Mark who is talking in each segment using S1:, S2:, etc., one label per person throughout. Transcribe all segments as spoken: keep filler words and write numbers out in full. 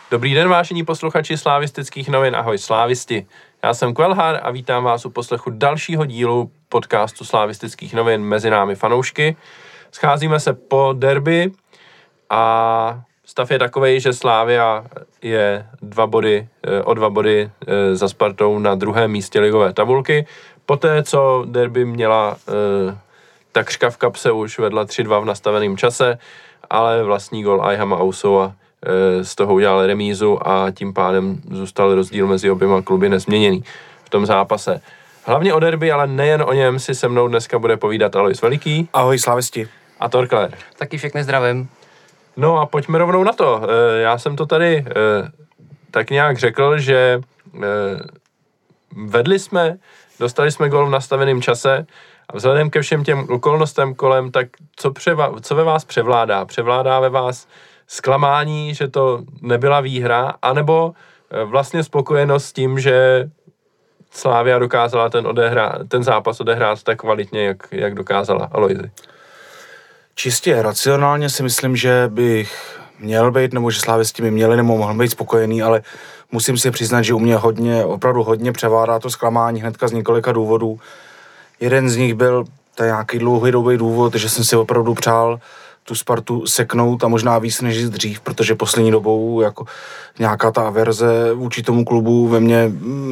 S1: Dobrý den, vážení posluchači Slávistických novin, ahoj slávisti. Já jsem Kvelhar a vítám vás u poslechu dalšího dílu podcastu Slávistických novin Mezi námi fanoušky. Scházíme se po derby a stav je takovej, že Slavia je dva body, o dva body za Spartou na druhém místě ligové tabulky. Poté, co derby měla takřka v kapse, už vedla tři dva v nastaveném čase, ale vlastní gol Ayhama Ausova z toho udělal remízu a tím pádem zůstal rozdíl mezi oběma kluby nezměněný v tom zápase. Hlavně o derby, ale nejen o něm si se mnou dneska bude povídat Alois Veliký.
S2: Ahoj slávisti.
S1: A Torkler.
S3: Taky všechny zdravím.
S1: No a pojďme rovnou na to. Já jsem to tady tak nějak řekl, že vedli jsme, dostali jsme gól v nastaveném čase a vzhledem ke všem těm okolnostem kolem, tak co, převa, co ve vás převládá? Převládá ve vás zklamání, že to nebyla výhra, anebo vlastně spokojenost s tím, že Slavia dokázala ten, odehra, ten zápas odehrát tak kvalitně, jak, jak dokázala. Aloisi.
S2: Čistě racionálně si myslím, že bych měl být, nebo že slávisti by měli, nebo mohl být spokojený, ale musím si přiznat, že u mě hodně, opravdu hodně převládá to zklamání hnedka z několika důvodů. Jeden z nich byl ten nějaký dlouhodobý důvod, že jsem si opravdu přál tu Spartu seknout a možná víc než dřív, protože poslední dobou jako nějaká ta averze vůči tomu klubu ve mně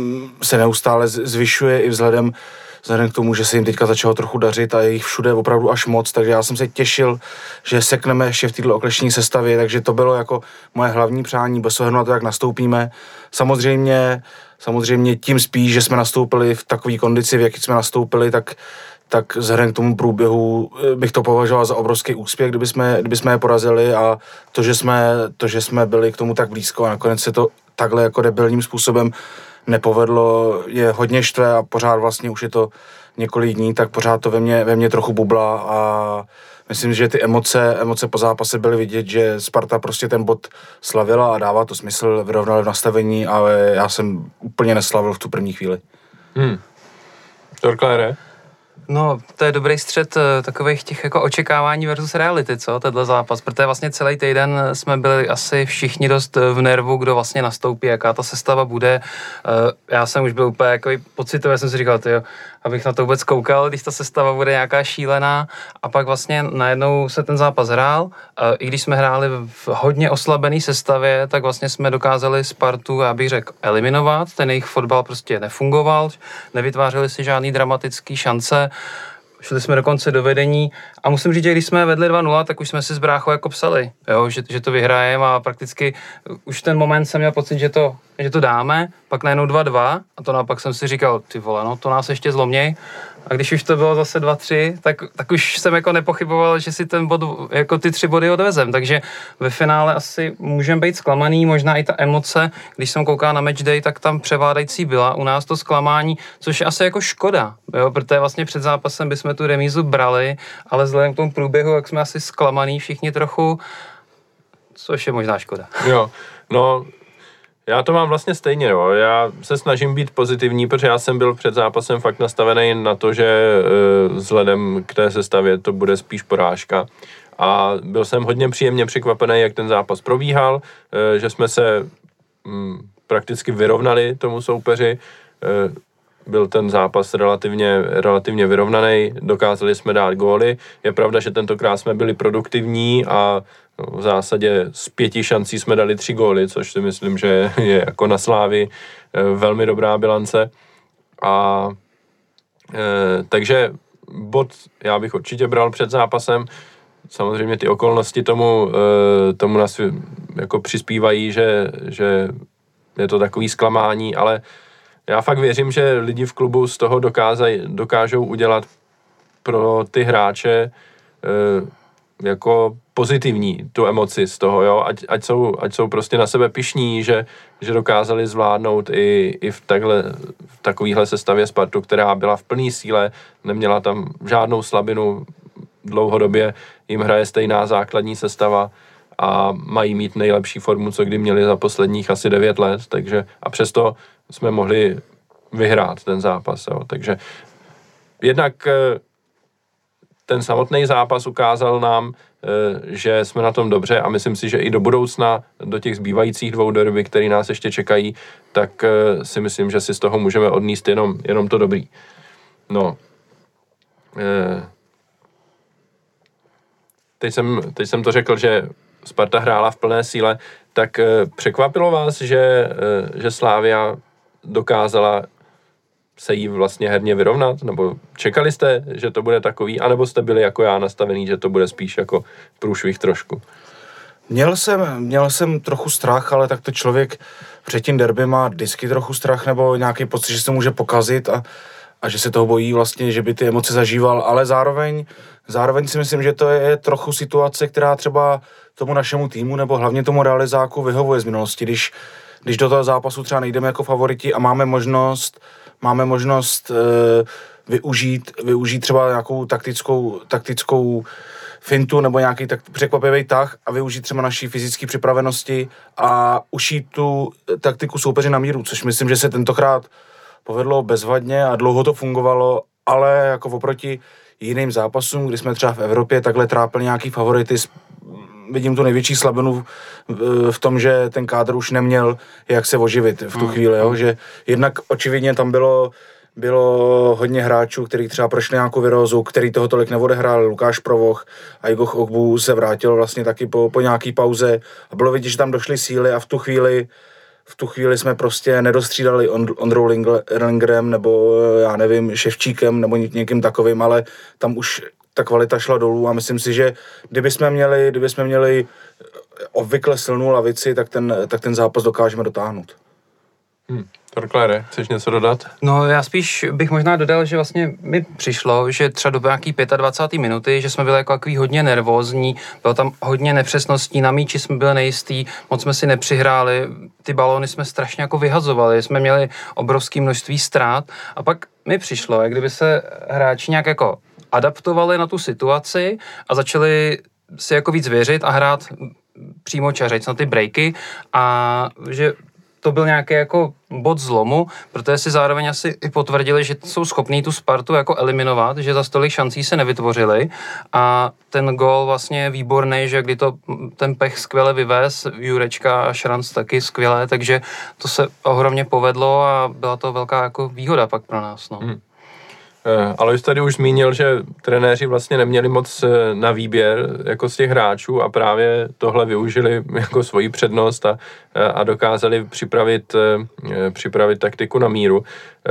S2: se neustále zvyšuje i vzhledem, vzhledem k tomu, že se jim teďka začalo trochu dařit a je jich všude opravdu až moc, takže já jsem se těšil, že sekneme ještě v této oklešní sestavě, takže to bylo jako moje hlavní přání, bez ohledu na to, jak nastoupíme. Samozřejmě, samozřejmě tím spíš, že jsme nastoupili v takové kondici, v jaký jsme nastoupili, tak tak vzhledem k tomu průběhu bych to považoval za obrovský úspěch, kdyby jsme, kdyby jsme je porazili a to že jsme, to, že jsme byli k tomu tak blízko a nakonec se to takhle jako debilním způsobem nepovedlo, je hodně štve a pořád vlastně už je to několik dní, tak pořád to ve mně, ve mně trochu bubla a myslím, že ty emoce, emoce po zápase byly vidět, že Sparta prostě ten bod slavila a dává to smysl, vyrovnali v nastavení, ale já jsem úplně neslavil v tu první chvíli.
S1: Hmm. Torklére?
S3: No, to je dobrý střed takových těch jako očekávání versus reality, co, tenhle zápas, protože vlastně celý týden jsme byli asi všichni dost v nervu, kdo vlastně nastoupí, jaká ta sestava bude. Já jsem už byl úplně takový pocitový, jsem si říkal, tyjo, abych na to vůbec koukal, když ta sestava bude nějaká šílená a pak vlastně najednou se ten zápas hrál. I když jsme hráli v hodně oslabený sestavě, tak vlastně jsme dokázali Spartu, já bych řekl, eliminovat. Ten jejich fotbal prostě nefungoval, nevytvářeli si žádný dramatický šance. Šli jsme dokonce do vedení a musím říct, že když jsme vedli dva nula, tak už jsme si s bráchou jako psali, jo, že, že to vyhrajeme a prakticky už ten moment jsem měl pocit, že to, že to dáme, pak najednou dva dva a to naopak jsem si říkal, ty vole, no to nás ještě zloměj. A když už to bylo zase dva tři, tak, tak už jsem jako nepochyboval, že si ten bod, jako ty tři body odvezem, takže ve finále asi můžeme být zklamaný, možná i ta emoce, když jsem koukal na matchday, tak tam převládající byla u nás to zklamání, což je asi jako škoda, jo, protože vlastně před zápasem bychom tu remízu brali, ale vzhledem k tomu průběhu, jak jsme asi zklamaný všichni trochu, což je možná škoda.
S1: Jo, no... Já to mám vlastně stejně, jo. Já se snažím být pozitivní, protože já jsem byl před zápasem fakt nastavený na to, že e, vzhledem k té sestavě to bude spíš porážka. A byl jsem hodně příjemně překvapený, jak ten zápas probíhal, e, že jsme se m, prakticky vyrovnali tomu soupeři. E, byl ten zápas relativně, relativně vyrovnaný, dokázali jsme dát góly. Je pravda, že tentokrát jsme byli produktivní a v zásadě z pěti šancí jsme dali tři góly, což si myslím, že je jako na Slávii velmi dobrá bilance. A e, takže bod já bych určitě bral před zápasem. Samozřejmě ty okolnosti tomu, e, tomu nás jako přispívají, že, že je to takový zklamání, ale já fakt věřím, že lidi v klubu z toho dokázaj, dokážou udělat pro ty hráče e, jako pozitivní tu emoci z toho, jo, ať, ať, jsou, ať jsou prostě na sebe pyšní, že, že dokázali zvládnout i, i v, takhle, v takovýhle sestavě Spartu, která byla v plný síle, neměla tam žádnou slabinu, dlouhodobě jim hraje stejná základní sestava a mají mít nejlepší formu, co kdy měli za posledních asi devět let, takže a přesto jsme mohli vyhrát ten zápas, jo, takže jednak ten samotný zápas ukázal nám, že jsme na tom dobře a myslím si, že i do budoucna, do těch zbývajících dvou derby, které nás ještě čekají, tak si myslím, že si z toho můžeme odníst jenom, jenom to dobrý. No. Teď jsem, teď jsem to řekl, že Sparta hrála v plné síle, tak překvapilo vás, že, že Slavia dokázala se jí vlastně herně vyrovnat? Nebo čekali jste, že to bude takový? A nebo jste byli jako já nastavený, že to bude spíš jako průšvih trošku?
S2: Měl jsem, měl jsem trochu strach, ale tak to člověk před tím derby má vždycky trochu strach nebo nějaký pocit, že se může pokazit a, a že se toho bojí vlastně, že by ty emoce zažíval, ale zároveň, zároveň si myslím, že to je trochu situace, která třeba tomu našemu týmu nebo hlavně tomu realizáku vyhovuje z minulosti, když, když do toho zápasu třeba nejdeme jako favoriti a máme možnost máme možnost e, využít, využít třeba nějakou taktickou, taktickou fintu nebo nějaký tak překvapivý tah a využít třeba naší fyzické připravenosti a ušít tu taktiku soupeři na míru, což myslím, že se tentokrát povedlo bezvadně a dlouho to fungovalo, ale jako oproti jiným zápasům, kdy jsme třeba v Evropě takhle trápili nějaký favority, vidím tu největší slabinu v, v tom, že ten kádr už neměl jak se oživit v tu chvíli, jo? Že jednak očividně tam bylo, bylo hodně hráčů, kteří třeba prošli nějakou virózu, který toho tolik neodehrál, Lukáš Provoch a Igor Ogbu se vrátil vlastně taky po, po nějaký pauze a bylo vidět, že tam došly síly a v tu chvíli v tu chvíli jsme prostě nedostřídali Ondrou Lindgrem nebo já nevím, Ševčíkem nebo někým takovým, ale tam už ta kvalita šla dolů a myslím si, že kdyby jsme měli, kdyby jsme měli obvykle silnou lavici, tak ten, tak ten zápas dokážeme dotáhnout.
S1: Hmm. Torklére, chceš něco dodat?
S3: No já spíš bych možná dodal, že vlastně mi přišlo, že třeba do nějaký dvacáté páté minuty, že jsme byli jako takový hodně nervózní, bylo tam hodně nepřesností, na míči jsme byli nejistý, moc jsme si nepřihráli, ty balóny jsme strašně jako vyhazovali, jsme měli obrovské množství ztrát a pak mi přišlo, jak kdyby se hráči nějak jako adaptovali na tu situaci a začali si jako víc věřit a hrát přímo čařejc na ty breaky a že to byl nějaký jako bod zlomu, protože si zároveň asi i potvrdili, že jsou schopní tu Spartu jako eliminovat, že za stolik šancí se nevytvořili a ten gól vlastně je výborný, že kdy to ten pech skvěle vyvez, Jurečka a Šranc taky skvěle, takže to se ohromně povedlo a byla to velká jako výhoda pak pro nás. No. Hmm.
S1: Alois tady už zmínil, že trenéři vlastně neměli moc na výběr jako z těch hráčů a právě tohle využili jako svoji přednost a, a dokázali připravit, připravit taktiku na míru.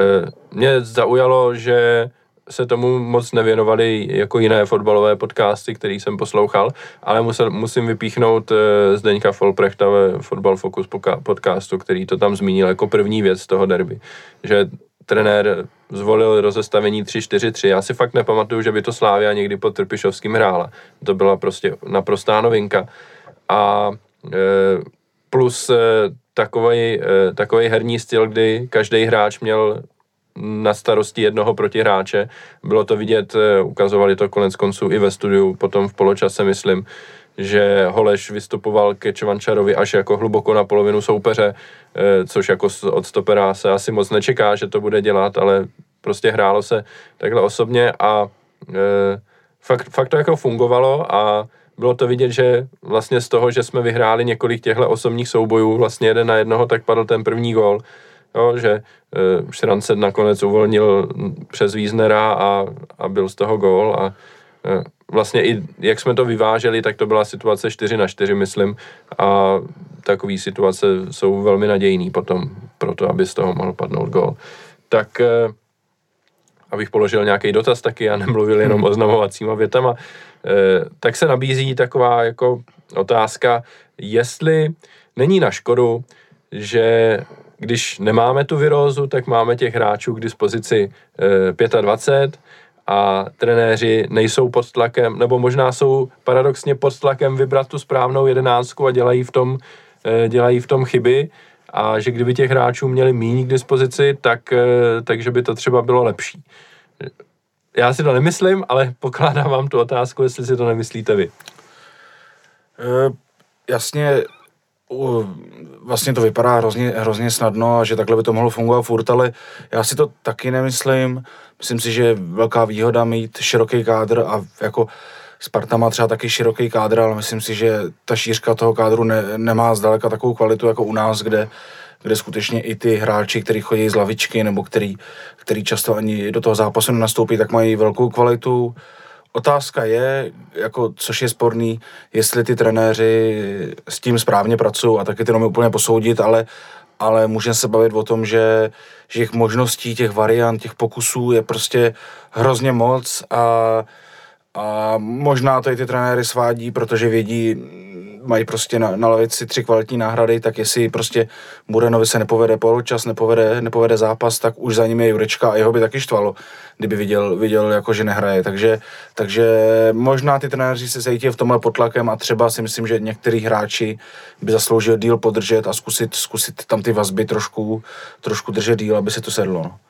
S1: Mě zaujalo, že se tomu moc nevěnovali jako jiné fotbalové podcasty, který jsem poslouchal, ale musel, musím vypíchnout Zdeňka Folprechta ve Fotbal Focus podcastu, který to tam zmínil jako první věc z toho derby, že trenér zvolil rozestavení tři čtyři tři. Já si fakt nepamatuju, že by to Slavia někdy pod Trpišovským hrála. To byla prostě naprostá novinka. A e, plus e, takovej, e, takovej herní styl, kdy každý hráč měl na starosti jednoho protihráče. Bylo to vidět, e, ukazovali to konec konců i ve studiu, potom v poločase, myslím, že Holeš vystupoval ke Čvančarovi až jako hluboko na polovinu soupeře, což jako od stopera se asi moc nečeká, že to bude dělat, ale prostě hrálo se takhle osobně a e, fakt, fakt to jako fungovalo a bylo to vidět, že vlastně z toho, že jsme vyhráli několik těchto osobních soubojů, vlastně jeden na jednoho, tak padl ten první gól, jo, že e, Šranc se nakonec uvolnil přes Wiesnera a, a byl z toho gól a e, vlastně i jak jsme to vyváželi, tak to byla situace čtyři na čtyři, myslím, a takové situace jsou velmi nadějný potom, proto aby z toho mohl padnout gól. Tak e, abych položil nějaký dotaz taky a nemluvil jenom oznamovacíma větama, e, tak se nabízí taková jako otázka, jestli není na škodu, že když nemáme tu virózu, tak máme těch hráčů k dispozici e, dvacet pět a trenéři nejsou pod tlakem, nebo možná jsou paradoxně pod tlakem vybrat tu správnou jedenáctku a dělají v tom, e, dělají v tom chyby a že kdyby těch hráčů měli míň k dispozici, tak, e, takže by to třeba bylo lepší. Já si to nemyslím, ale pokládám vám tu otázku, jestli si to nemyslíte vy.
S2: E, jasně, vlastně to vypadá hrozně, hrozně snadno a že takhle by to mohlo fungovat furt, ale já si to taky nemyslím. Myslím si, že je velká výhoda mít široký kádr a jako Sparta má třeba taky široký kádr, ale myslím si, že ta šířka toho kádru ne, nemá zdaleka takovou kvalitu jako u nás, kde, kde skutečně i ty hráči, kteří chodí z lavičky nebo který, který často ani do toho zápasu nenastoupí, tak mají velkou kvalitu. Otázka je, jako, což je sporný, jestli ty trenéři s tím správně pracují a taky to nemůžu úplně posoudit, ale, ale můžeme se bavit o tom, že, že těch možností, těch variant, těch pokusů je prostě hrozně moc a, a možná to i ty trenéry svádí, protože vědí, mají prostě na, na lavici tři kvalitní náhrady, tak jestli prostě Burenovi se nepovede poločas, nepovede, nepovede zápas, tak už za ním je Jurečka a jeho by taky štvalo, kdyby viděl, viděl jako, že nehraje. Takže, takže možná ty trenéři se cítí v tomhle pod tlakem a třeba si myslím, že některý hráči by zasloužil díl podržet a zkusit, zkusit tam ty vazby trošku, trošku držet díl, aby se to sedlo. No.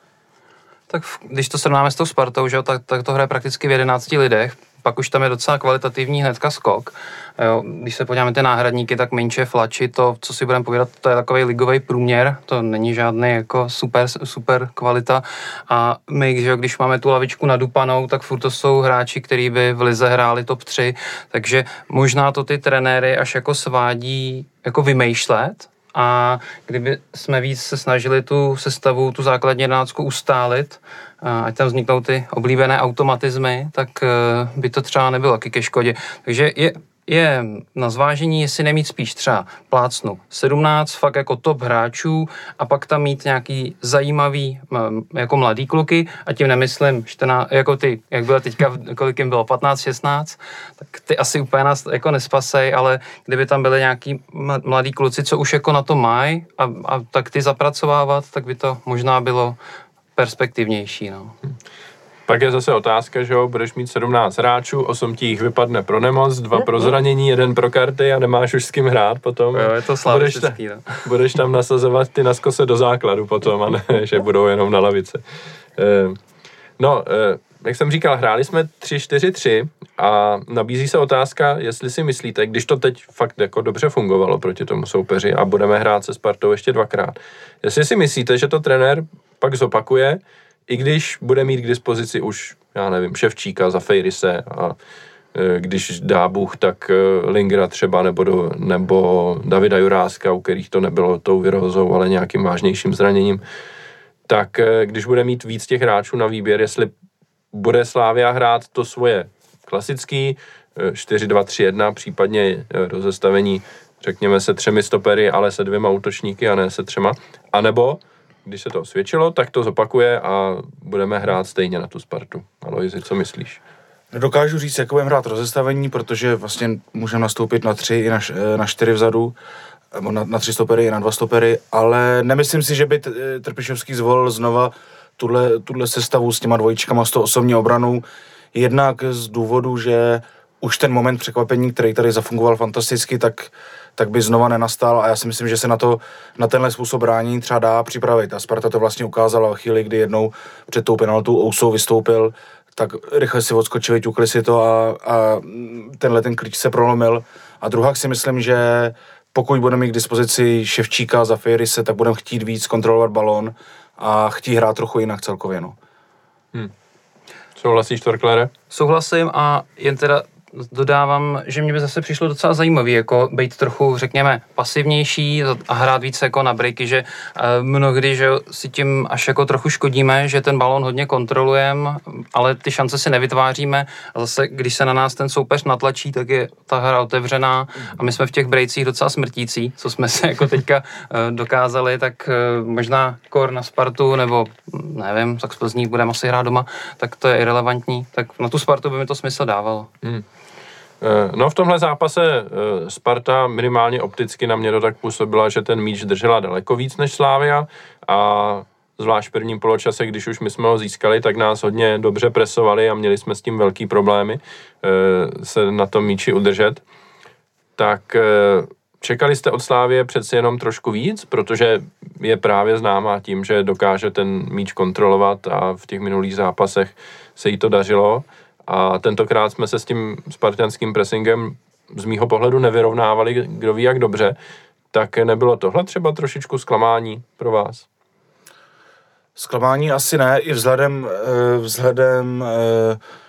S3: Tak když to srovnáme s tou Spartou, že jo, tak, tak to hraje prakticky v jedenácti lidech, pak už tam je docela kvalitativní hnedka skok. Jo, když se podíváme ty náhradníky, tak Minče, Flači, to, co si budeme povídat, to je takový ligový průměr, to není žádný jako super, super kvalita. A my, že jo, když máme tu lavičku nadupanou, tak furt to jsou hráči, kteří by v lize hráli top tři, takže možná to ty trenéry až jako svádí jako vymýšlet. A kdyby jsme víc se snažili tu sestavu, tu základní jedenáctku ustálit, ať tam vzniknou ty oblíbené automatizmy, tak by to třeba nebylo taky ke škodě. Takže je, je na zvážení, jestli nemít spíš třeba plácnu sedmnáct fakt jako top hráčů a pak tam mít nějaký zajímavý jako mladý kluky a tím nemyslím čtrnáct, jako ty, jak bylo teďka, kolik jim bylo, patnáct šestnáct, tak ty asi úplně nás jako nespasej, ale kdyby tam byly nějaký mladý kluci, co už jako na to mají a, a tak ty zapracovávat, tak by to možná bylo perspektivnější, no.
S1: Pak je zase otázka, že jo, budeš mít sedmnáct hráčů, osm ti jich vypadne pro nemoc, dva pro zranění, jeden pro karty a nemáš už s kým hrát potom.
S3: Jo, je to slavistický,
S1: budeš, ta, budeš tam nasazovat ty na skose do základu potom a ne, že budou jenom na lavice. Eh, no, eh, jak jsem říkal, hráli jsme tři čtyři tři a nabízí se otázka, jestli si myslíte, když to teď fakt jako dobře fungovalo proti tomu soupeři a budeme hrát se Spartou ještě dvakrát, jestli si myslíte, že to trenér pak zopakuje, i když bude mít k dispozici už, já nevím, Ševčíka za Fejrise a e, když dá Bůh, tak e, Lingra třeba nebo, do, nebo Davida Juráska, u kterých to nebylo tou virozou, ale nějakým vážnějším zraněním, tak e, když bude mít víc těch hráčů na výběr, jestli bude Slavia hrát to svoje klasický e, čtyři dva tři jedna, případně e, rozestavení, řekněme se třemi stopery, ale se dvěma útočníky a ne se třema, anebo když se to osvědčilo, tak to zopakuje a budeme hrát stejně na tu Spartu. Alojzi, co myslíš?
S2: Nedokážu říct, jak budeme hrát rozestavení, protože vlastně můžeme nastoupit na tři i na, na čtyři vzadu, na, na tři stopery i na dva stopery, ale nemyslím si, že by Trpišovský zvolil znova tuhle, tuhle sestavu s těma dvojčkama, s tou osobní obranou. Jednak z důvodu, že už ten moment překvapení, který tady zafungoval fantasticky, tak, tak by znova nenastal a já si myslím, že se na to, na tenhle způsob brání třeba dá připravit. A Sparta to vlastně ukázala v chvíli, kdy jednou před tou penaltou Ousou vystoupil, tak rychle si odskočili, ťukli si to a, a tenhle ten klíč se prolomil. A druhá si myslím, že pokud budeme mít k dispozici Ševčíka za Fejrise, tak budeme chtít víc kontrolovat balón a chtít hrát trochu jinak celkově. No.
S1: Hmm. Souhlasíš, Torklere?
S3: Souhlasím a jen teda dodávám, že mě by zase přišlo docela zajímavý, jako být trochu, řekněme, pasivnější a hrát více jako na breaky, že mnohdy, že si tím až jako trochu škodíme, že ten balón hodně kontrolujeme, ale ty šance si nevytváříme a zase, když se na nás ten soupeř natlačí, tak je ta hra otevřená a my jsme v těch brejcích docela smrtící, co jsme se jako teďka dokázali, tak možná kor na Spartu, nebo nevím, tak z Plzní budeme asi hrát doma, tak to je irelevantní, tak na tu Spartu by mi to smysl dávalo. Hmm.
S1: No v tomhle zápase Sparta minimálně opticky na mě to tak působila, že ten míč držela daleko víc než Slavia a zvlášť v prvním poločase, když už my jsme ho získali, tak nás hodně dobře presovali a měli jsme s tím velký problémy se na tom míči udržet. Tak čekali jste od Slavie přeci jenom trošku víc, protože je právě známá tím, že dokáže ten míč kontrolovat a v těch minulých zápasech se jí to dařilo. A tentokrát jsme se s tím spartanským pressingem z mýho pohledu nevyrovnávali, kdo ví jak dobře, tak nebylo tohle třeba trošičku zklamání pro vás?
S2: Zklamání asi ne, i vzhledem, vzhledem k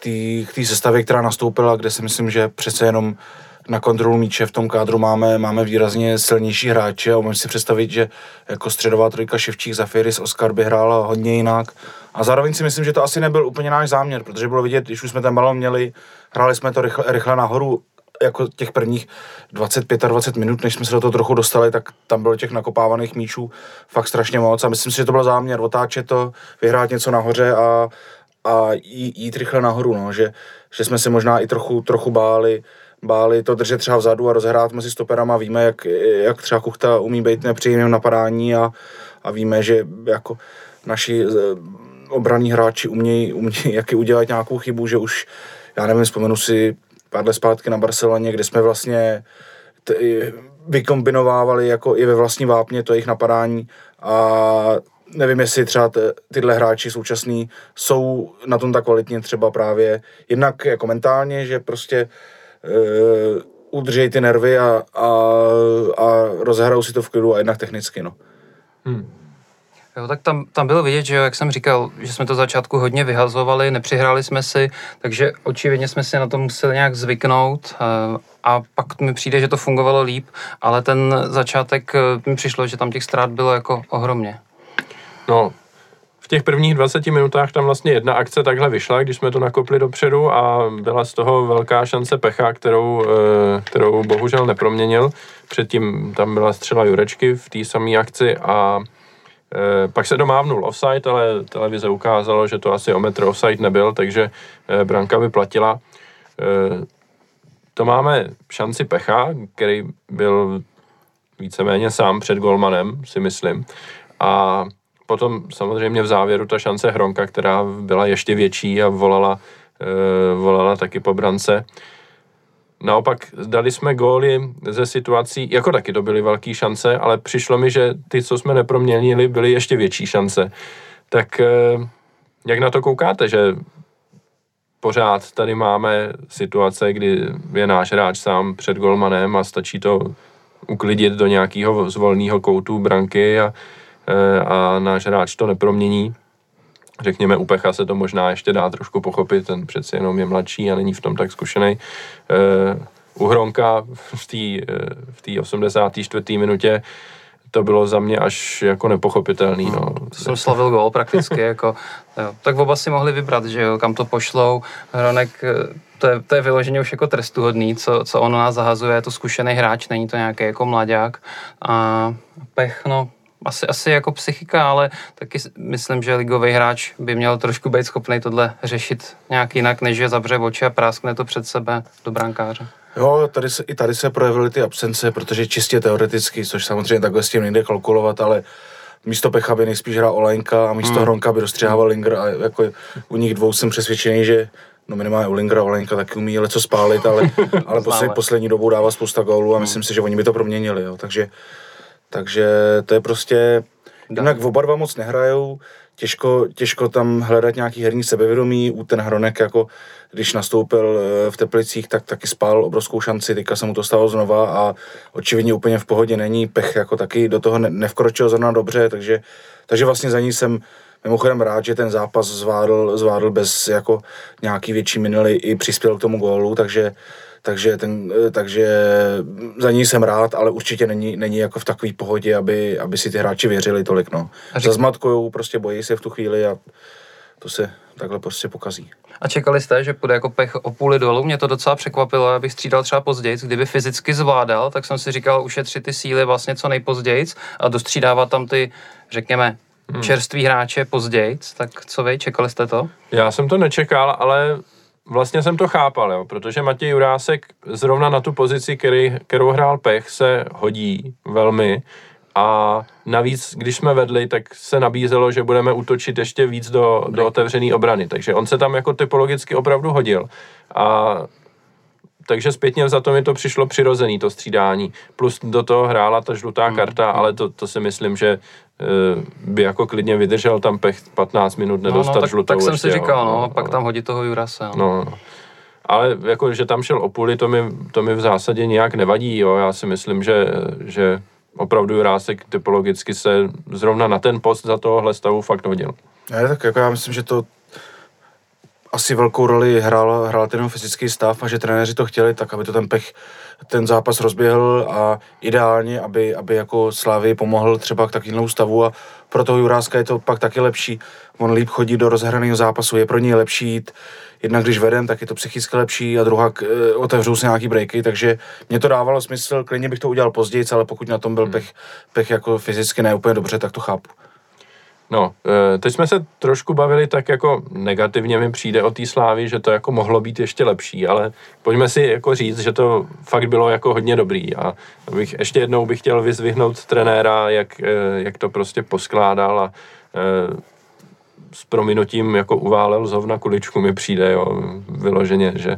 S2: k té sestavě, která nastoupila, kde si myslím, že přece jenom na kontrolu míče v tom kádru máme, máme výrazně silnější hráče a umím si představit, že jako středová trojka Ševčík, Zafiris, Oskar by hrála hodně jinak. A zároveň si myslím, že to asi nebyl úplně náš záměr, protože bylo vidět, když už jsme ten balon měli, hráli jsme to rychle, rychle nahoru, jako těch prvních dvacet pět dvacet minut, než jsme se do toho trochu dostali, tak tam bylo těch nakopávaných míčů fakt strašně moc a myslím si, že to byl záměr otáčet to, vyhrát něco nahoře a, a jít, jít rychle nahoru, no, že, že jsme se možná i trochu, trochu báli, báli to držet třeba vzadu a rozhrát mezi stoperama. Víme, jak, jak třeba Kuchta umí být nepříjemným napadání a, a víme, že jako naši obranní hráči umějí, umějí jaký udělat nějakou chybu, že už, já nevím, vzpomenu si pár let zpátky na Barceloně, kde jsme vlastně t- vykombinovávali jako i ve vlastní vápně to jejich napadání a nevím, jestli třeba t- tyhle hráči současný jsou na tom tak kvalitně třeba právě jednak jako mentálně, že prostě Uh, udržej ty nervy a, a, a rozhrajou si to v klidu a jednak technicky, no.
S3: Hmm. Jo, tak tam, tam bylo vidět, že jo, jak jsem říkal, že jsme to začátku hodně vyhazovali, nepřihráli jsme si, takže očividně jsme si na to museli nějak zvyknout uh, a pak mi přijde, že to fungovalo líp, ale ten začátek uh, mi přišlo, že tam těch ztrát bylo jako ohromně.
S1: No, v těch prvních dvaceti minutách tam vlastně jedna akce takhle vyšla, když jsme to nakopli dopředu a byla z toho velká šance Pecha, kterou, kterou bohužel neproměnil. Předtím tam byla střela Jurečky v té samé akci a pak se domávnul offside, ale televize ukázalo, že to asi o metr offside nebyl, takže branka vyplatila. To máme šanci Pecha, který byl víceméně sám před golmanem, si myslím. A potom samozřejmě v závěru ta šance Hronka, která byla ještě větší a volala, e, volala taky po brance. Naopak dali jsme góly ze situací, jako taky to byly velké šance, ale přišlo mi, že ty, co jsme neproměnili, byly ještě větší šance. Tak e, jak na to koukáte, že pořád tady máme situace, kdy je náš hráč sám před golmanem a stačí to uklidit do nějakého zvolného koutu branky a a náš hráč to nepromění. Řekněme, u Pecha se to možná ještě dá trošku pochopit, ten přeci jenom je mladší a není v tom tak zkušenej. U Hronka v té v té osmdesáté čtvrté minutě to bylo za mě až jako nepochopitelný. No.
S3: To jsem slavil gól prakticky. jako, jo. Tak oba si mohli vybrat, že jo, kam to pošlou. Hronek, to je, to je vyloženě už jako trestuhodný, co, co on nás zahazuje, je to zkušený hráč, není to nějaký jako mlaďák. A Pech, no, Asi, asi jako psychika, ale taky myslím, že ligový hráč by měl trošku být schopný tohle řešit nějak jinak, než že zavře oči a práskne to před sebe do brankáře.
S2: Jo, tady se, i tady se projevily ty absence, protože čistě teoreticky, což samozřejmě takhle s tím nejde kalkulovat, ale místo Pecha by nejspíš hrál Olajnka a místo hmm. Hronka by dostřihával Linger a jako u nich dvou jsem přesvědčený, že no minimálně u Lingera, Olajnka taky umí leco spálit, ale, ale poslední, poslední dobou dává spousta gólů a myslím hmm. si, že oni by to proměnili, jo, takže Takže to je prostě, jinak oba dva moc nehrajou, těžko, těžko tam hledat nějaký herní sebevědomí, u ten Hronek, jako když nastoupil v Teplicích, tak taky spál obrovskou šanci, teďka se mu to stalo znova a očividně úplně v pohodě není, Pech jako taky do toho ne, nevkročil zrovna dobře, takže, takže vlastně za ní jsem mimochodem rád, že ten zápas zvládl, zvládl bez jako nějaký větší minely i přispěl k tomu gólu, takže Takže, ten, takže za ní jsem rád, ale určitě není, není jako v takové pohodě, aby, aby si ty hráči věřili tolik. No. Řek... Zazmatkujou, prostě bojí se v tu chvíli a to se takhle prostě pokazí.
S3: A čekali jste, že půjde jako Pech o půli dolů? Mě to docela překvapilo, abych střídal třeba později, kdyby fyzicky zvládal, tak jsem si říkal ušetřit ty síly vlastně co nejpozději a dostřídávat tam ty, řekněme, hmm. čerství hráče později. Tak co vy, čekali jste to? Já
S1: jsem to nečekal, ale vlastně jsem to chápal, jo, protože Matěj Jurásek zrovna na tu pozici, který, kterou hrál Pech, se hodí velmi a navíc, když jsme vedli, tak se nabízelo, že budeme útočit ještě víc do, do otevřené obrany, takže on se tam jako typologicky opravdu hodil a takže zpětně za to mi to přišlo přirozený, to střídání. Plus do toho hrála ta žlutá karta, ale to, to si myslím, že by jako klidně vydržel tam Pech patnáct minut nedostat no, no, tak, žlutou.
S3: Tak jsem
S1: ještě,
S3: si říkal, no,
S1: no,
S3: pak tam hodit toho Jurase. No.
S1: No, no. Ale jako, že tam šel o půli, to mi, to mi v zásadě nějak nevadí, jo. Já si myslím, že, že opravdu Jurásek typologicky se zrovna na ten post za tohohle stavu fakt hodil.
S2: Ne, tak jako já myslím, že to asi velkou roli hrál, hrál ten fyzický stav a že trenéři to chtěli, tak aby to ten pech, ten zápas rozběhl a ideálně, aby, aby jako Slavii pomohl třeba k takovému stavu a pro toho Juráska je to pak taky lepší. On líp chodí do rozhraného zápasu, je pro něj lepší jít, jednak když vedem, tak je to psychicky lepší a druhá e, otevřou se nějaký breaky, takže mě to dávalo smysl, klidně bych to udělal později, ale pokud na tom byl hmm. pech, pech jako fyzicky ne úplně dobře, tak to chápu.
S1: No, teď jsme se trošku bavili tak jako negativně mi přijde o té Slávii, že to jako mohlo být ještě lepší, ale pojďme si jako říct, že to fakt bylo jako hodně dobrý a bych, ještě jednou bych chtěl vyzvihnout trenéra, jak, jak to prostě poskládal a s prominutím jako uválel zhovna kuličku mi přijde, jo, vyloženě, že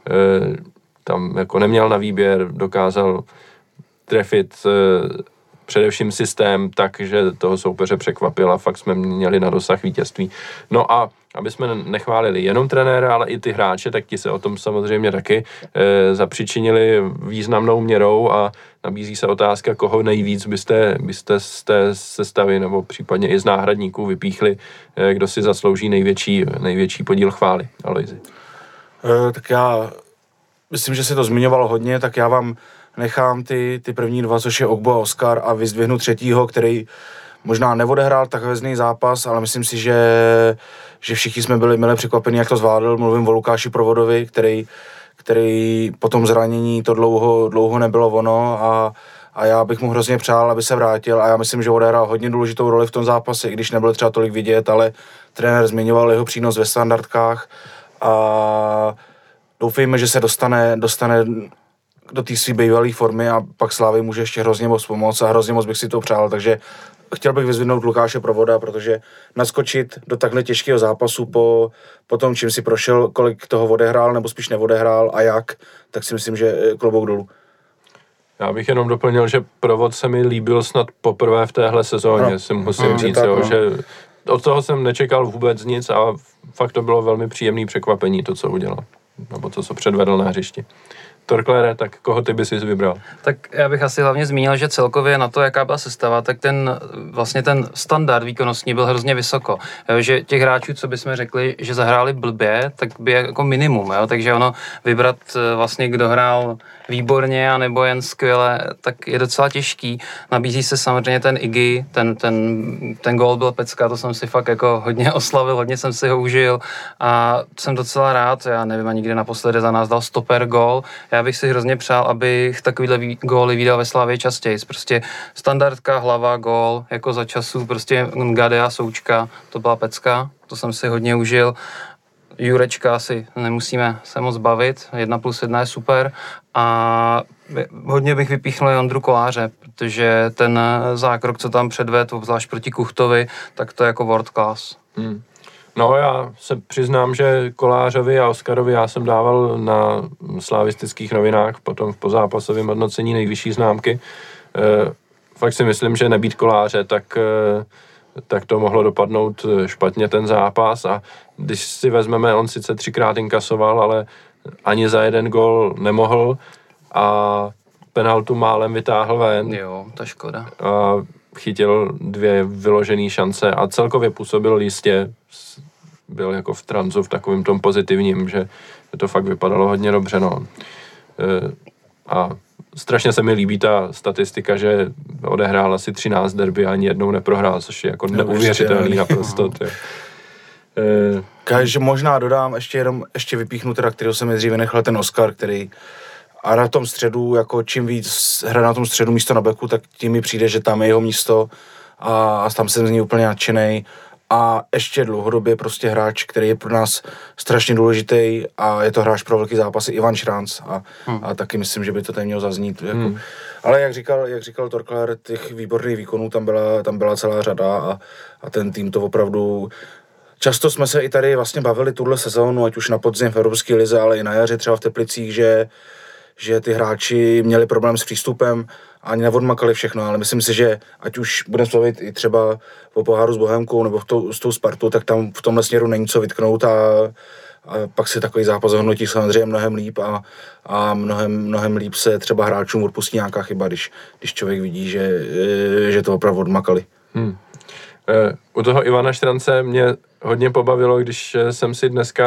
S1: tam jako neměl na výběr, dokázal trefit především systém tak, že toho soupeře překvapil a fakt jsme měli na dosah vítězství. No a aby jsme nechválili jenom trenéra, ale i ty hráče, tak ti se o tom samozřejmě taky e, zapřičinili významnou měrou a nabízí se otázka, koho nejvíc byste, byste z té sestavy nebo případně i z náhradníků vypíchli, e, kdo si zaslouží největší, největší podíl chvály. Alojzi.
S2: E, tak já myslím, že se to zmiňovalo hodně, tak já vám nechám ty, ty první dva, což je Ogbo a Oskar a vyzdvihnu třetího, který možná neodehrál tak vezný zápas, ale myslím si, že, že všichni jsme byli milé překvapení, jak to zvládl. Mluvím o Lukáši Provodovi, který, který po tom zranění to dlouho, dlouho nebylo ono a, a já bych mu hrozně přál, aby se vrátil a já myslím, že odehrál hodně důležitou roli v tom zápase, i když nebyl třeba tolik vidět, ale trenér zmiňoval jeho přínos ve standardkách a doufejme, že se dostane, dostane do té své bývalé formy a pak Slávy může ještě hrozně moc pomoct a hrozně moc bych si to přál, takže chtěl bych vyzvednout Lukáše Provoda, protože naskočit do takhle těžkého zápasu po, po tom, čím si prošel, kolik toho odehrál nebo spíš neodehrál a jak, tak si myslím, že klobouk dolů.
S1: Já bych jenom doplnil, že Provod se mi líbil snad poprvé v téhle sezóně, no. si musím mm, říct, tak, jo, no. že od toho jsem nečekal vůbec nic a fakt to bylo velmi příjemné překvapení, to, co udělal, nebo to, co předvedl na hřišti. Torklére, tak koho ty bys vybral?
S3: Tak já bych asi hlavně zmínil, že celkově na to, jaká byla sestava, tak ten vlastně ten standard výkonnostní byl hrozně vysoko. Jo, že těch hráčů, co bychom řekli, že zahráli blbě, tak by jako minimum, jo, takže ono vybrat vlastně, kdo hrál výborně a nebo jen skvěle, tak je docela těžký. Nabízí se samozřejmě ten Iggy, ten, ten, ten gól byl pecka, to jsem si fakt jako hodně oslavil, hodně jsem si ho užil a jsem docela rád, já nevím, ani kdy naposledy za nás dal stoper gól. Já bych si hrozně přál, abych takovýhle vý, góly vydal ve Slavii častěji. Prostě standardka, hlava, gól, jako za časů, prostě Gadea, Součka, to byla pecka, to jsem si hodně užil. Jurečka asi nemusíme se moc bavit, jedna plus jedna je super a hodně bych vypíchnul Ondru Koláře, protože ten zákrok, co tam předvedl, obzvlášť proti Kuchtovi, tak to je jako world class. Hmm.
S1: No já se přiznám, že Kolářovi a Oskarovi já jsem dával na slavistických novinách potom v pozápasovém hodnocení nejvyšší známky. E, fakt si myslím, že nebýt Koláře, tak, e, tak to mohlo dopadnout špatně ten zápas a když si vezmeme, on sice třikrát inkasoval, ale ani za jeden gol nemohl a penaltu málem vytáhl ven.
S3: Jo, to škoda.
S1: A chytil dvě vyložené šance a celkově působil jistě, byl jako v tranzu v takovém tom pozitivním, že to fakt vypadalo hodně dobře, no. E, a strašně se mi líbí ta statistika, že odehrál asi třináct derby a ani jednou neprohrál, což je jako neuvěřitelný naprosto.
S2: E, Když možná dodám, ještě jenom, ještě vypíchnu teda, kterého jsem mi dříve nechal, ten Oskar, který a na tom středu, jako čím víc hra na tom středu místo na beku, tak tím mi přijde, že tam je jeho místo a, a tam jsem z něj úplně nadšenej. A ještě dlouhodobě prostě hráč, který je pro nás strašně důležitý a je to hráč pro velký zápasy, Ivan Šranc a, hmm. a taky myslím, že by to tady mělo zaznít. Jako. Hmm. Ale jak říkal, jak říkal Torkler, těch výborných výkonů tam byla, tam byla celá řada a, a ten tým to opravdu... Často jsme se i tady vlastně bavili tuhle sezónu, ať už na podzim v Evropské lize, ale i na jaře třeba v Teplicích, že že ty hráči měli problém s přístupem a ani neodmakali všechno, ale myslím si, že ať už budeme slavit i třeba o poháru s Bohemkou nebo to, s tou Spartou, tak tam v tomhle směru není co vytknout a, a pak si takový zápas hodnotí samozřejmě mnohem líp a, a mnohem, mnohem líp se třeba hráčům odpustí nějaká chyba, když, když člověk vidí, že, že to opravdu odmakali.
S1: Hmm. U toho Ivana Štrance mě hodně pobavilo, když jsem si dneska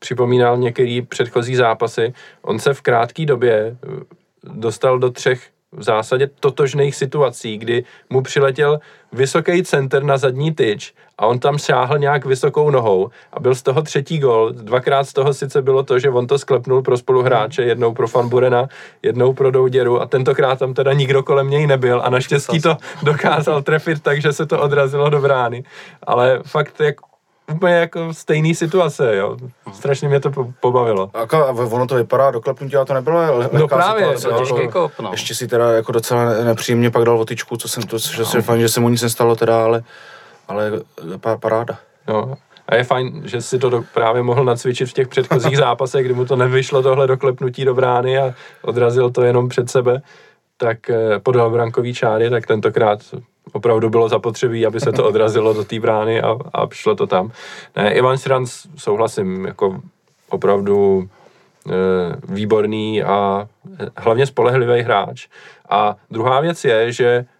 S1: připomínal některé předchozí zápasy. On se v krátké době dostal do třech v zásadě totožných situací, kdy mu přiletěl vysoký center na zadní tyč a on tam šáhl nějak vysokou nohou a byl z toho třetí gol. Dvakrát z toho sice bylo to, že on to sklepnul pro spoluhráče, jednou pro Van Burena, jednou pro Douděru a tentokrát tam teda nikdo kolem něj nebyl a naštěstí to dokázal trefit tak, že se to odrazilo do brány. Ale fakt jak úplně jako stejný situace, jo. Strašně mě to pobavilo.
S2: A ono to vypadá, doklepnutí, ale to nebylo lehká
S1: no právě,
S2: situace.
S3: To těžký kop, no.
S2: Ještě si teda jako docela nepříjemně pak dal votičku, co jsem, to, že se fajn, že se mu nic nestalo teda, ale, ale paráda.
S1: No. A je fajn, že si to do, právě mohl nacvičit v těch předchozích zápasech, kdy mu to nevyšlo tohle doklepnutí do brány a odrazil to jenom před sebe, tak podal brankový čáry, tak tentokrát opravdu bylo zapotřebí, aby se to odrazilo do té brány a, a šlo to tam. Ne, Ivan Šranc, souhlasím, jako opravdu e, výborný a hlavně spolehlivý hráč. A druhá věc je, že e,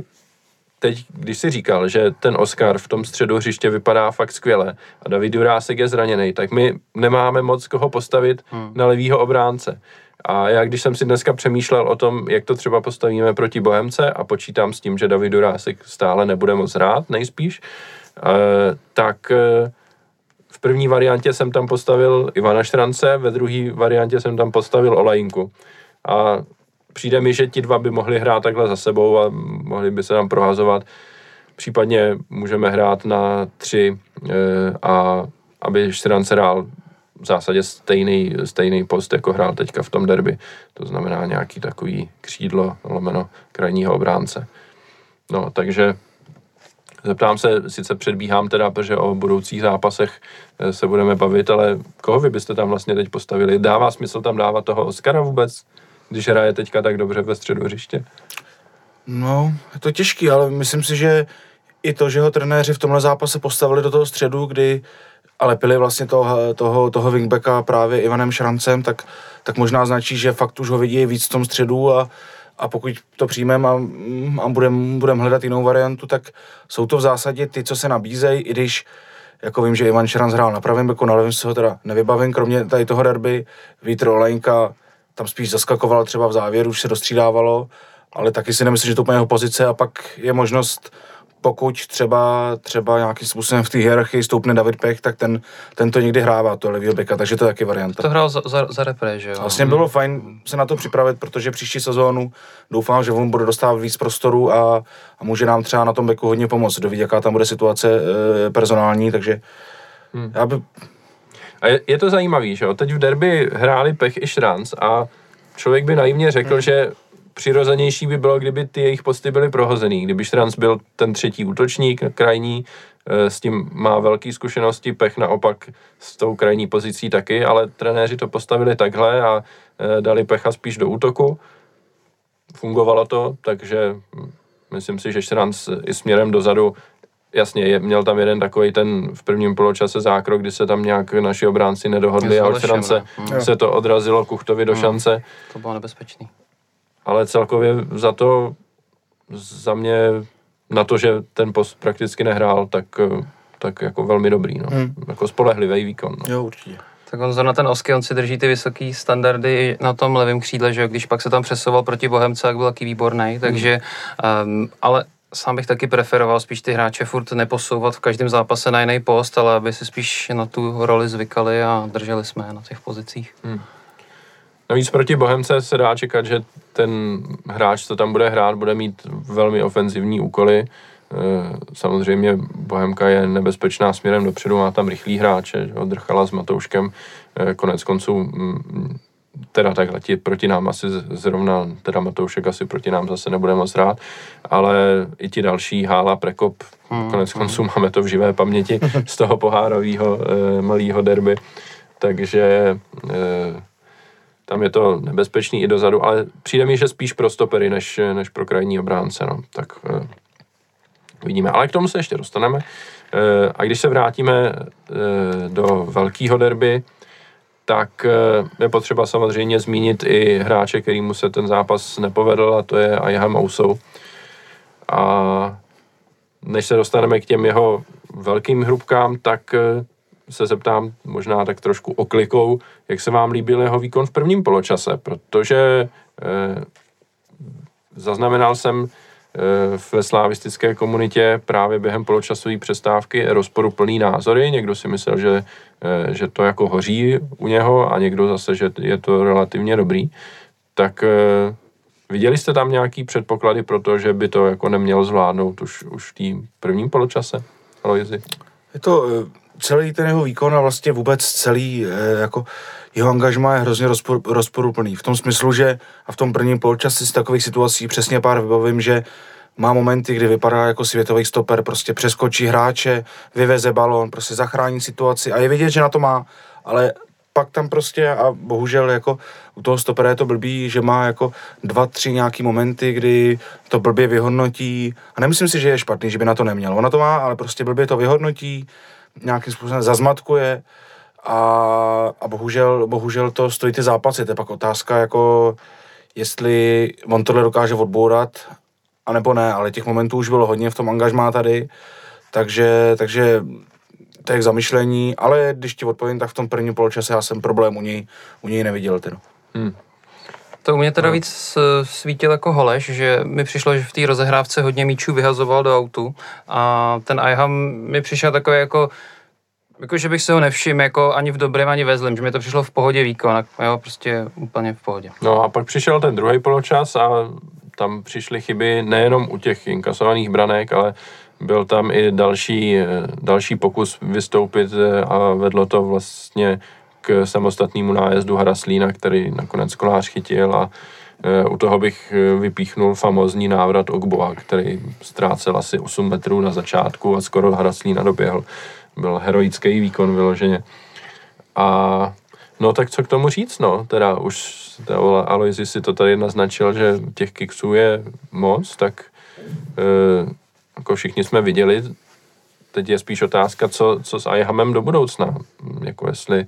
S1: teď, když si říkal, že ten Oskar v tom středu hřiště vypadá fakt skvěle a David Jurásek je zraněný, tak my nemáme moc koho postavit hmm. na levýho obránce. A já, když jsem si dneska přemýšlel o tom, jak to třeba postavíme proti Bohemce a počítám s tím, že David Jurásek stále nebude moc hrát, nejspíš, eh, tak eh, v první variantě jsem tam postavil Ivana Štrance, ve druhé variantě jsem tam postavil Olajinku. A přijde mi, že ti dva by mohli hrát takhle za sebou a mohli by se tam prohazovat. Případně můžeme hrát na tři eh, a aby Štrance hrál v zásadě stejný, stejný post, jako hrál teďka v tom derby. To znamená nějaký takový křídlo, lomeno krajního obránce. No, takže zeptám se, sice předbíhám teda, protože o budoucích zápasech se budeme bavit, ale koho vy byste tam vlastně teď postavili? Dává smysl tam dávat toho Oskara vůbec, když hraje teďka tak dobře ve středu hřiště?
S2: No, je to těžký, ale myslím si, že i to, že ho trenéři v tomhle zápase postavili do toho středu, kdy ale pili vlastně toho, toho, toho wingbacka právě Ivanem Šrancem, tak, tak možná značí, že fakt už ho vidí víc v tom středu a, a pokud to přijmeme a, a budeme budem hledat jinou variantu, tak jsou to v zásadě ty, co se nabízejí, i když jako vím, že Ivan Šranc hrál na pravém beku, na levém se ho teda nevybavím, kromě tady toho derby, Vítr Olejnka tam spíš zaskakoval třeba v závěru, už se dostřídávalo, ale taky si nemyslím, že to úplně jeho pozice a pak je možnost, pokud třeba, třeba nějakým způsobem v té hierarchii stoupne David Pech, tak ten, ten to někdy hrává, to levýho beka, takže to je taky varianta.
S3: To hrál za, za, za repre, že jo?
S2: Vlastně bylo fajn se na to připravit, protože příští sezónu doufám, že on bude dostávat víc prostoru a, a může nám třeba na tom beku hodně pomoct, doví, jaká tam bude situace e, personální, takže hmm. já by...
S1: A je, je to zajímavý, že jo? Teď v derby hráli Pech i Šranc a člověk by naivně řekl, hmm. že přirozenější by bylo, kdyby ty jejich posty byly prohozený. Kdyby Šranc byl ten třetí útočník, krajní, s tím má velké zkušenosti, Pech naopak s tou krajní pozicí taky, ale trenéři to postavili takhle a dali Pecha spíš do útoku. Fungovalo to, takže myslím si, že Šranc i směrem dozadu, jasně, je, měl tam jeden takový ten v prvním poločase zákrok, kdy se tam nějak naši obránci nedohodli a od Šrance hmm. se to odrazilo Kuchtovi do hmm. šance.
S3: To bylo nebezpečný.
S1: Ale celkově za to, za mě, na to, že ten post prakticky nehrál, tak, tak jako velmi dobrý, no. Hmm. Jako spolehlivý výkon. No.
S2: Jo, určitě.
S3: Tak on zrovna ten Osky, on si drží ty vysoký standardy na tom levém křídle, že když pak se tam přesouval proti Bohemce, tak byl taky výborný, takže, hmm. um, ale sám bych taky preferoval spíš ty hráče furt neposouvat v každém zápase na jiný post, ale aby si spíš na tu roli zvykali a drželi jsme na těch pozicích. Hmm.
S1: Navíc proti Bohemce se dá čekat, že ten hráč, co tam bude hrát, bude mít velmi ofenzivní úkoly. Samozřejmě Bohemka je nebezpečná směrem dopředu, má tam rychlý hráče, od Drchala s Matouškem, konec konců teda takhle ti proti nám asi zrovna, teda Matoušek asi proti nám zase nebude moc hrát, ale i ti další, Hála, Prekop, hmm. konec konců máme to v živé paměti z toho pohárového malého derby, takže tam je to nebezpečný i dozadu, ale přijde mi, že spíš pro stopery, než, než pro krajní obránce, no, tak eh, vidíme. Ale k tomu se ještě dostaneme. Eh, a když se vrátíme eh, do velkého derby, tak eh, je potřeba samozřejmě zmínit i hráče, kterýmu se ten zápas nepovedl, a to je Ayham Ousou. A než se dostaneme k těm jeho velkým hrubkám, tak eh, se zeptám možná tak trošku oklikou, jak se vám líbil jeho výkon v prvním poločase, protože eh, zaznamenal jsem eh, ve slavistické komunitě právě během poločasové přestávky rozporuplný názory. Někdo si myslel, že, eh, že to jako hoří u něho a někdo zase, že je to relativně dobrý. Tak eh, viděli jste tam nějaký předpoklady pro to, že by to jako neměl zvládnout už, už v té prvním poločase? Aloisi?
S2: Je to celý ten jeho výkon a vlastně vůbec celý jako jeho angažmá je hrozně rozpor, rozporuplný. V tom smyslu, že a v tom prvním poločase z takových situací přesně pár vybavím, že má momenty, kdy vypadá jako světový stoper, prostě přeskočí hráče, vyveze balón, prostě zachrání situaci a je vidět, že na to má, ale pak tam prostě a bohužel jako u toho stopera je to blbý, že má jako dva, tři nějaký momenty, kdy to blbě vyhodnotí a nemyslím si, že je špatný, že by na to neměl. Ona to má, ale prostě blbě to vyhodnotí, nějakým způsobem zazmatkuje a, a bohužel, bohužel to stojí ty zápasy. To je pak otázka jako, jestli on tohle dokáže odbourat, anebo ne, ale těch momentů už bylo hodně v tom angažmá tady, takže, takže to je k zamyšlení, ale když ti odpovím, tak v tom prvním poločase já jsem problém u něj, u něj neviděl. Teda. Hmm.
S3: To u mě teda no. víc svítil jako Holeš, že mi přišlo, že v té rozehrávce hodně míčů vyhazoval do autu a ten Ajham mi přišel takový jako, jako že bych se ho nevšiml jako ani v dobrém, ani ve zlém, že mi to přišlo v pohodě výkon, jo, prostě úplně v pohodě.
S1: No a pak přišel ten druhý poločas a tam přišly chyby nejenom u těch inkasovaných branek, ale byl tam i další, další pokus vystoupit a vedlo to vlastně k samostatnému nájezdu Haraslína, který nakonec Kolář chytil a u toho bych vypíchnul famózní návrat Ogboa, který ztrácel asi osm metrů na začátku a skoro Haraslína doběhl. Byl heroický výkon vyloženě. A no tak co k tomu říct, no, teda už Aloisi si to tady naznačil, že těch kiksů je moc, tak e, jako všichni jsme viděli, teď je spíš otázka, co, co s Ajhamem do budoucna, jako jestli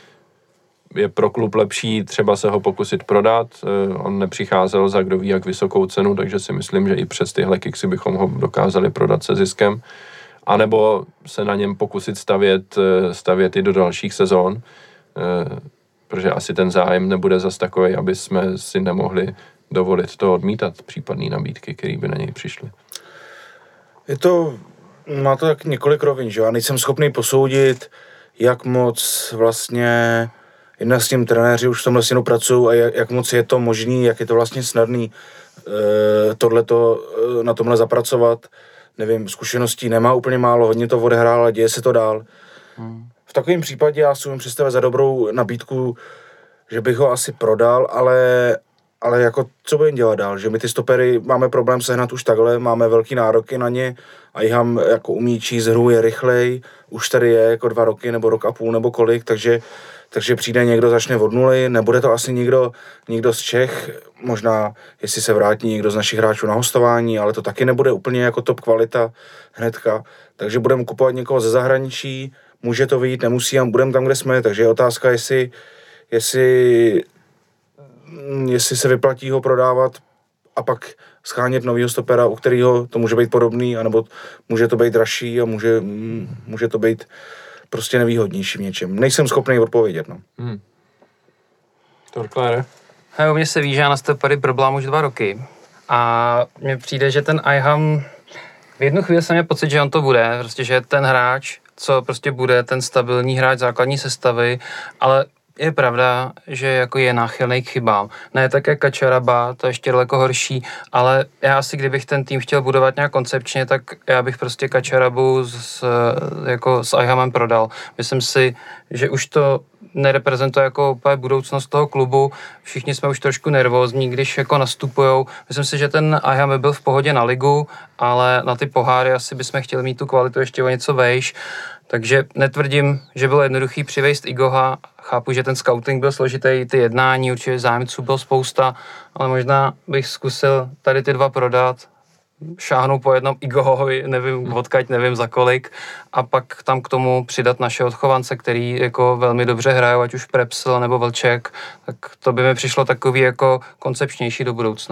S1: je pro klub lepší třeba se ho pokusit prodat, e, on nepřicházel za kdo ví jak vysokou cenu, takže si myslím, že i přes tyhle kiksy bychom ho dokázali prodat se ziskem, anebo se na něm pokusit stavět, stavět i do dalších sezón, e, protože asi ten zájem nebude zas takovej, aby jsme si nemohli dovolit to odmítat, případné nabídky, které by na něj přišly.
S2: Je to, má to tak několik rovin, že já nejsem schopný posoudit, jak moc vlastně jedna s tím trenéři už v tomhle synu pracují a jak, jak moc je to možný, jak je to vlastně snadný e, tohleto, e, na tomhle zapracovat. Nevím, zkušeností nemá úplně málo, hodně to odehrál, ale děje se to dál. Hmm. V takovém případě já si umím představit za dobrou nabídku, že bych ho asi prodal, ale, ale jako co budeme dělat dál, že my ty stopery máme problém sehnat už takhle, máme velký nároky na ně a Iham jako umí číst hru, je rychlej, už tady je jako dva roky nebo rok a půl nebo kolik, takže, takže přijde někdo, začne od nuly, nebude to asi nikdo, nikdo z Čech, možná jestli se vrátí někdo z našich hráčů na hostování, ale to taky nebude úplně jako top kvalita hnedka, takže budeme kupovat někoho ze zahraničí, může to vyjít, nemusí a budeme tam, kde jsme, takže je otázka, jestli, jestli, jestli se vyplatí ho prodávat a pak schánět novýho stopera, u kterého to může být podobný, anebo může to být dražší a může, může to být prostě nevýhodnější v něčem. Nejsem schopný odpovědět, no. Hmm.
S1: Torklére?
S3: U mě se ví, že já na stopery problém už dva roky a mně přijde, že ten Ajham v jednu chvíli jsem měl pocit, že on to bude, prostě, že ten hráč, co prostě bude ten stabilní hráč základní sestavy, ale je pravda, že jako je náchylný k chybám. Ne tak jak Kačaraba, to je ještě daleko horší, ale já asi kdybych ten tým chtěl budovat nějak koncepčně, tak já bych prostě Kačarabu s, jako s Ajhamem prodal. Myslím si, že už to nereprezentuje jako úplně budoucnost toho klubu. Všichni jsme už trošku nervózní, když jako nastupujou. Myslím si, že ten Ajham by byl v pohodě na ligu, ale na ty poháry asi bychom chtěli mít tu kvalitu ještě o něco vejš. Takže netvrdím, že bylo jednoduchý přivést Igoha. Chápu, že ten scouting byl složitý, ty jednání, určitě zájemců bylo spousta, ale možná bych zkusil tady ty dva prodat, šáhnu po jednom Igohovi, nevím odkaď, nevím za kolik, a pak tam k tomu přidat naše odchovance, který jako velmi dobře hrajou, ať už Prepsl nebo Vlček, tak to by mi přišlo takový jako koncepčnější do budoucna.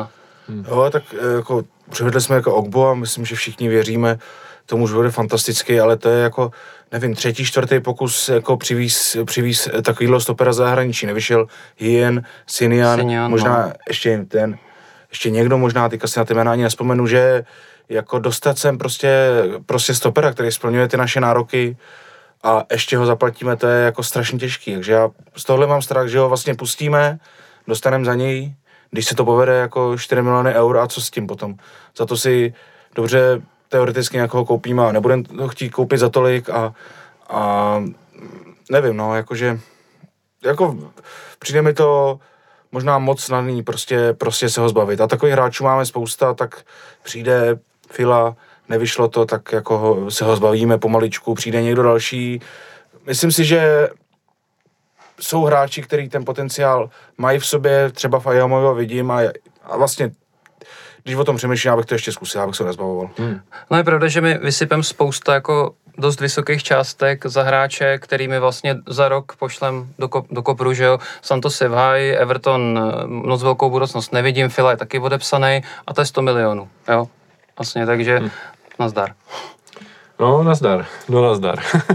S2: Hmm. Jo, tak jako přivedli jsme jako Ogbu a myslím, že všichni věříme tomu, že bude fantastický, ale to je jako, nevím, třetí, čtvrtý pokus jako přivíz, přivíz takovýhle stopera zahraničí. Nevyšel Hien, Sinian,
S3: Sinian
S2: možná
S3: no.
S2: ještě ten, ještě někdo možná, teďka si na ty jména ani nespomenu, že jako dostat sem prostě, prostě stopera, který splňuje ty naše nároky a ještě ho zaplatíme, to je jako strašně těžký. Takže já z tohle mám strach, že ho vlastně pustíme, dostaneme za něj, když se to povede jako čtyři miliony eur a co s tím potom. Za to si dobře teoreticky nějakého koupíme a nebudeme to chtít koupit za tolik a, a nevím, no, jakože jako přijde mi to možná moc snadný prostě, prostě se ho zbavit. A takových hráčů máme spousta, tak přijde Fila, nevyšlo to, tak jako ho, se ho zbavíme pomaličku, přijde někdo další. Myslím si, že jsou hráči, kteří ten potenciál mají v sobě, třeba v Ayamovi ho vidím a, a vlastně když o tom přemýšlím, abych to ještě zkusil, abych se nezbavoval. Hmm.
S3: No je pravda, že my vysypem spousta jako dost vysokých částek za hráče, kterými vlastně za rok pošlem do, kop, do kopru, že jo. Santos Sevhaj, Everton moc velkou budoucnost nevidím, Fila je taky odepsaný a to je sto milionů, jo. Vlastně, takže hmm. nazdar.
S1: No, nazdar, no nazdar.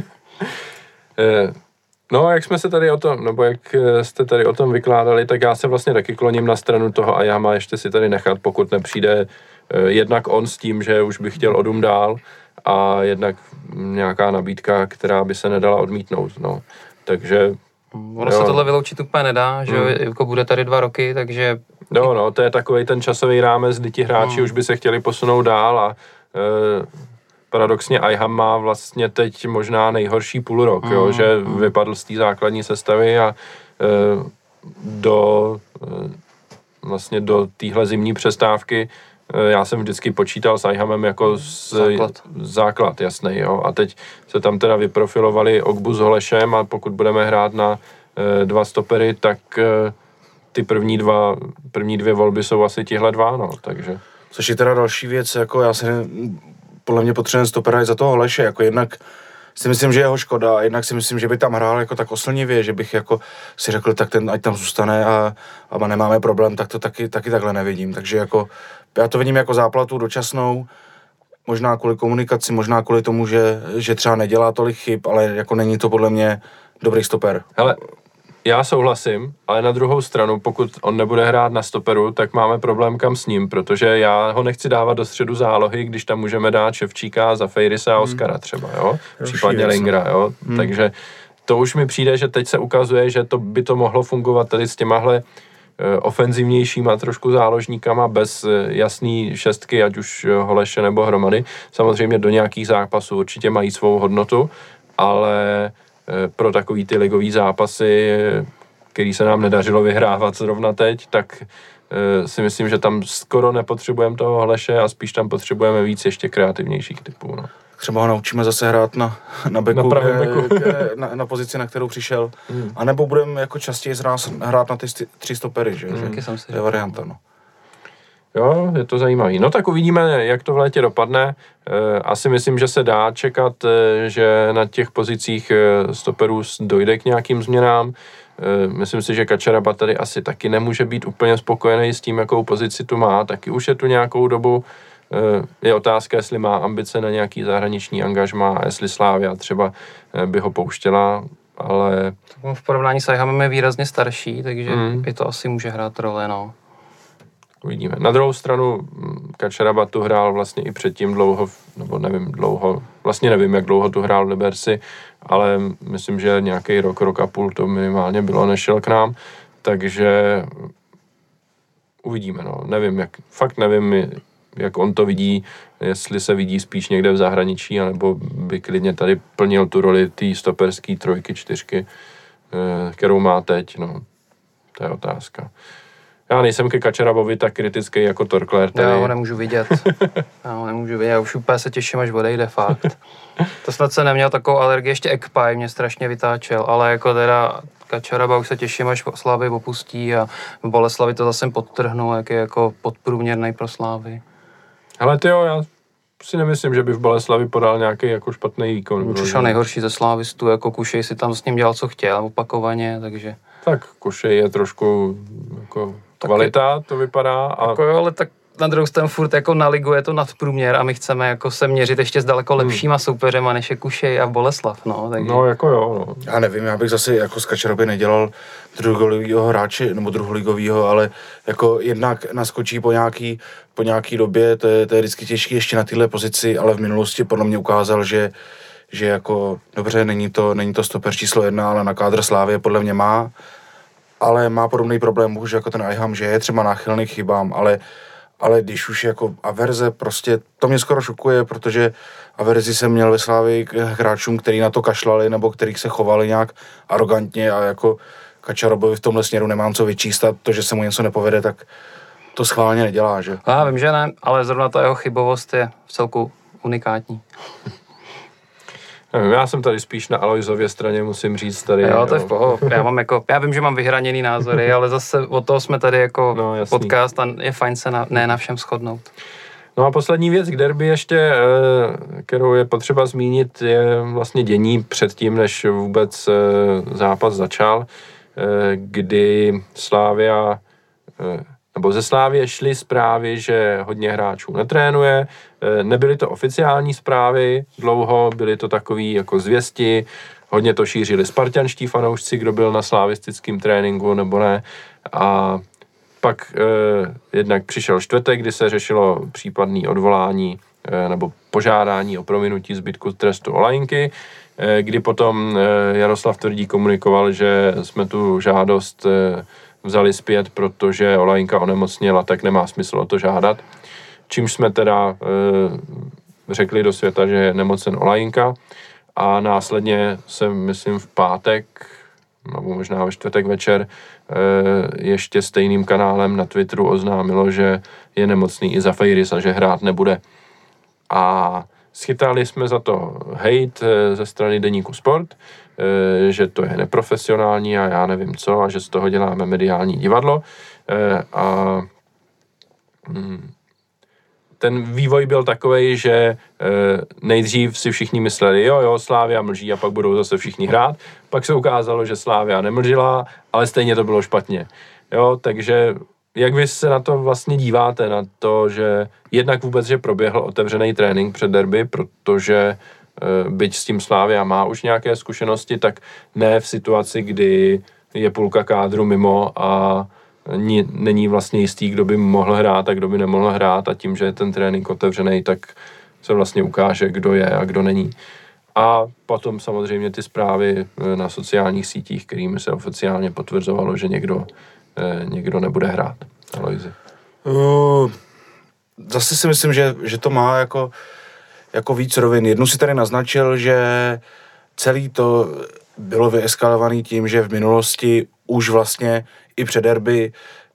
S1: No, jak jsme se tady o tom, nebo jak jste tady o tom vykládali, tak já se vlastně taky kloním na stranu toho Ayama ještě si tady nechat, pokud nepřijde jednak on s tím, že už by chtěl odum dál a jednak nějaká nabídka, která by se nedala odmítnout, no. Takže...
S3: Ono se tohle vyloučit úplně nedá, že hmm. jako bude tady dva roky, takže...
S1: No, no, to je takovej ten časový rámec, kdy ti hráči hmm. už by se chtěli posunout dál a e, paradoxně Ayham má vlastně teď možná nejhorší půl rok, mm, jo, že mm. vypadl z té základní sestavy a e, do e, vlastně do téhle zimní přestávky e, já jsem vždycky počítal s Ayhamem jako z,
S3: základ.
S1: základ, jasný, jo, a teď se tam teda vyprofilovali Ogbu s Holešem a pokud budeme hrát na e, dva stopery, tak e, ty první dva, první dvě volby jsou asi tihle dva, no, takže.
S2: Což je teda další věc, jako já si podle mě potřebujeme stopera i za toho Holeše, jako jednak si myslím, že je jeho škoda a jednak si myslím, že by tam hrál jako tak oslnivě, že bych jako si řekl, tak ten ať tam zůstane a, a nemáme problém, tak to taky, taky takhle nevidím, takže jako já to vidím jako záplatu dočasnou, možná kvůli komunikaci, možná kvůli tomu, že, že třeba nedělá tolik chyb, ale jako není to podle mě dobrý stoper.
S1: Hele, já souhlasím, ale na druhou stranu, pokud on nebude hrát na stoperu, tak máme problém kam s ním, protože já ho nechci dávat do středu zálohy, když tam můžeme dát Ševčíka za Fejrise a Oskara třeba, jo? Případně Lingra, jo? Hmm. Takže to už mi přijde, že teď se ukazuje, že to by to mohlo fungovat tady s těmahle ofenzivnějšíma trošku záložníkama bez jasný šestky, ať už Holeše nebo Hromady. Samozřejmě do nějakých zápasů určitě mají svou hodnotu, ale pro takový ty ligový zápasy, který se nám nedařilo vyhrávat zrovna teď, tak si myslím, že tam skoro nepotřebujeme toho Holeše a spíš tam potřebujeme víc ještě kreativnějších typů. No.
S2: Třeba ho naučíme zase hrát na, na beku,
S1: na,
S2: ke,
S1: beku.
S2: Ke, na, na pozici, na kterou přišel. Hmm. A nebo budeme jako častěji hrát na ty tři stopery, že?
S3: Hmm.
S2: že? To je varianta, no.
S1: Jo, je to zajímavý. No tak uvidíme, jak to v létě dopadne. E, asi myslím, že se dá čekat, e, že na těch pozicích e, stoperů dojde k nějakým změnám. E, myslím si, že Kačaraba tady asi taky nemůže být úplně spokojený s tím, jakou pozici tu má. Taky už je tu nějakou dobu. E, je otázka, jestli má ambice na nějaký zahraniční angažmá a jestli Slavia třeba e, by ho pouštěla, ale...
S3: V porovnání s Ayhamem je výrazně starší, takže mm. i to asi může hrát roli, no.
S1: Uvidíme. Na druhou stranu Kačaraba tu hrál vlastně i předtím dlouho, nebo nevím dlouho, vlastně nevím, jak dlouho tu hrál v Liberci, ale myslím, že nějaký rok, rok a půl to minimálně bylo, než šel k nám, takže uvidíme, no. Nevím, jak, fakt nevím, jak on to vidí, jestli se vidí spíš někde v zahraničí, anebo by klidně tady plnil tu roli té stoperské trojky, čtyřky, kterou má teď, no. To je otázka. Já nejsem ke Kačarabovi tak kritický jako Torkler. Tady.
S3: Já ho nemůžu vidět. Já ho nemůžu vidět. Já už úplně se těším, až odejde, fakt. To snad se neměl takovou alergii, ještě Ekpaj mě strašně vytáčel, ale jako teda Kačaraba už se těším, až Slávy opustí a v Boleslavi to zase podtrhnu, jak je jako podprůměrný pro Slávy.
S1: Hele tyjo, já si nemyslím, že by v Boleslavi podal nějaký jako špatný výkon.
S3: Přišel nejhorší ze Slávistů, jako Kušej si tam s ním dělal, co chtěl, opakovaně, takže...
S1: Tak Kušej je trošku jako kvalita, to vypadá. A...
S3: Jako jo, ale tak na druhou stranu furt jako na ligu je to nadprůměr a my chceme jako se měřit ještě s daleko lepšíma soupeřema, než je Kušej a Boleslav, no. Takže...
S1: No jako jo, no.
S2: Já nevím, já bych zase jako z Kačeroby nedělal druholigovýho hráče, nebo druholigovýho, ale jako jednak naskočí po nějaký, po nějaký době, to je, to je vždycky těžké ještě na téhle pozici, ale v minulosti podle mě ukázal, že že jako, dobře, není to, není to stoper číslo jedna, ale na kádr Slávie podle mě má, ale má podobný problém už jako ten Ajham, že je třeba náchylný k chybám, ale, ale když už jako Averze, prostě to mě skoro šokuje, protože Averzi jsem měl ve Slávii k hráčům, který na to kašlali, nebo kterých se chovali nějak arrogantně a jako Kačarobovi v tomhle směru nemám co vyčístat, to, že se mu něco nepovede, tak to schválně nedělá, že?
S3: Já vím, že ne, ale zrovna ta jeho chybovost je v celku unikátní.
S1: Já jsem tady spíš na Alojzově straně, musím říct tady.
S3: Jo, to je v pohodě. Já mám jako, já vím, že mám vyhraněný názory, ale zase od toho jsme tady jako no, podcast a je fajn se na, ne na všem shodnout.
S1: No a poslední věc k derby ještě, kterou je potřeba zmínit, je vlastně dění předtím, než vůbec zápas začal, kdy Slavia, nebo ze Slávie šly zprávy, že hodně hráčů netrénuje. Nebyly to oficiální zprávy dlouho, byly to takový jako zvěsti, hodně to šířili spartanští fanoušci, kdo byl na slavistickém tréninku nebo ne. A pak eh, jednak přišel čtvrtek, kdy se řešilo případné odvolání eh, nebo požádání o prominutí zbytku trestu Olajinky, eh, kdy potom eh, Jaroslav Tvrdý komunikoval, že jsme tu žádost eh, vzali zpět, protože Olajinka onemocněla, tak nemá smysl o to žádat. Čímž jsme teda e, řekli do světa, že je nemocen Olajinka a následně se, myslím, v pátek, nebo možná ve čtvrtek večer, e, ještě stejným kanálem na Twitteru oznámilo, že je nemocný i Zafeiris a že hrát nebude. A schytali jsme za to hejt ze strany deníku Sport, že to je neprofesionální a já nevím co a že z toho děláme mediální divadlo. A ten vývoj byl takovej, že nejdřív si všichni mysleli, jo, jo, Slavia mlží a pak budou zase všichni hrát. Pak se ukázalo, že Slavia nemlžila, ale stejně to bylo špatně. Jo, takže jak vy se na to vlastně díváte, na to, že jednak vůbec, že proběhl otevřený trénink před derby, protože byť s tím Slavia má už nějaké zkušenosti, tak ne v situaci, kdy je půlka kádru mimo a ni, není vlastně jistý, kdo by mohl hrát a kdo by nemohl hrát a tím, že je ten trénink otevřený, tak se vlastně ukáže, kdo je a kdo není. A potom samozřejmě ty zprávy na sociálních sítích, kterými se oficiálně potvrzovalo, že někdo, někdo nebude hrát. Alojzi.
S2: Uh, zase si myslím, že, že to má jako jako víc rovin. Jednu si tady naznačil, že celý to bylo vyeskalovaný tím, že v minulosti už vlastně i před derby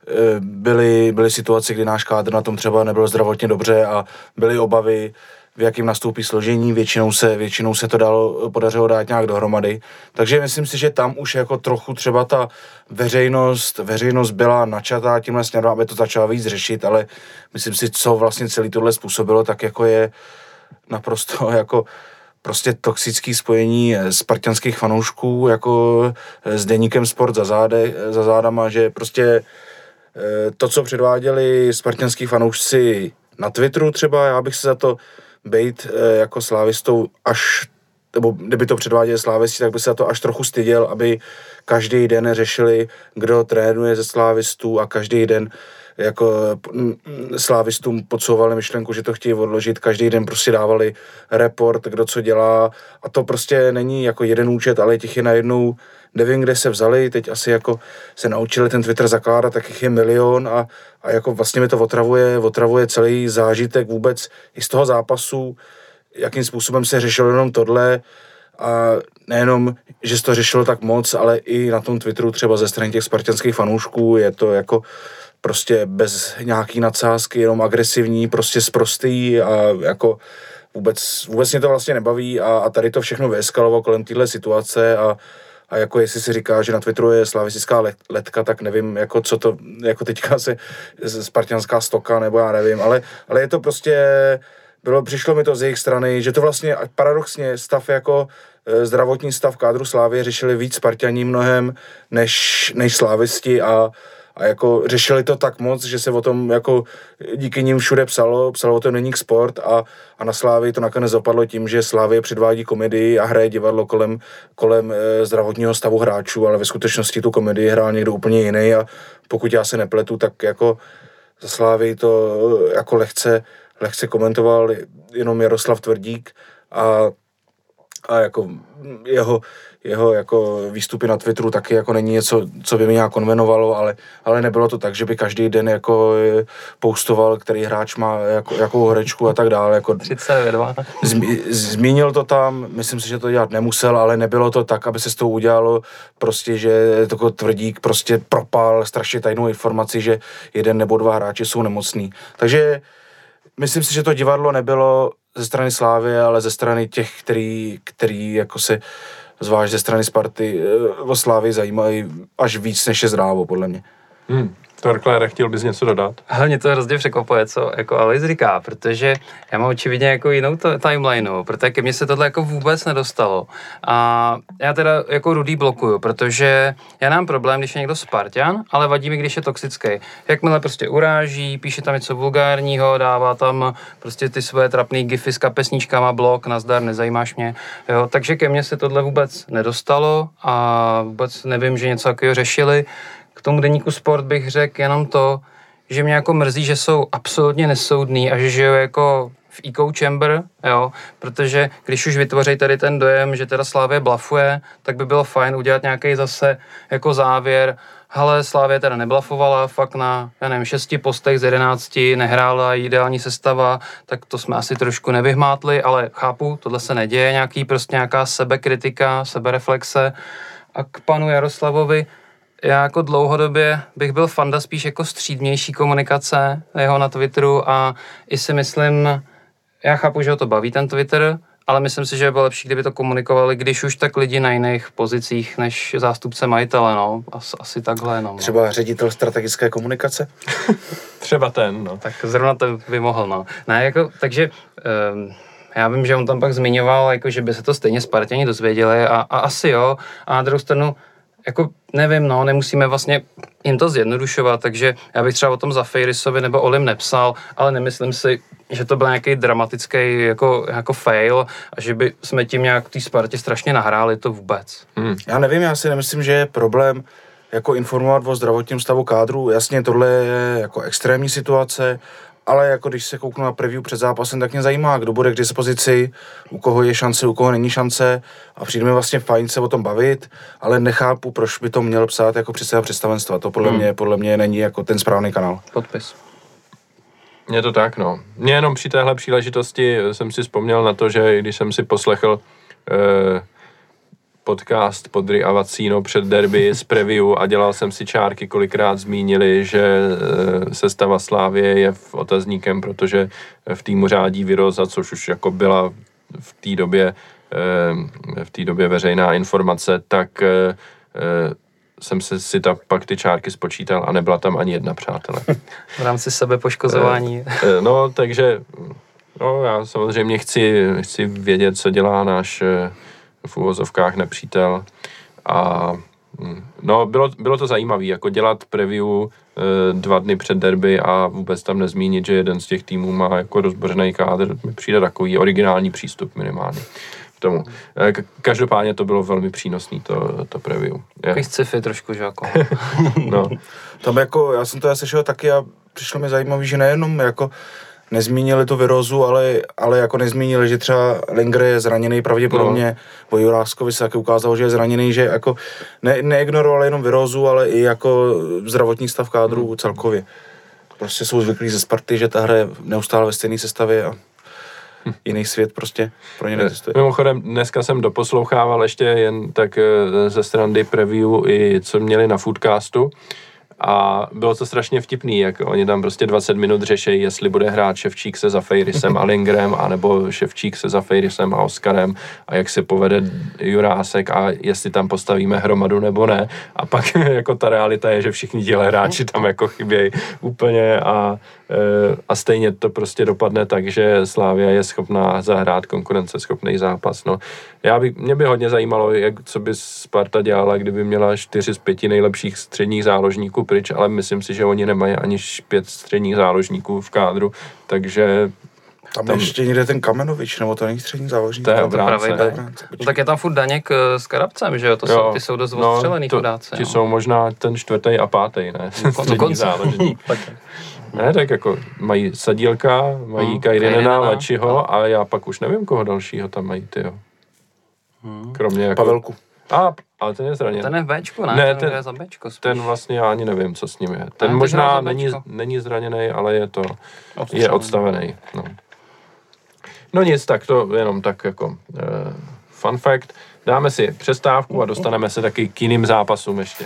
S2: byly, byly situace, kdy náš kádr na tom třeba nebyl zdravotně dobře a byly obavy, v jakým nastoupí složení, většinou se, většinou se to dalo, podařilo dát nějak dohromady. Takže myslím si, že tam už jako trochu třeba ta veřejnost, veřejnost byla načatá tímhle směrem, aby to začala víc řešit, ale myslím si, co vlastně celý tohle způsobilo, tak jako je naprosto jako prostě toxický spojení spartanských fanoušků jako s deníkem Sport za, záde, za zádama, že prostě to, co předváděli spartanský fanoušci na Twitteru třeba, já bych se za to bejt jako slávistou až, nebo kdyby to předváděli slávisti, tak by se za to až trochu styděl, aby každý den řešili, kdo trénuje ze slávistů a každý den jako slávistům podsouvali myšlenku, že to chtějí odložit, každý den prostě dávali report, kdo co dělá a to prostě není jako jeden účet, ale těch je najednou, nevím, kde se vzali, teď asi jako se naučili ten Twitter zakládat, tak jich je milion a, a jako vlastně mi to otravuje, otravuje celý zážitek vůbec i z toho zápasu, jakým způsobem se řešilo jenom tohle a nejenom, že se to řešilo tak moc, ale i na tom Twitteru třeba ze strany těch spartanských fanoušků je to jako prostě bez nějaký nadsázky, jenom agresivní, prostě sprostý a jako vůbec, vůbec mě to vlastně nebaví a, a tady to všechno vyeskalovalo kolem téhle situace a, a jako jestli si říká, že na Twitteru je slavistická letka, tak nevím, jako co to, jako teďka se spartanská stoka, nebo já nevím, ale, ale je to prostě, bylo, přišlo mi to z jejich strany, že to vlastně paradoxně stav jako zdravotní stav kádru Slávie řešili víc Sparťaní mnohem než, než slávisti a a jako řešili to tak moc, že se o tom jako díky nim všude psalo, psalo o tom Deník Sport a, a na Slávii to nakonec dopadlo tím, že Slávie předvádí komedii a hraje divadlo kolem, kolem e, zdravotního stavu hráčů, ale ve skutečnosti tu komedii hrál někdo úplně jiný a pokud já se nepletu, tak jako za Slávii to jako lehce, lehce komentoval jenom Jaroslav Tvrdík a, a jako jeho, jeho jako výstupy na Twitteru taky jako není něco, co by mě nějak konvenovalo, ale, ale nebylo to tak, že by každý den jako postoval, který hráč má jako, jakou horečku a tak dále. Jako
S3: třicet dva.
S2: Zmí, zmínil to tam, myslím si, že to dělat nemusel, ale nebylo to tak, aby se s tou udělalo prostě, že takový Tvrdík prostě propál strašně tajnou informaci, že jeden nebo dva hráči jsou nemocní. Takže myslím si, že to divadlo nebylo ze strany Slávie, ale ze strany těch, který, který jako se zvlášť ze strany Sparty o Slávii zajímají až víc, než je zdrávo, podle mě.
S1: Hmm. Torklére, chtěl bys něco dodat?
S3: Hlavně to hrozně překvapuje, co jako Alois říká, protože já mám očividně jako jinou t- timelineu, protože ke mně se tohle jako vůbec nedostalo. A já teda jako Rudý blokuju, protože já mám problém, když je někdo Spartan, ale vadí mi, když je toxický. Jakmile prostě uráží, píše tam něco vulgárního, dává tam prostě ty své trapný gify s kapesníčkama, blok, nazdar, nezajímáš mě. Jo, takže ke mně se tohle vůbec nedostalo a vůbec nevím, že něco takového řešili. K tomu Deníku Sport bych řekl jenom to, že mě jako mrzí, že jsou absolutně nesoudný a že žijou jako v echo chamber, jo, protože když už vytvoří tady ten dojem, že teda Slavie blafuje, tak by bylo fajn udělat nějaký zase jako závěr, hele, Slavie teda neblafovala, fakt na, já nevím, šesti postech z jedenácti nehrála ideální sestava, tak to jsme asi trošku nevyhmátli, ale chápu, tohle se neděje, nějaký prostě nějaká sebekritika, sebereflexe. A k panu Jaroslavovi, já jako dlouhodobě bych byl fanda spíš jako střídnější komunikace jeho na Twitteru a i si myslím, já chápu, že ho to baví ten Twitter, ale myslím si, že by bylo lepší, kdyby to komunikovali, když už tak lidi na jiných pozicích než zástupce majitele, no. As, asi takhle, no.
S2: Třeba ředitel strategické komunikace?
S1: Třeba ten, no.
S3: Tak zrovna to by mohl, no. Ne, jako, takže... Um, já vím, že on tam pak zmiňoval, jako, že by se to stejně Spartani dozvěděli a, a asi jo. A na druhou stranu, jako nevím, no, nemusíme vlastně jim to zjednodušovat, takže já bych třeba o tom za Fejrisovi nebo Olim nepsal, ale nemyslím si, že to byl nějaký dramatický jako, jako fail a že by jsme tím nějak té Spartě strašně nahráli, to vůbec.
S2: Hmm. Já nevím, já si nemyslím, že je problém jako informovat o zdravotním stavu kádru. Jasně, tohle je jako extrémní situace, ale jako když se kouknu na preview před zápasem, tak mě zajímá, kdo bude k dispozici, u koho je šance, u koho není šance a přijde mi vlastně fajn se o tom bavit, ale nechápu, proč by to měl psát jako předseda představenstva. To podle, hmm. mě, podle mě není jako ten správný kanál.
S3: Podpis.
S1: Je to tak, no. Mně jenom při téhle příležitosti jsem si vzpomněl na to, že když jsem si poslechl eh, podcast Podry a Vacíno před derby z preview a dělal jsem si čárky, kolikrát zmínili, že e, sestava Slávie je v otazníkem, protože v týmu řádí Viroza, což už jako byla v té době, e, v té době veřejná informace, tak e, e, jsem se si ta, pak ty čárky spočítal a nebyla tam ani jedna, přátelé.
S3: V rámci sebepoškozování.
S1: E, e, no, takže no, já samozřejmě chci, chci vědět, co dělá náš v uvozovkách nepřítel a no, bylo, bylo to zajímavé, jako dělat preview e, dva dny před derby a vůbec tam nezmínit, že jeden z těch týmů má jako rozbořený kádr, mi přijde takový originální přístup minimálně k tomu. E, každopádně to bylo velmi přínosný, to, to preview.
S3: Takový sci-fi trošku, že jako.
S1: No.
S2: Tam jako, já jsem to já slyšel taky a přišlo mi zajímavý, že nejenom jako nezmínili tu Virozu, ale, ale jako nezmínili, že třeba Linger je zraněný pravděpodobně, no. O Juráskovi se taky ukázalo, že je zraněný, že jako ne, neignorovali jenom Virozu, ale i jako zdravotní stav kádru hmm. celkově. Prostě jsou zvyklí ze Sparty, že ta hra je neustále ve stejné sestavě a hm. jiný svět prostě pro ně neexistuje.
S1: Mimochodem, dneska jsem doposlouchával ještě jen tak ze strany preview i co měli na Foodcastu. A bylo to strašně vtipný, jak oni tam prostě dvacet minut řešejí, jestli bude hrát Ševčík se Zafejrisem a Lingerem, anebo Ševčík se Zafejrisem a Oskarem a jak se povede Jurásek a jestli tam postavíme hromadu nebo ne. A pak jako ta realita je, že všichni těhle hráči tam jako chybějí úplně a a stejně to prostě dopadne tak, že Slavia je schopná zahrát konkurenceschopný zápas. No. Já by, mě by hodně zajímalo, jak, co by Sparta dělala, kdyby měla čtyři z pěti nejlepších středních záložníků pryč, ale myslím si, že oni nemají ani pět středních záložníků v kádru, takže
S2: Tam, tam ještě někde ten Kamenovič, nebo to není střední záložník.
S1: To je obránce.
S3: No, tak je tam furt Daněk s Karabcem, že jo? To jsou, ty jsou dost no, odstřelený chudáci.
S1: Ti jsou možná ten čtvrtý a pátý, ne? Střední záložník. Ne, tak jako mají Sadílka, mají hmm, Kajrinena, Lačiho a já pak už nevím, koho dalšího tam mají, tyjo. Hmm. Kromě jako...
S2: Pavelku.
S1: A, ale ten je zraněn.
S3: Ten je v Bčku, ne?
S1: ne
S3: ten,
S1: ten,
S3: je za Bčko spíš.
S1: Ten vlastně já ani nevím, co s ním je. Ten ne, možná není, není zraněný, ale je to, Odstřelený. je odstavený. No. no nic, tak to jenom tak jako uh, fun fact. Dáme si přestávku a dostaneme se taky k jiným zápasům ještě.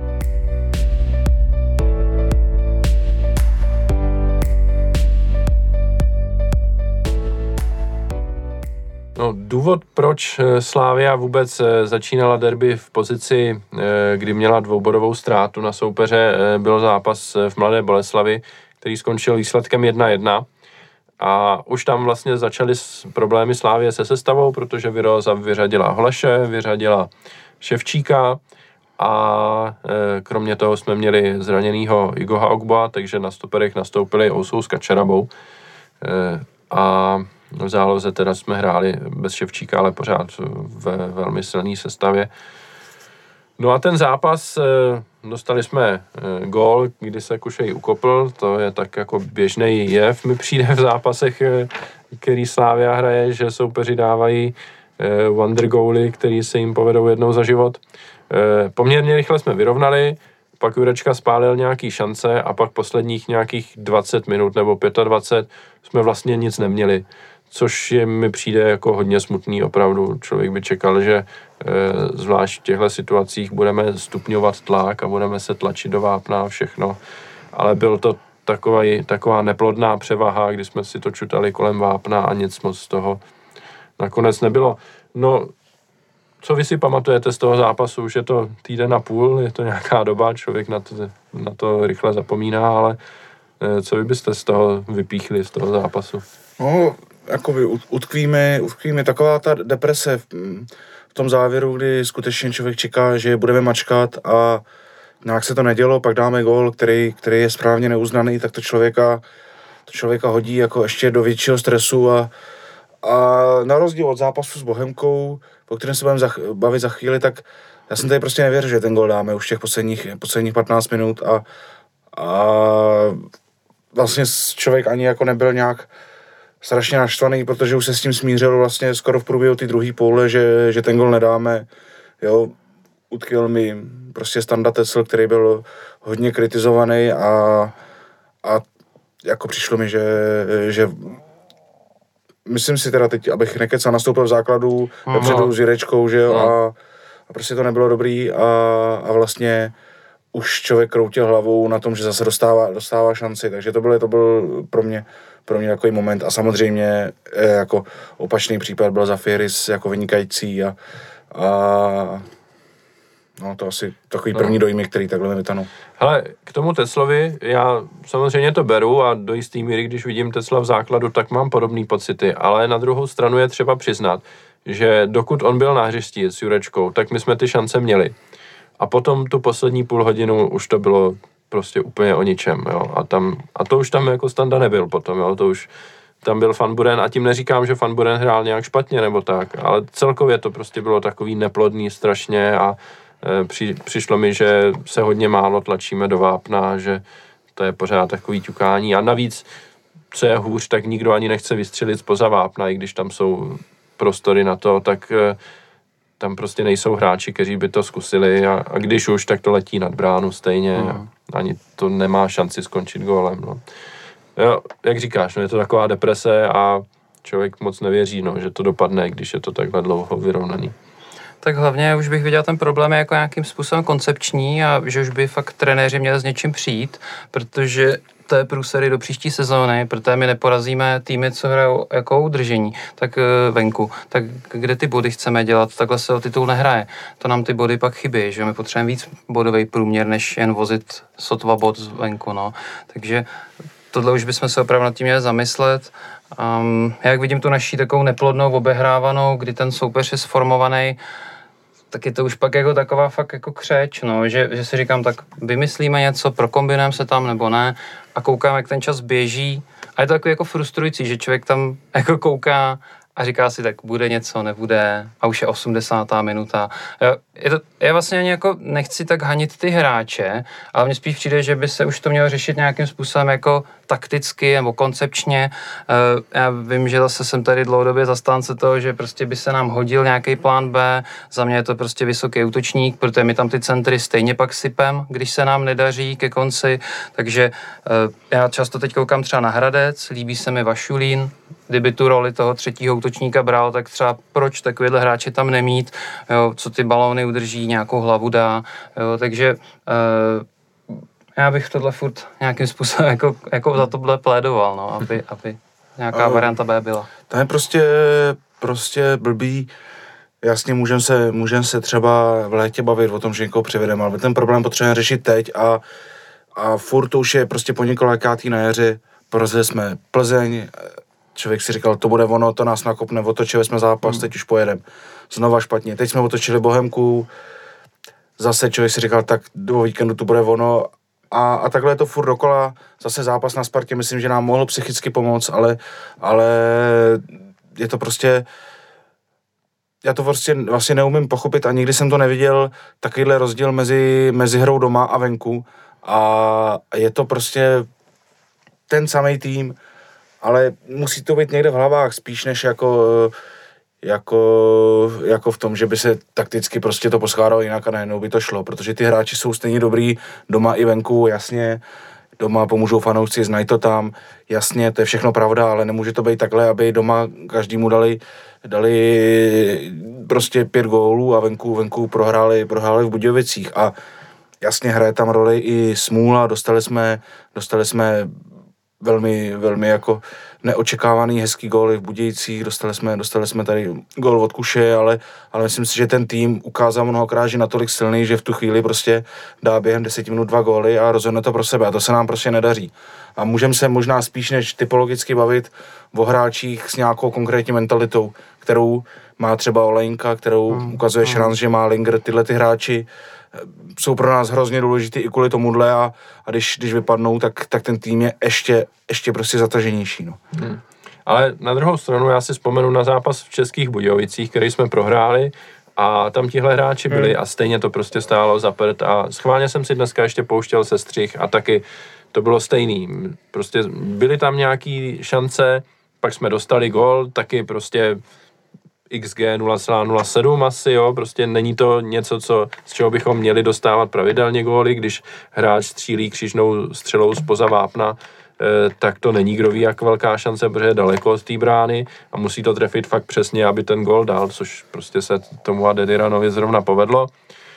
S1: No, důvod, proč Slavia vůbec začínala derby v pozici, kdy měla dvoubodovou ztrátu na soupeře, byl zápas v Mladé Boleslavi, který skončil výsledkem jedna jedna. A už tam vlastně začaly problémy Slavie se sestavou, protože Viroza vyřadila Holeše, vyřadila Ševčíka a kromě toho jsme měli zraněnýho Igoha Ogboa, takže na stoperech nastoupili Ousou s Kačarabou. A v záloze teda jsme hráli bez Ševčíka, ale pořád ve velmi silné sestavě. No a ten zápas, dostali jsme gól, kdy se Kušej ukopl, to je tak jako běžný jev, mi přijde v zápasech, který Slavia hraje, že soupeři dávají wonder góly, který se jim povedou jednou za život. Poměrně rychle jsme vyrovnali, pak Jurečka spálil nějaký šance a pak posledních nějakých dvacet minut nebo dvacet pět jsme vlastně nic neměli, což je, mi přijde jako hodně smutný opravdu. Člověk by čekal, že e, zvlášť v těchto situacích budeme stupňovat tlak a budeme se tlačit do vápna a všechno, ale byl to takový, taková neplodná převaha, kdy jsme si to čutali kolem vápna a nic moc z toho nakonec nebylo. No, co vy si pamatujete z toho zápasu? Už je to týden a půl, je to nějaká doba, člověk na to, na to rychle zapomíná, ale co vy byste z toho vypíchli, z toho zápasu?
S2: No, jakoby utkvíme, utkvíme taková ta deprese v, v tom závěru, kdy skutečně člověk čeká, že budeme mačkat a nějak se to nedělo, pak dáme gól, který, který je správně neuznaný, tak to člověka, to člověka hodí jako ještě do většího stresu a, a na rozdíl od zápasu s Bohemkou, po kterém se budeme za, bavit za chvíli, tak já jsem tady prostě nevěřil, že ten gól dáme už těch posledních, posledních patnáct minut a, a vlastně člověk ani jako nebyl nějak strašně naštvaný, protože už se s tím smířil vlastně skoro v průběhu ty druhý půle, že, že ten gól nedáme. Jo, utkvěl mi prostě Standa Tecl, který byl hodně kritizovaný a, a jako přišlo mi, že, že myslím si teda teď, abych nekecal, nastoupil v základu vepředu s Jirečkou, že jo, a, a prostě to nebylo dobrý a, a vlastně už člověk kroutil hlavou na tom, že zase dostává, dostává šanci, takže to byl, to byl pro mě, pro mě takový moment a samozřejmě jako opačný případ byl Zafiris jako vynikající a, a no to asi takový no. první dojmy, který takhle mi vytanou.
S1: Hele, k tomu Teclovi, já samozřejmě to beru a do jistý míry, když vidím Tecla v základu, tak mám podobné pocity, ale na druhou stranu je třeba přiznat, že dokud on byl na hřišti s Jurečkou, tak my jsme ty šance měli. A potom tu poslední půl hodinu už to bylo prostě úplně o ničem, jo. A, tam, a to už tam jako Standa nebyl potom, jo. To už tam byl Van Buren a tím neříkám, že Van Buren hrál nějak špatně nebo tak, ale celkově to prostě bylo takový neplodný strašně a e, při, přišlo mi, že se hodně málo tlačíme do vápna, že to je pořád takový ťukání a navíc, co je hůř, tak nikdo ani nechce vystřelit spoza vápna, i když tam jsou prostory na to, tak e, tam prostě nejsou hráči, kteří by to zkusili a, a když už, tak to letí nad bránu stejně. Mm. Ani to nemá šanci skončit gólem. No. Jo, jak říkáš, no, je to taková deprese a člověk moc nevěří, no, že to dopadne, když je to takhle dlouho vyrovnaný.
S3: Tak hlavně už bych viděl ten problém jako nějakým způsobem koncepční a že už by fakt trenéři měli s něčím přijít, protože to je průsery do příští sezóny, protože my neporazíme týmy, co hrajou jako udržení, tak venku. Tak kde ty body chceme dělat, takhle se o titul nehraje. To nám ty body pak chybí, že my potřebujeme víc bodový průměr, než jen vozit sotva bod venku, no. Takže tohle už bychom se opravdu nad tím měli zamyslet. Um, jak vidím tu naší takovou neplodnou obehrávanou, kdy ten soupeř je sformovaný, tak je to už pak jako taková fakt jako křeč, no, že, že si říkám, tak vymyslíme něco, prokombinujeme se tam nebo ne a koukám, jak ten čas běží a je to takový jako frustrující, že člověk tam jako kouká a říká si, tak bude něco, nebude a už je osmdesátá minuta. Je to, já vlastně ani jako nechci tak hanit ty hráče, ale mně spíš přijde, že by se už to mělo řešit nějakým způsobem jako takticky nebo koncepčně. Já vím, že zase jsem tady dlouhodobě zastánce toho, že prostě by se nám hodil nějaký plán B, za mě je to prostě vysoký útočník, protože my tam ty centry stejně pak sypem, když se nám nedaří ke konci, takže já často teď koukám třeba na Hradec, líbí se mi Vašulín, kdyby tu roli toho třetího útočníka bral, tak třeba proč takovýhle hráče tam nemít, jo, co ty balóny udrží, nějakou hlavu dá, jo, takže uh, já bych tohle furt nějakým způsobem jako, jako za tohle plédoval, no, aby, aby nějaká varianta B byla.
S2: To je prostě, prostě blbý. Jasně, můžeme se, můžem se třeba v létě bavit o tom, že někoho přivedeme, ale ten problém potřebujeme řešit teď a, a furt to už je prostě po několikátý na jaře, porazili jsme Plzeň, člověk si říkal, to bude ono, to nás nakopne, otočili jsme zápas, hmm. teď už pojedeme. Znova špatně. Teď jsme otočili Bohemku, zase člověk si říkal, tak do víkendu to bude ono. A, a takhle je to furt dokola. Zase zápas na Spartě, myslím, že nám mohl psychicky pomoct, ale, ale je to prostě... Já to prostě vlastně neumím pochopit a nikdy jsem to neviděl, takovýhle rozdíl mezi, mezi hrou doma a venku. A je to prostě ten samý tým, ale musí to být někde v hlavách, spíš než jako, jako, jako v tom, že by se takticky prostě to poskládalo jinak a najednou by to šlo, protože ty hráči jsou stejně dobrý doma i venku, jasně, doma pomůžou fanoušci, znají to tam, jasně, to je všechno pravda, ale nemůže to být takhle, aby doma každému dali, dali prostě pět gólů a venku, venku prohráli, prohráli v Budějovicích a jasně hraje tam roli i smůla, dostali jsme, dostali jsme velmi, velmi jako neočekávaný hezký góly v Budějcích, dostali jsme, dostali jsme tady gól od Kuše, ale, ale myslím si, že ten tým ukázal mnohokrát, že natolik silný, že v tu chvíli prostě dá během deseti minut dva góly a rozhodne to pro sebe a to se nám prostě nedaří. A můžeme se možná spíš než typologicky bavit o hráčích s nějakou konkrétní mentalitou, kterou má třeba Olejnka, kterou hmm. ukazuje hmm. šanc, že má Linger, tyhle ty hráči jsou pro nás hrozně důležitý i kvůli tomuhle a, a když, když vypadnou, tak, tak ten tým je ještě, ještě prostě zataženější. No.
S1: Hmm. Ale na druhou stranu já si vzpomenu na zápas v Českých Budějovicích, který jsme prohráli a tam tihle hráči byli hmm. a stejně to prostě stálo za prd a schválně jsem si dneska ještě pouštěl sestřih a taky to bylo stejný. Prostě byly tam nějaký šance, pak jsme dostali gól, taky prostě X G nula celá nula sedm asi, jo, prostě není to něco, co, z čeho bychom měli dostávat pravidelně góly, když hráč střílí křížnou střelou zpoza vápna, eh, tak to není kdo ví jak velká šance, protože je daleko od té brány a musí to trefit fakt přesně, aby ten gól dal, což prostě se tomu Adediranovi zrovna povedlo.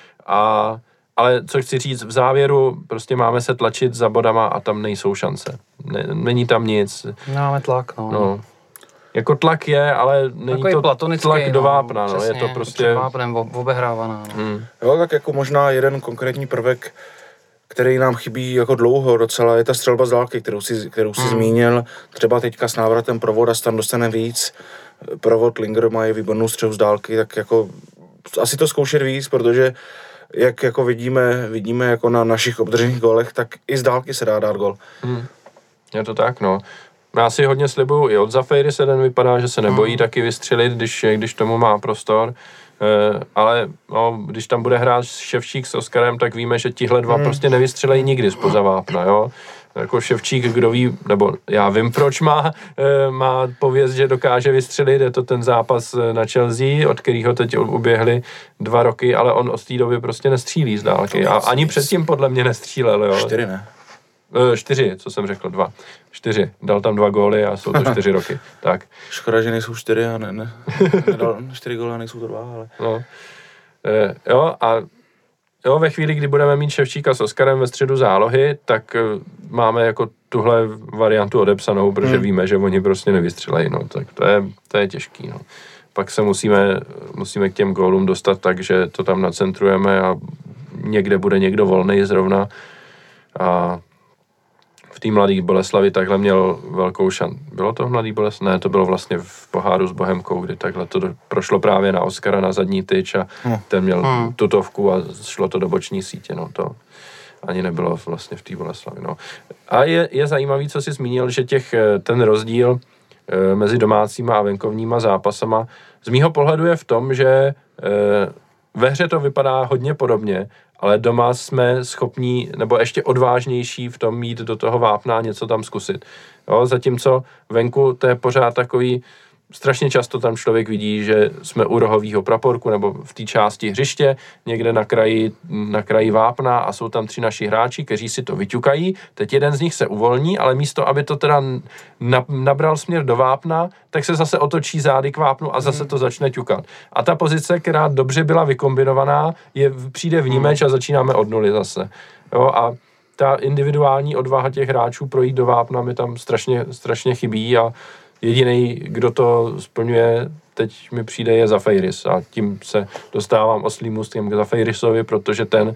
S1: A, ale co chci říct, v závěru prostě máme se tlačit za bodama a tam nejsou šance. Ne, není tam nic.
S3: Máme tlak, no.
S1: no. Jako tlak je, ale není
S3: takový
S1: to tlak
S3: no,
S1: do vápna, no,
S3: přesně,
S1: je to prostě... Před
S3: vápnem obehrávaná, no.
S1: Hmm.
S2: Jo, tak jako možná jeden konkrétní prvek, který nám chybí jako dlouho docela, je ta střelba z dálky, kterou si, kterou si hmm. zmínil, třeba teďka s návratem Provoda tam dostane víc, Provod, Linger mají výbornou střelu z dálky, tak jako asi to zkoušet víc, protože jak jako vidíme, vidíme jako na našich obdržených gólech, tak i z dálky se dá dát gól.
S1: Hmm. Je to tak, no. Já si hodně slibuju, i od Zafejry se den vypadá, že se nebojí mm. taky vystřelit, když, když tomu má prostor, e, ale no, když tam bude hrát Ševčík s Oskarem, tak víme, že tihle dva mm. prostě nevystřelejí nikdy zpoza vápna, jo. Jako Ševčík, kdo ví, nebo já vím, proč má, e, má pověst, že dokáže vystřelit, je to ten zápas na Chelsea, od kterého teď uběhly dva roky, ale on od té doby prostě nestřílí z dálky a ani předtím podle mě nestřílel, jo.
S2: Čtyři, ne?
S1: Čtyři, co jsem řekl, dva. Čtyři. Dal tam dva góly a jsou to čtyři roky. Tak.
S2: Škoda, že nejsou čtyři a ne, ne. Nedal čtyři góly a nejsou to dva, ale...
S1: No. E, jo, a jo, ve chvíli, kdy budeme mít Ševčíka s Oskarem ve středu zálohy, tak máme jako tuhle variantu odepsanou, protože hmm. víme, že oni prostě nevystřelejí, no. Tak to je, to je těžký, no. Pak se musíme, musíme k těm gólům dostat tak, že to tam nacentrujeme a někde bude někdo volnej zrovna a v té Mladé Boleslavi takhle měl velkou šanci. Bylo to v Mladé Boleslavi? Ne, to bylo vlastně v poháru s Bohemkou, kdy takhle to do, prošlo právě na Oskara na zadní tyč a hmm. ten měl hmm. tutovku a šlo to do boční sítě, no to ani nebylo vlastně v té Boleslavi, no. A je, je zajímavý, co jsi zmínil, že těch, ten rozdíl e, mezi domácíma a venkovníma zápasama z mýho pohledu je v tom, že e, ve hře to vypadá hodně podobně, ale doma jsme schopní, nebo ještě odvážnější v tom mít do toho vápna a něco tam zkusit. Jo, zatímco venku to je pořád takový, strašně často tam člověk vidí, že jsme u rohového praporku nebo v té části hřiště, někde na kraji, na kraji vápna a jsou tam tři naši hráči, kteří si to vyťukají. Teď jeden z nich se uvolní, ale místo, aby to teda nabral směr do vápna, tak se zase otočí zády k vápnu a zase to začne ťukat. A ta pozice, která dobře byla vykombinovaná, je, přijde vnímeč a začínáme od nuly zase. Jo, a ta individuální odvaha těch hráčů projít do vápna mi tam strašně, strašně chybí a jediný, kdo to splňuje, teď mi přijde, je Zafeiris a tím se dostávám oslým můstkem k Zafeirisovi, protože ten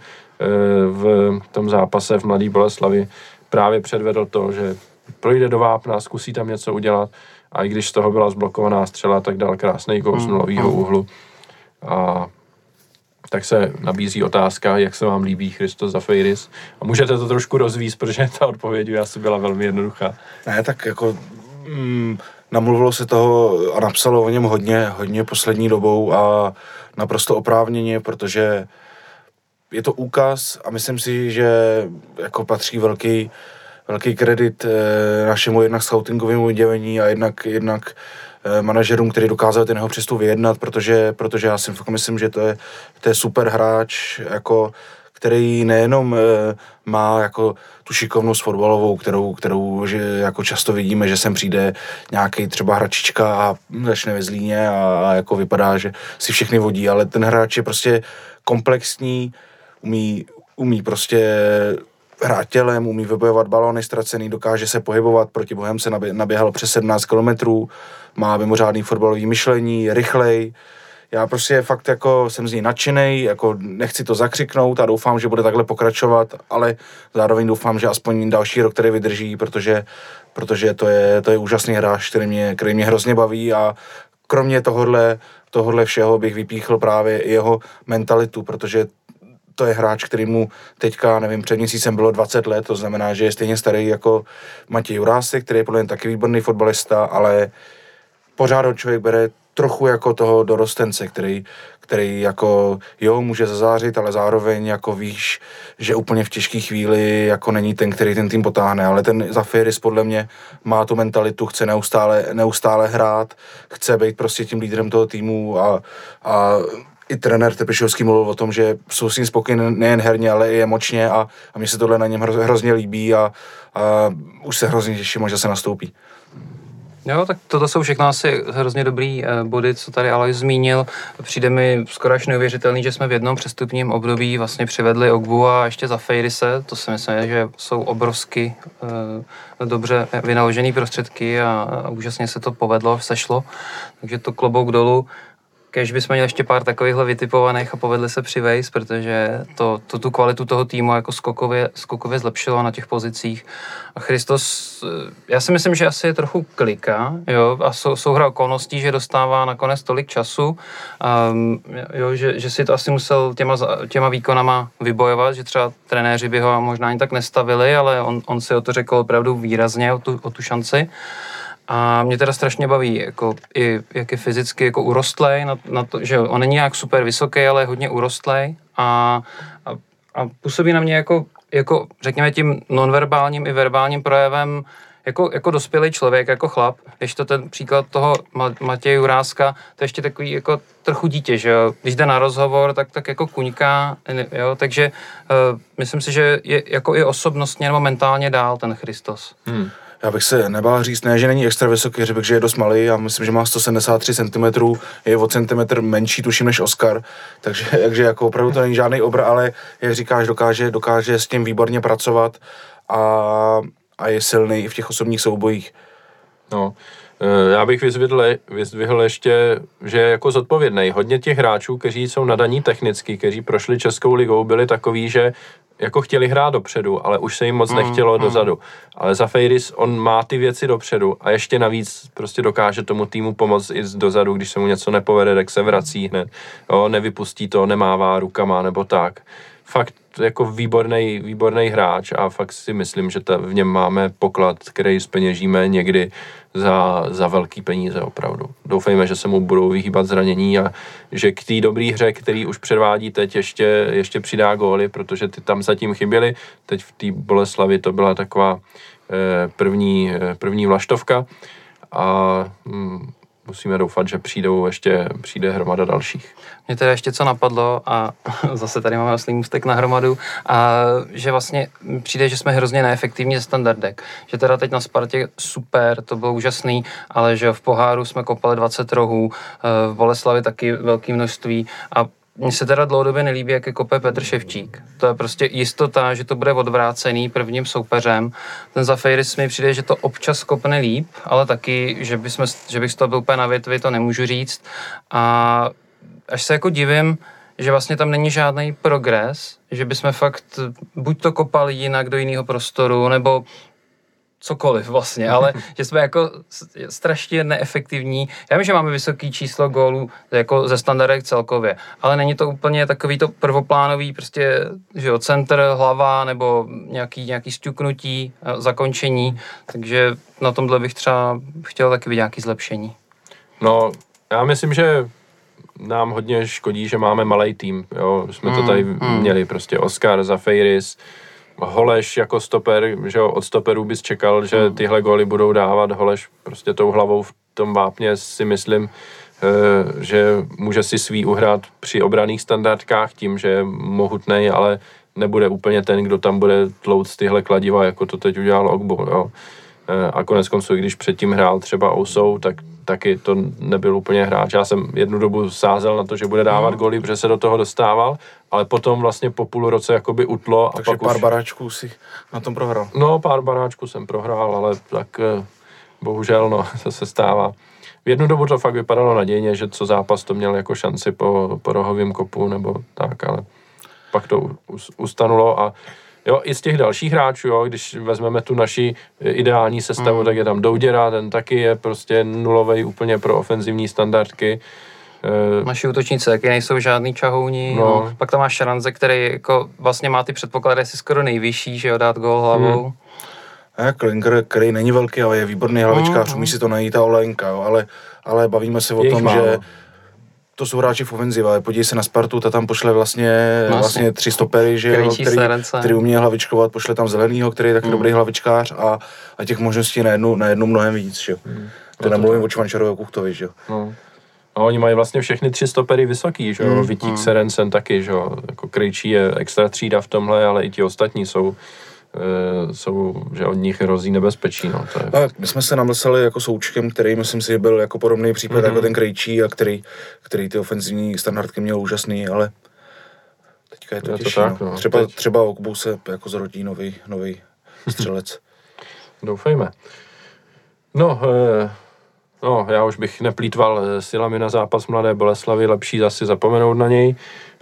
S1: v tom zápase v Mladé Boleslavi právě předvedl to, že projde do vápna, zkusí tam něco udělat a i když z toho byla zblokovaná střela, tak dal krásný gól z nulového úhlu. A tak se nabízí otázka, jak se vám líbí Christos Zafeiris. A můžete to trošku rozvíct, protože ta odpověď asi byla velmi jednoduchá.
S2: Ne, tak jako mm, namluvilo se toho a napsalo o něm hodně, hodně poslední dobou a naprosto oprávněně, protože je to úkaz a myslím si, že jako patří velký, velký kredit eh, našemu jednak scoutingovému oddělení a jednak, jednak eh, manažerům, který dokázal ten jeho přístup vyjednat, protože, protože já si myslím, že to je, to je super hráč, jako, který nejenom eh, má jako tu šikovnost fotbalovou, kterou, kterou že jako často vidíme, že sem přijde nějaký třeba hračička a začne ve Zlíně a, a jako vypadá, že si všechny vodí, ale ten hráč je prostě komplexní, umí, umí prostě hrát tělem, umí vybojovat balony ztracený, dokáže se pohybovat, proti Bohemce nabě, naběhal přes sedmnáct kilometrů, má mimořádný fotbalový myšlení, je rychlej. Já prostě fakt jako jsem z něj nadšenej, jako nechci to zakřiknout a doufám, že bude takhle pokračovat, ale zároveň doufám, že aspoň další rok, který vydrží, protože, protože to je, to je úžasný hráč, který mě, který mě hrozně baví a kromě tohohle, tohohle všeho bych vypíchl právě jeho mentalitu, protože to je hráč, který mu teďka, nevím, před měsícem bylo dvacet let, to znamená, že je stejně starý jako Matěj Jurásek, který je podle mě taky výborný fotbalista, ale pořád ho člověk bere trochu jako toho dorostence, který, který jako, jo, může zazářit, ale zároveň jako víš, že úplně v těžké chvíli jako není ten, který ten tým potáhne, ale ten Zafeiris podle mě má tu mentalitu, chce neustále, neustále hrát, chce být prostě tím lídrem toho týmu a, a i trenér Trpišovský mluvil o tom, že jsou s ním spokojený nejen herně, ale i emočně a, a mně se tohle na něm hro, hrozně líbí a, a už se hrozně těším, že se nastoupí.
S3: Jo, tak toto jsou všechno asi hrozně dobrý body, co tady Alojz zmínil. Přijde mi skoro až neuvěřitelný, že jsme v jednom přestupním období vlastně přivedli Ogbu a ještě Zafeirise. To si myslím, že jsou obrovsky eh, dobře vynaložený prostředky a, a úžasně se to povedlo, sešlo. Takže to klobouk dolů. Kež bychom měli ještě pár takovýchhle vytipovaných a povedli se přivejst, protože to, to tu kvalitu toho týmu jako skokově, skokově zlepšilo na těch pozicích. A Christos, já si myslím, že asi je trochu klika, jo, a sou, souhra okolností, že dostává nakonec tolik času, um, jo, že, že si to asi musel těma, těma výkonama vybojovat, že třeba trenéři by ho možná ani tak nestavili, ale on, on si o to řekl opravdu výrazně, o tu, o tu šanci. A mě teda strašně baví, jako i jak je fyzicky jako urostlej, na, na to, že on není nějak super vysoký, ale je hodně urostlej a, a, a působí na mě jako, jako řekněme tím nonverbálním i verbálním projevem jako, jako dospělý člověk, jako chlap. Když to ten příklad toho Matěje Juráska, to je ještě takový jako trochu dítě, že jo. Když jde na rozhovor, tak, tak jako kuňká, jo, takže uh, myslím si, že je jako i osobnostně nebo mentálně dál ten Christos. Hmm.
S2: Já bych se nebál říct, ne, že není extra vysoký, řekl bych, že je dost malý a myslím, že má sto sedmdesát tři centimetrů, je o centimetr menší, tuším, než Oskar, takže, takže jako opravdu to není žádný obr, ale jak říkáš, dokáže, dokáže s tím výborně pracovat a, a je silný i v těch osobních soubojích.
S1: No, já bych vyzvihl, vyzvihl ještě, že je jako zodpovědnej. Hodně těch hráčů, kteří jsou nadaní technicky, kteří prošli Českou ligou, byli takový, že jako chtěli hrát dopředu, ale už se jim moc
S3: Mm,
S1: nechtělo
S3: mm.
S1: dozadu. Ale Zafiris, on má ty věci dopředu a ještě navíc prostě dokáže tomu týmu pomoct i z dozadu, když se mu něco nepovede, tak se vrací hned. Jo, nevypustí to, nemává rukama nebo tak. Fakt jako výborný, výborný hráč a fakt si myslím, že ta, v něm máme poklad, který zpeněžíme někdy za, za velký peníze opravdu. Doufejme, že se mu budou vyhýbat zranění a že k té dobré hře, který už předvádí teď, ještě, ještě přidá góly, protože ty tam zatím chyběly. Teď v té Boleslavi to byla taková eh, první, eh, první vlaštovka a hm, musíme doufat, že přijdou ještě, přijde hromada dalších.
S3: Mě teda ještě co napadlo a zase tady máme oslý můstek na hromadu a že vlastně přijde, že jsme hrozně neefektivní ze standardek. Že teda teď na Spartě super, to bylo úžasný, ale že v poháru jsme kopali dvacet rohů, v Boleslavi taky velké množství a mně se teda dlouhodobě nelíbí, jak je kope Petr Ševčík. To je prostě jistota, že to bude odvrácený prvním soupeřem. Ten Zafiris mi přijde, že to občas kopne líp, ale taky, že, bychom, že bych z toho byl úplně na větvi, to nemůžu říct. A až se jako divím, že vlastně tam není žádný progres, že bychom fakt buď to kopali jinak do jiného prostoru, nebo cokoliv vlastně, ale že jsme jako strašně neefektivní. Já vím, že máme vysoký číslo gólů jako ze standardek celkově, ale není to úplně takový to prvoplánový prostě, že jo, centr, hlava nebo nějaký, nějaký sťuknutí, zakončení, takže na tomhle bych třeba chtěl taky vidět nějaký zlepšení.
S1: No, já myslím, že nám hodně škodí, že máme malej tým, jo, jsme mm, to tady mm. měli, prostě Oskar, Zafiris, Holeš jako stoper, že jo, od stoperů bys čekal, že tyhle góly budou dávat. Holeš prostě tou hlavou v tom vápně si myslím, že může si svý uhrát při obranných standardkách tím, že je mohutnej, ale nebude úplně ten, kdo tam bude tlouct tyhle kladiva, jako to teď udělal Ogbu, jo. A konec konců, když předtím hrál třeba Ousou, tak taky to nebyl úplně hráč. Já jsem jednu dobu sázel na to, že bude dávat góly, protože se do toho dostával, ale potom vlastně po půl roce jakoby utlo.
S2: Takže
S1: a pak
S2: pár
S1: už...
S2: baráčků si na tom prohrál.
S1: No, pár baráčků jsem prohrál, ale tak bohužel, no, to se stává. V jednu dobu to fakt vypadalo nadějně, že co zápas to měl jako šanci po, po rohovém kopu nebo tak, ale pak to ustanulo a jo, i z těch dalších hráčů, jo, když vezmeme tu naši ideální sestavu, mm. tak je tam Douděra, ten taky je prostě nulovej úplně pro ofenzivní standardky.
S3: Naši útočníci taky nejsou žádný čahouni,
S1: no.
S3: No. Pak tam máš Šaranze, který jako vlastně má ty předpoklady si skoro nejvyšší, že jo, dát gól hlavou. Mm.
S2: A Klinger, který není velký, ale je výborný hlavičkář, mm. umí si to najít a Olenka, jo, ale, ale bavíme se o
S1: je
S2: tom, že to jsou hráči v ofenziva, ale podívej se na Spartu, ta tam pošle vlastně, no, vlastně tři stopery, že jo, který, který umí hlavičkovat, pošle tam Zelenýho, který je taky mm. dobrý hlavičkář a, a těch možností na jednu, na jednu mnohem víc, že jo. Mm. Teda mluvím o Čvančarovi a Kuchtovi, že jo. No.
S1: No, oni mají vlastně všechny tři stopery vysoký, že jo, mm. Vítík, mm. Serencen taky, že jo, jako Krejčí je extra třída v tomhle, ale i ti ostatní jsou jsou, že od nich hrozí nebezpečí. No, to je...
S2: Tak, my jsme se namlsali jako Součkem, který myslím si byl jako podobný případ mm-hmm. jako ten Krejčí a který, který ty ofenzivní standardky měl úžasný, ale teďka je to, je těžší. To tak, no. Třeba, Teď... třeba Okbu se jako zrodí nový, nový střelec.
S1: Doufejme. No, eh, no, já už bych neplýtval silami na zápas Mladé Boleslavy, lepší zase zapomenout na něj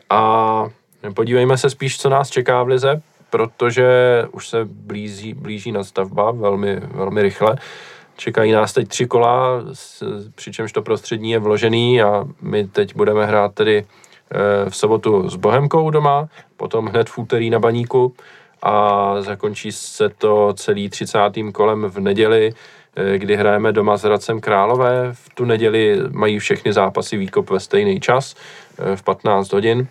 S1: a podívejme se spíš, co nás čeká v lize, protože už se blíží, blíží nastavba velmi, velmi rychle. Čekají nás teď tři kola, přičemž to prostřední je vložený a my teď budeme hrát tedy v sobotu s Bohemkou doma, potom hned v úterý na Baníku a zakončí se to celý třicátým kolem v neděli, kdy hrajeme doma s Hradcem Králové. V tu neděli mají všechny zápasy výkop ve stejný čas, v patnáct hodin.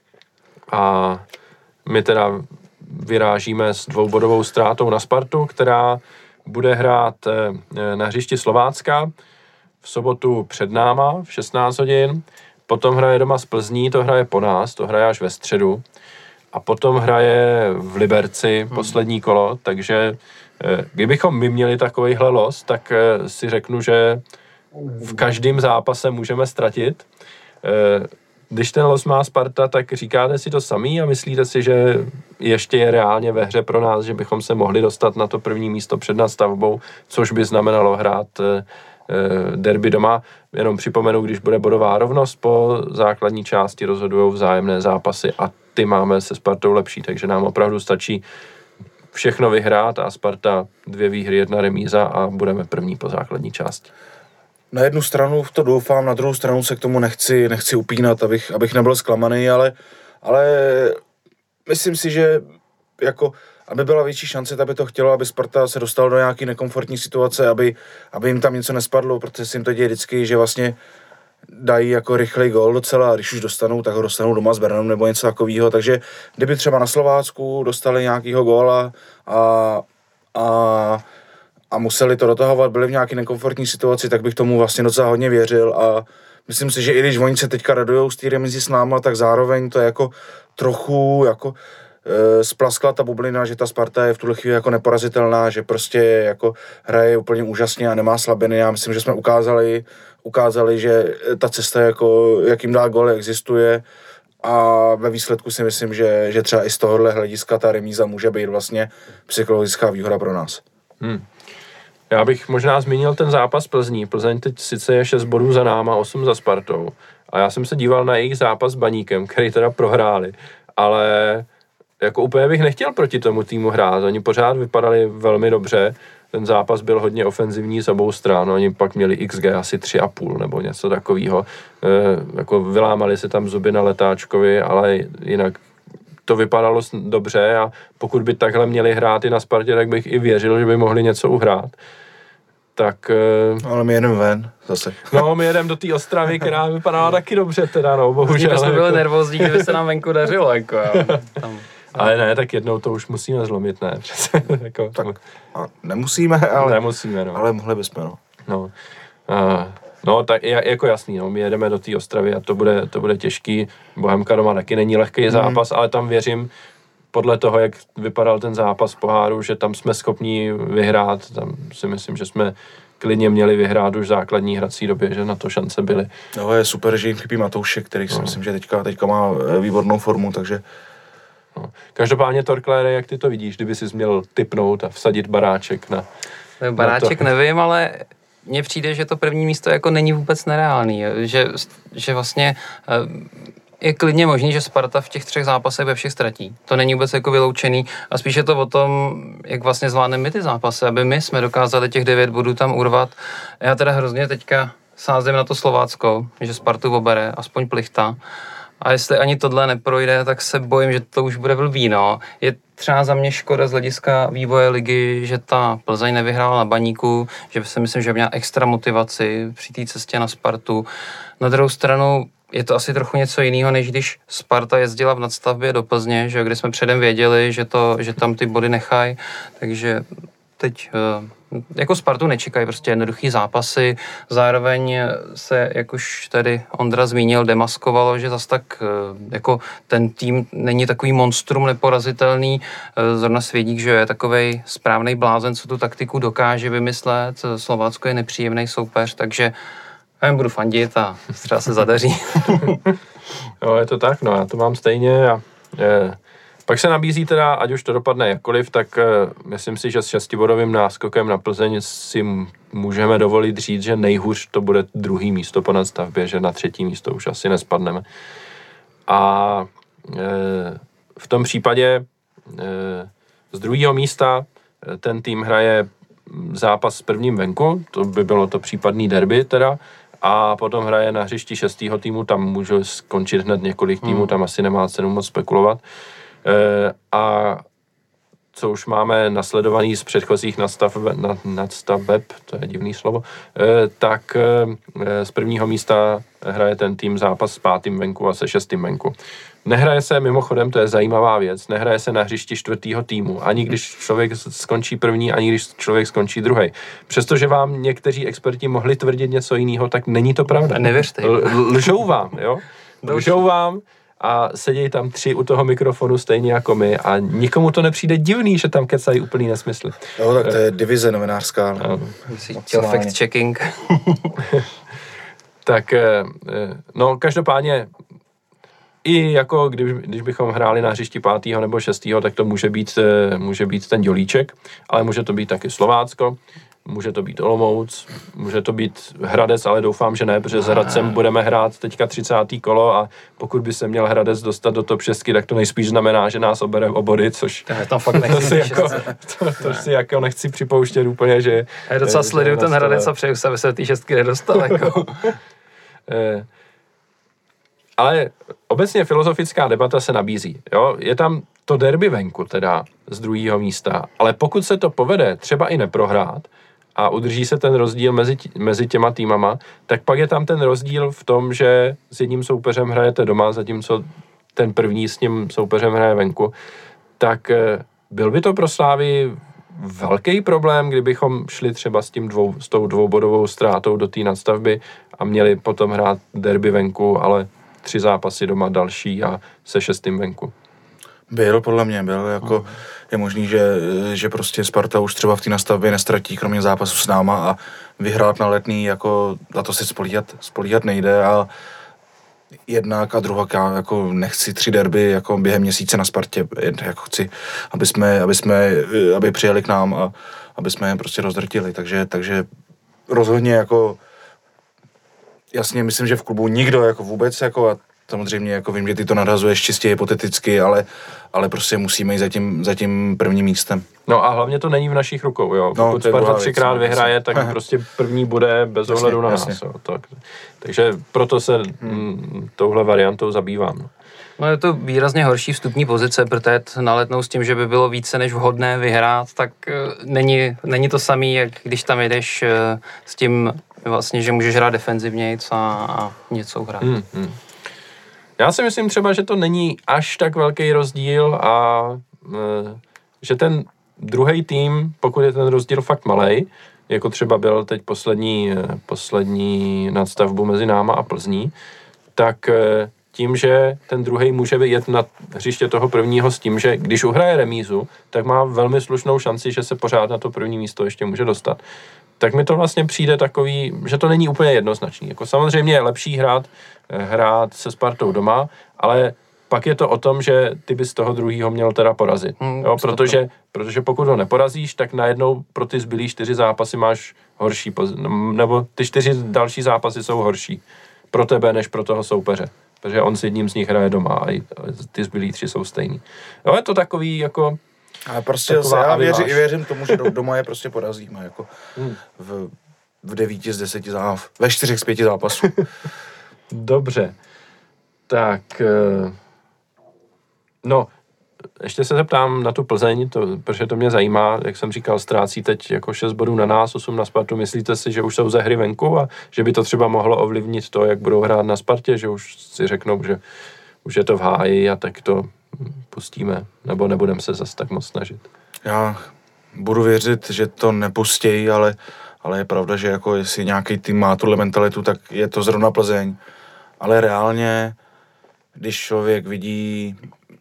S1: A my teda vyrážíme s dvoubodovou ztrátou na Spartu, která bude hrát na hřišti Slovácka v sobotu před náma v šestnáct hodin, potom hraje doma s Plzní, to hraje po nás, to hraje až ve středu a potom hraje v Liberci poslední kolo, takže kdybychom my měli takovejhle los, tak si řeknu, že v každém zápase můžeme ztratit. Když ten los má Sparta, tak říkáte si to samý a myslíte si, že ještě je reálně ve hře pro nás, že bychom se mohli dostat na to první místo před nastavbou, což by znamenalo hrát derby doma. Jenom připomenu, když bude bodová rovnost, po základní části rozhodujou vzájemné zápasy a ty máme se Spartou lepší, takže nám opravdu stačí všechno vyhrát a Sparta dvě výhry, jedna remíza a budeme první po základní části.
S2: Na jednu stranu v to doufám, na druhou stranu se k tomu nechci, nechci upínat, abych, abych nebyl zklamaný, ale, ale myslím si, že jako, aby byla větší šance, aby to chtělo, aby Sparta se dostala do nějaké nekomfortní situace, aby, aby jim tam něco nespadlo, protože si jim to děje vždycky, že vlastně dají jako rychlej gól docela, a když už dostanou, tak ho dostanou doma s Bernem nebo něco takového, takže kdyby třeba na Slovácku dostali nějakýho góla a, a, a museli to dotahovat, byli v nějaké nekomfortní situaci, tak bych tomu vlastně docela hodně věřil a myslím si, že i když oni se teďka radujou z té remízy s náma, tak zároveň to je jako trochu jako e, splaskla ta bublina, že ta Sparta je v tuhle chvíli jako neporazitelná, že prostě jako hraje úplně úžasně a nemá slabiny. Já myslím, že jsme ukázali, ukázali, že ta cesta, jako, jak jim dá góly, existuje a ve výsledku si myslím, že, že třeba i z tohohle hlediska ta remíza může být vlastně psychologická výhoda pro nás.
S1: Hmm. Já bych možná zmínil ten zápas Plzní. Plzeň teď sice je šest bodů za náma, osm za Spartou. A já jsem se díval na jejich zápas s Baníkem, který teda prohráli. Ale jako úplně bych nechtěl proti tomu týmu hrát. Oni pořád vypadali velmi dobře. Ten zápas byl hodně ofenzivní z obou stran. Oni pak měli X G asi tři a půl nebo něco takového. E, jako vylámali se tam zuby na Letáčkovi, ale jinak to vypadalo dobře a pokud by takhle měli hrát i na Spartě, tak bych i věřil, že by mohli něco uhrát. Tak...
S2: Ale my jedeme ven zase.
S1: No, my jedeme do té Ostravy, která vypadala taky dobře teda, no, bohužel.
S3: My jsme byli
S1: jako...
S3: nervózní, kdyby se nám venku dařilo, jako jo. Tam,
S1: ale ne, tak jednou to už musíme zlomit, ne? Přece, jako,
S2: tak a nemusíme, ale...
S1: Nemusíme, no.
S2: Ale mohli bychom, no.
S1: No, uh, no tak jako jasný, no, my jedeme do té Ostravy a to bude, to bude těžký. Bohemka doma taky není lehký zápas, mm. ale tam věřím, podle toho, jak vypadal ten zápas v poháru, že tam jsme schopni vyhrát, tam si myslím, že jsme klidně měli vyhrát už v základní hrací době, že na to šance byly.
S2: No, je super, že jim chybí Matoušek, který si no. myslím, že teďka, teďka má výbornou formu, takže...
S1: No. Každopádně Torklére, jak ty to vidíš, kdyby jsi měl tipnout a vsadit baráček na...
S3: Baráček
S1: na to.
S3: Nevím, ale mně přijde, že to první místo jako není vůbec nereálný, že, že vlastně... Je klidně možný, že Sparta v těch třech zápasech ve všech ztratí. To není vůbec jako vyloučený a spíš je to o tom, jak vlastně zvládneme my ty zápasy, aby my jsme dokázali těch devět bodů tam urvat. Já teda hrozně teďka sázím na to Slovácko, že Spartu obere, aspoň plichta. A jestli ani tohle neprojde, tak se bojím, že to už bude blbý, no. Je třeba za mě škoda z hlediska vývoje ligy, že ta Plzeň nevyhrála na Baníku, že si myslím, že měla extra motivaci při té cestě na Spartu. Na druhou stranu je to asi trochu něco jiného, než když Sparta jezdila v nadstavbě do Plzně, že kde jsme předem věděli, že, to, že tam ty body nechají, takže teď jako Spartu nečekají prostě jednoduchý zápasy, zároveň se, jak už tady Ondra zmínil, demaskovalo, že zas tak jako ten tým není takový monstrum neporazitelný, zrovna Svědík, že je takovej správnej blázen, co tu taktiku dokáže vymyslet, Slovácko je nepříjemný soupeř, takže já jim budu fandit a třeba se zadaří.
S1: Jo, je to tak, no já to mám stejně a je, pak se nabízí teda, ať už to dopadne jakkoliv, tak e, myslím si, že s šestibodovým náskokem na Plzeň si můžeme dovolit říct, že nejhůř to bude druhý místo po nadstavbě, že na třetí místo už asi nespadneme. A e, v tom případě e, z druhého místa ten tým hraje zápas s prvním venku, to by bylo to případný derby teda, a potom hraje na hřišti šestého týmu, tam může skončit hned několik týmů, hmm. tam asi nemá cenu moc spekulovat. E, a co už máme nasledovaný z předchozích nadstav, nad, nadstaveb, to je divný slovo, e, tak e, z prvního místa hraje ten tým zápas s pátým venku a se šestým venku. Nehraje se, mimochodem, to je zajímavá věc, nehraje se na hřišti čtvrtýho týmu, ani když člověk skončí první, ani když člověk skončí druhý. Přestože vám někteří experti mohli tvrdit něco jiného, tak není to pravda.
S3: Nevěřte.
S1: L- lžou vám, jo? Lžou vám a sedějí tam tři u toho mikrofonu stejně jako my a nikomu to nepřijde divný, že tam kecají úplný nesmysl.
S2: Jo, tak to je divize novinářská.
S1: No.
S3: Chtěl fact-checking.
S1: Tak, no, každopádně i jako když, když bychom hráli na hřišti pátého nebo šestého, tak to může být, může být ten dělíček, ale může to být taky Slovácko. může to být Olomouc, může to být Hradec, ale doufám, že ne, protože s Hradcem budeme hrát teďka třicáté kolo a pokud by se měl Hradec dostat do top šest, tak to nejspíš znamená, že nás obere o body, což
S3: to, tam fakt nechci
S1: to, si jako, to, to si jako nechci připouštět úplně, že...
S3: Já docela sleduju ten Hradec a přeju se, aby se do té šestky nedostal. Jako.
S1: Ale obecně filozofická debata se nabízí. Jo? Je tam to derby venku teda z druhého místa, ale pokud se to povede třeba i neprohrát a udrží se ten rozdíl mezi, mezi těma týmama, tak pak je tam ten rozdíl v tom, že s jedním soupeřem hrajete doma, zatímco ten první s tím soupeřem hraje venku. Tak byl by to pro Slávy velký problém, kdybychom šli třeba s, tím dvou, s tou dvoubodovou ztrátou do té nadstavby a měli potom hrát derby venku, ale tři zápasy doma další a se šestým venku.
S2: Byl, podle mě byl, jako mm. je možný, že, že prostě Sparta už třeba v té nastavbě nestratí kromě zápasu s náma a vyhrát na Letný, jako na to si spolíhat, spolíhat nejde a jednak a druhá, já jako nechci tři derby jako během měsíce na Spartě, jako chci, aby jsme, aby jsme, aby přijeli k nám a aby jsme je prostě rozdrtili, takže, takže rozhodně jako jasně, myslím, že v klubu nikdo jako vůbec, jako a samozřejmě jako vím, že ty to nadhazuješ čistě hypoteticky, ale, ale prostě musíme jít za tím, za tím prvním místem.
S1: No a hlavně to není v našich rukou, jo.
S2: No,
S1: pokud Sparta třikrát vyhraje, tak
S2: jasně.
S1: prostě první bude bez
S2: jasně,
S1: ohledu na
S2: jasně.
S1: nás. Jo. Tak, takže proto se hmm. touhle variantou zabývám.
S3: No je to výrazně horší vstupní pozice, protože na Letnou s tím, že by bylo více než vhodné vyhrát, tak uh, není, není to samý, jak když tam jedeš uh, s tím vlastně, že můžeš hrát defenzivnějc a, a něco uhrát.
S1: Hmm, hmm. Já si myslím třeba, že to není až tak velký rozdíl a uh, že ten druhý tým, pokud je ten rozdíl fakt malej, jako třeba byl teď poslední, poslední nadstavbu mezi náma a Plzní, tak uh, tím, že ten druhý může jet na hřiště toho prvního s tím, že když uhraje remízu, tak má velmi slušnou šanci, že se pořád na to první místo ještě může dostat. Tak mi to vlastně přijde takový, že to není úplně jednoznačný. Jako samozřejmě je lepší hrát, hrát se Spartou doma, ale pak je to o tom, že ty bys toho druhýho měl teda porazit. Hmm, jo, protože, protože pokud ho neporazíš, tak najednou pro ty zbylý čtyři zápasy máš horší, poz- nebo ty čtyři další zápasy jsou horší pro tebe, než pro toho soupeře. Protože on s jedním z nich hraje doma a ty zbylí tři jsou stejný. Jo, je to takový jako...
S2: Ale prostě já věři, věřím tomu, že doma je prostě porazíme, jako hmm. v, v devíti z deseti zápasů, ve čtyřech z pěti zápasů.
S1: Dobře. Tak, no, ještě se zeptám na tu Plzeň, to, protože to mě zajímá, jak jsem říkal, ztrácí teď jako šest bodů na nás, osm na Spartu. Myslíte si, že už jsou ze hry venku a že by to třeba mohlo ovlivnit to, jak budou hrát na Spartě, že už si řeknou, že už je to v háji a tak to pustíme, nebo nebudeme se zase tak moc snažit?
S2: Já budu věřit, že to nepustějí, ale, ale je pravda, že jako jestli nějaký tým má tuhle mentalitu, tak je to zrovna Plzeň. Ale reálně, když člověk vidí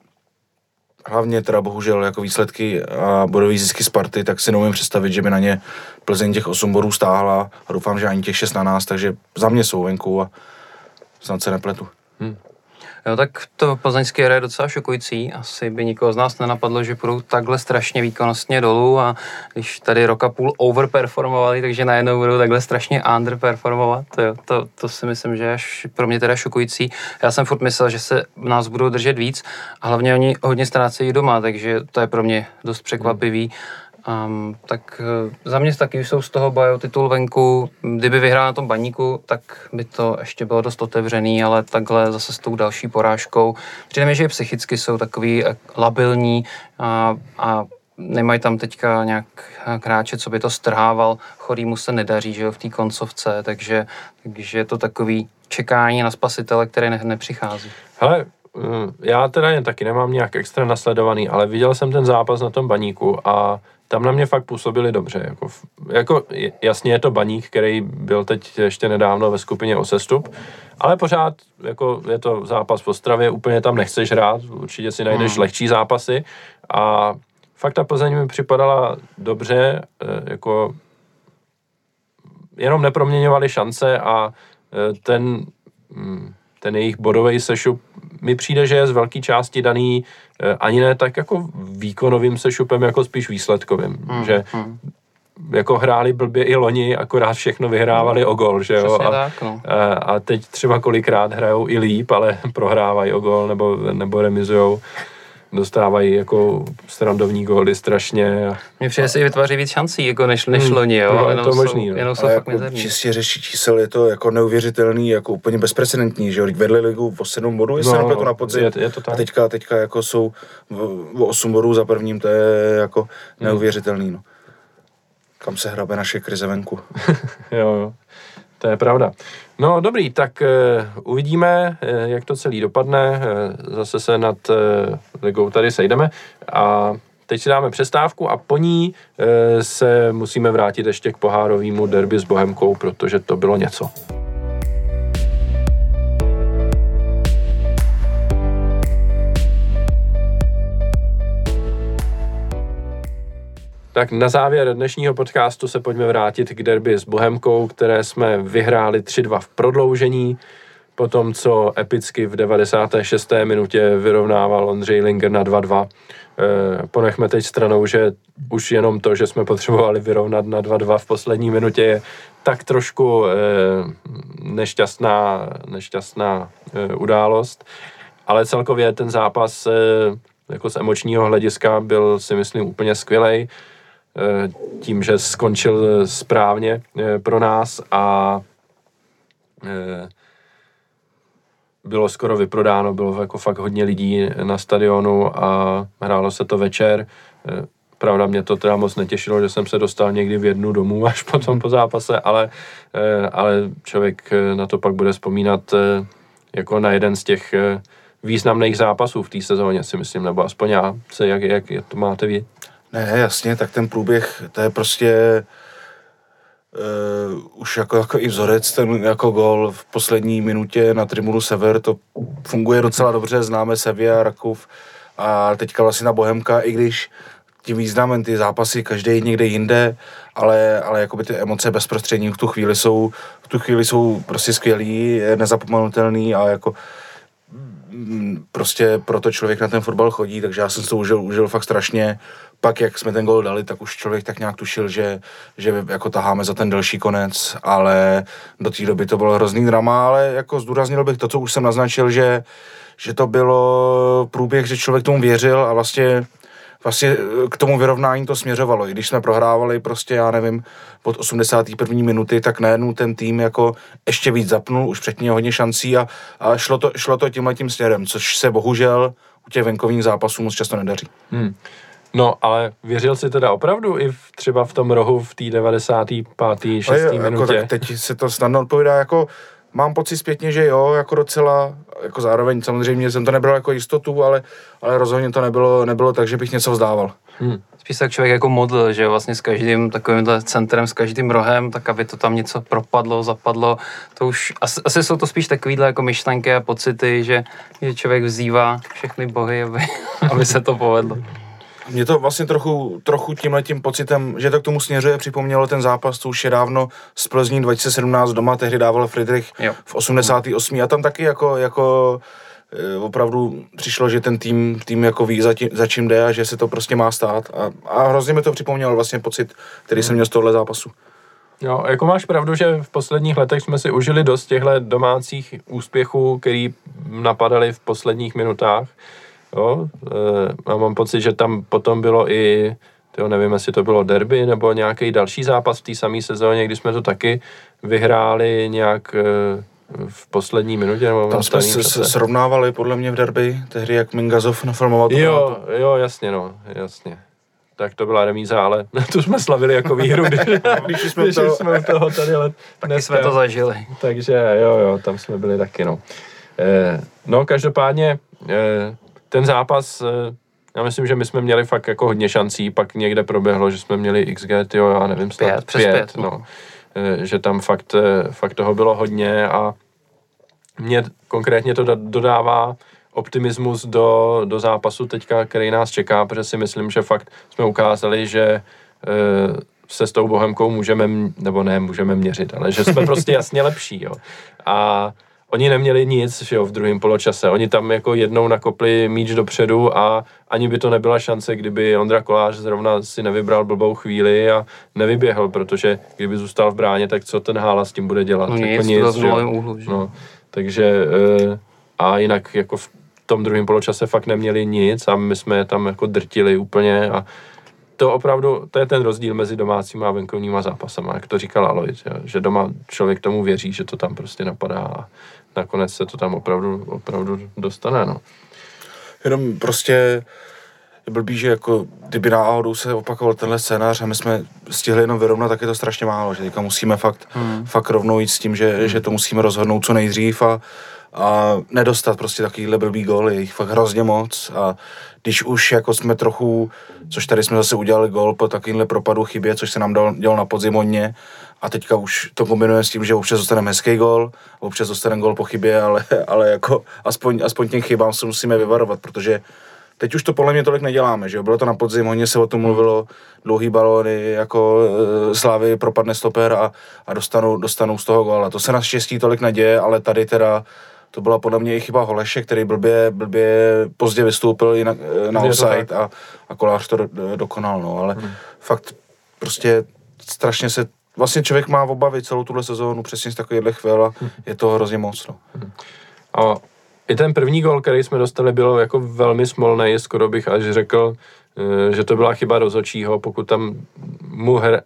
S2: hlavně teda bohužel jako výsledky a bodové zisky Sparty, tak si neumím představit, že by na ně Plzeň těch osm bodů stáhla a doufám, že ani těch šest na nás, takže za mě jsou venku a snad se nepletu. Hmm.
S3: Jo, tak to plzeňské hra je docela šokující. Asi by nikoho z nás nenapadlo, že půjdou takhle strašně výkonnostně dolů a když tady rok a půl overperformovali, takže najednou budou takhle strašně underperformovat. To, to, to si myslím, že je až pro mě teda šokující. Já jsem furt myslel, že se nás budou držet víc a hlavně oni hodně ztrácejí doma, takže to je pro mě dost překvapivý. Um, tak uh, za mě taky už jsou z toho boje o titul venku. Kdyby vyhrál na tom Baníku, tak by to ještě bylo dost otevřený, ale takhle zase s tou další porážkou. Přijde mi, že psychicky jsou takový labilní a, a nemají tam teďka nějak hráče, co by to strhával. Chorýmu se nedaří, že jo, v té koncovce, takže, takže je to takový čekání na spasitele, které ne, nepřichází.
S1: Hele, já teda jen taky nemám nějak extra nasledovaný, ale viděl jsem ten zápas na tom Baníku a tam na mě fakt působili dobře. Jako, jako jasně je to Baník, který byl teď ještě nedávno ve skupině o sestup, ale pořád jako je to zápas v Ostravě, úplně tam nechceš hrát, určitě si najdeš hmm. lehčí zápasy a fakt ta Plzeň mi připadala dobře, jako jenom neproměňovali šance a ten... ten jejich bodový sešup mi přijde, že je z velké části daný ani ne tak jako výkonovým sešupem, jako spíš výsledkovým. Hmm, že
S3: hmm.
S1: jako hráli blbě i loni, akorát všechno vyhrávali o gol, že jo? A,
S3: tak, no.
S1: a, a teď třeba kolikrát hrajou i líp, ale prohrávají o gol nebo, nebo remizujou. Dostávají jako srandovní góly strašně.
S3: Mně přijde si vytváří víc šancí, jako než, než hmm, loni, jo?
S1: No,
S3: Jenom
S1: to
S3: jsou,
S1: možný, no.
S3: jenom jsou
S2: ale
S3: fakt
S2: jako
S3: mizerní.
S2: čistě řeší čísel je to jako neuvěřitelný, jako úplně bezprecedentní, že jo? Vedli ligu o sedm bodů, jestli
S1: No,
S2: no, nepletu na podzim.
S1: Je, je to tak.
S2: A teďka, teďka jako jsou o osm bodů za prvním, to je jako neuvěřitelný, no. Kam se hrabe naše krize venku.
S1: Jo, jo. To je pravda. No dobrý, tak uh, uvidíme, uh, jak to celý dopadne. Uh, zase se nad uh, ligou tady sejdeme a teď si dáme přestávku a po ní uh, se musíme vrátit ještě k pohárovému derby s Bohemkou, protože to bylo něco. Tak na závěr dnešního podcastu se pojďme vrátit k derby s Bohemkou, které jsme vyhráli tři dva v prodloužení, po tom, co epicky v devadesáté šesté minutě vyrovnával Ondřej Linger na dva dva. E, ponechme teď stranou, že už jenom to, že jsme potřebovali vyrovnat na dva dva v poslední minutě, je tak trošku e, nešťastná, nešťastná e, událost, ale celkově ten zápas e, jako z emočního hlediska byl, si myslím, úplně skvělej. Tím, že skončil správně pro nás a bylo skoro vyprodáno, bylo jako fakt hodně lidí na stadionu a hrálo se to večer. Pravda, mě to teda moc netěšilo, že jsem se dostal někdy v jednu domů až potom po zápase, ale, ale člověk na to pak bude vzpomínat jako na jeden z těch významných zápasů v té sezóně, si myslím, nebo aspoň já, se, jak, jak, jak to máte vy?
S2: Ne, jasně, tak ten průběh, to je prostě uh, už jako, jako i vzorec, ten jako gól v poslední minutě na tribunu Sever, to funguje docela dobře, známe Sevilla, Rakov a teďka vlastně na Bohemka, i když tím významem ty zápasy každý někde jinde, ale, ale jakoby ty emoce bezprostřední v tu chvíli jsou, v tu chvíli jsou prostě skvělý, nezapomenutelný a jako prostě proto člověk na ten fotbal chodí, takže já jsem si to užil, užil fakt strašně. Pak, jak jsme ten gól dali, tak už člověk tak nějak tušil, že, že jako taháme za ten delší konec, ale do té doby to bylo hrozný drama, ale jako zdůraznil bych to, co už jsem naznačil, že, že to bylo průběh, že člověk tomu věřil a vlastně Vlastně k tomu vyrovnání to směřovalo. I když jsme prohrávali prostě, já nevím, pod osmdesáté první minuty, tak najednou ten tým jako ještě víc zapnul, už předtím měl hodně šancí a, a šlo to, šlo to tímhletím směrem, což se bohužel u těch venkovních zápasů moc často nedaří.
S1: Hmm. No, ale věřil si teda opravdu i v, třeba v tom rohu v té devadesáté páté šesté
S2: jako,
S1: minutě?
S2: Tak teď se to snadno odpovídá, jako mám pocit zpětně, že jo, jako docela, jako zároveň samozřejmě jsem to nebral jako jistotu, ale, ale rozhodně to nebylo, nebylo tak, že bych něco vzdával.
S1: Hmm.
S3: Spíš tak člověk jako modl, že vlastně s každým takovýmhle centrem, s každým rohem, tak aby to tam něco propadlo, zapadlo, to už, asi, asi jsou to spíš takovýhle jako myšlenky a pocity, že, že člověk vzývá všechny bohy, aby, aby se to povedlo.
S2: Mě to vlastně trochu, trochu tímhletím pocitem, že to k tomu směřuje, připomnělo ten zápas, co už je dávno z Plzní dva tisíce sedmnáct doma, tehdy dával Friedrich jo. v osmdesátém osmém a tam taky jako, jako e, opravdu přišlo, že ten tým, tým jako ví, za, tím, za čím jde a že se to prostě má stát a, a hrozně mi to připomnělo vlastně pocit, který jsem měl z tohohle zápasu.
S1: Jo, jako máš pravdu, že v posledních letech jsme si užili dost těchto domácích úspěchů, který napadaly v posledních minutách. Jo, e, mám pocit, že tam potom bylo i, tyjo, nevím, jestli to bylo derby nebo nějaký další zápas v té samé sezóně, kdy jsme to taky vyhráli nějak e, v poslední minutě. Nebo
S2: tam jsme s, srovnávali podle mě v derby, tehdy jak Mingazov nafilmoval to.
S1: Jo, jo, jasně, no, jasně. Tak to byla remíza, ale tu jsme slavili jako výhru, když, když jsme, když to, jsme u toho tady let.
S3: Taky dneska, jsme to zažili.
S1: Takže jo, jo, tam jsme byli taky, no. E, no, každopádně e, ten zápas, já myslím, že my jsme měli fakt jako hodně šancí, pak někde proběhlo, že jsme měli X G, tyjo, já nevím, snad
S3: pět, přes pět, pět
S1: no. Že tam fakt, fakt toho bylo hodně a mě konkrétně to dodává optimismus do, do zápasu teďka, který nás čeká, protože si myslím, že fakt jsme ukázali, že se s tou Bohemkou můžeme, nebo ne, můžeme měřit, ale že jsme prostě jasně lepší, jo. A oni neměli nic, že jo, v druhém poločase. Oni tam jako jednou nakopli míč dopředu a ani by to nebyla šance, kdyby Ondra Kolář zrovna si nevybral blbou chvíli a nevyběhl, protože kdyby zůstal v bráně, tak co ten Hála s tím bude dělat?
S3: No
S1: jako
S3: nic,
S1: nic,
S3: to v novém úhlu, že?
S1: No, takže a jinak jako v tom druhém poločase fakt neměli nic a my jsme je tam jako drtili úplně a to opravdu, to je ten rozdíl mezi domácíma a venkovníma zápasama, jak to říkal Alois, že doma člověk tomu věří, že to tam prostě napadá a nakonec se to tam opravdu, opravdu dostane, no.
S2: Jenom prostě je blbý, že jako kdyby náhodou se opakoval tenhle scénář a my jsme stihli jenom vyrovnat, tak je to strašně málo, že teďka musíme fakt, hmm. fakt rovnou jít s tím, že, hmm. že to musíme rozhodnout co nejdřív a, a nedostat prostě takovýhle blbý góly, jich fakt hrozně moc a když už jako jsme trochu, což tady jsme zase udělali gól po takovýmhle propadu chybě, což se nám dal, dělal na podzim hodně a teďka už to kombinujeme s tím, že občas dostaneme hezký gól, občas dostaneme gól po chybě, ale, ale jako aspoň, aspoň těm chybám se musíme vyvarovat, protože teď už to podle mě tolik neděláme, že jo, bylo to na podzim, hodně se o tom mluvilo, dlouhý balóny, jako e, Slávy propadne stoper a, a dostanou, dostanou z toho góla. To se naštěstí tolik neděje, ale tady teda to byla podle mě i chyba Holeše, který blbě, blbě pozdě vystoupil i na, na offside a, a Kolář to do, dokonal, no, ale hmm. fakt prostě strašně se, vlastně člověk má v obavy celou tuhle sezónu přesně z takovýchhle chvíl a je to hrozně moc, no.
S1: Hmm. A i ten první gól, který jsme dostali, byl jako velmi smolnej, skoro bych až řekl, že to byla chyba rozhodčího, pokud tam mu hr...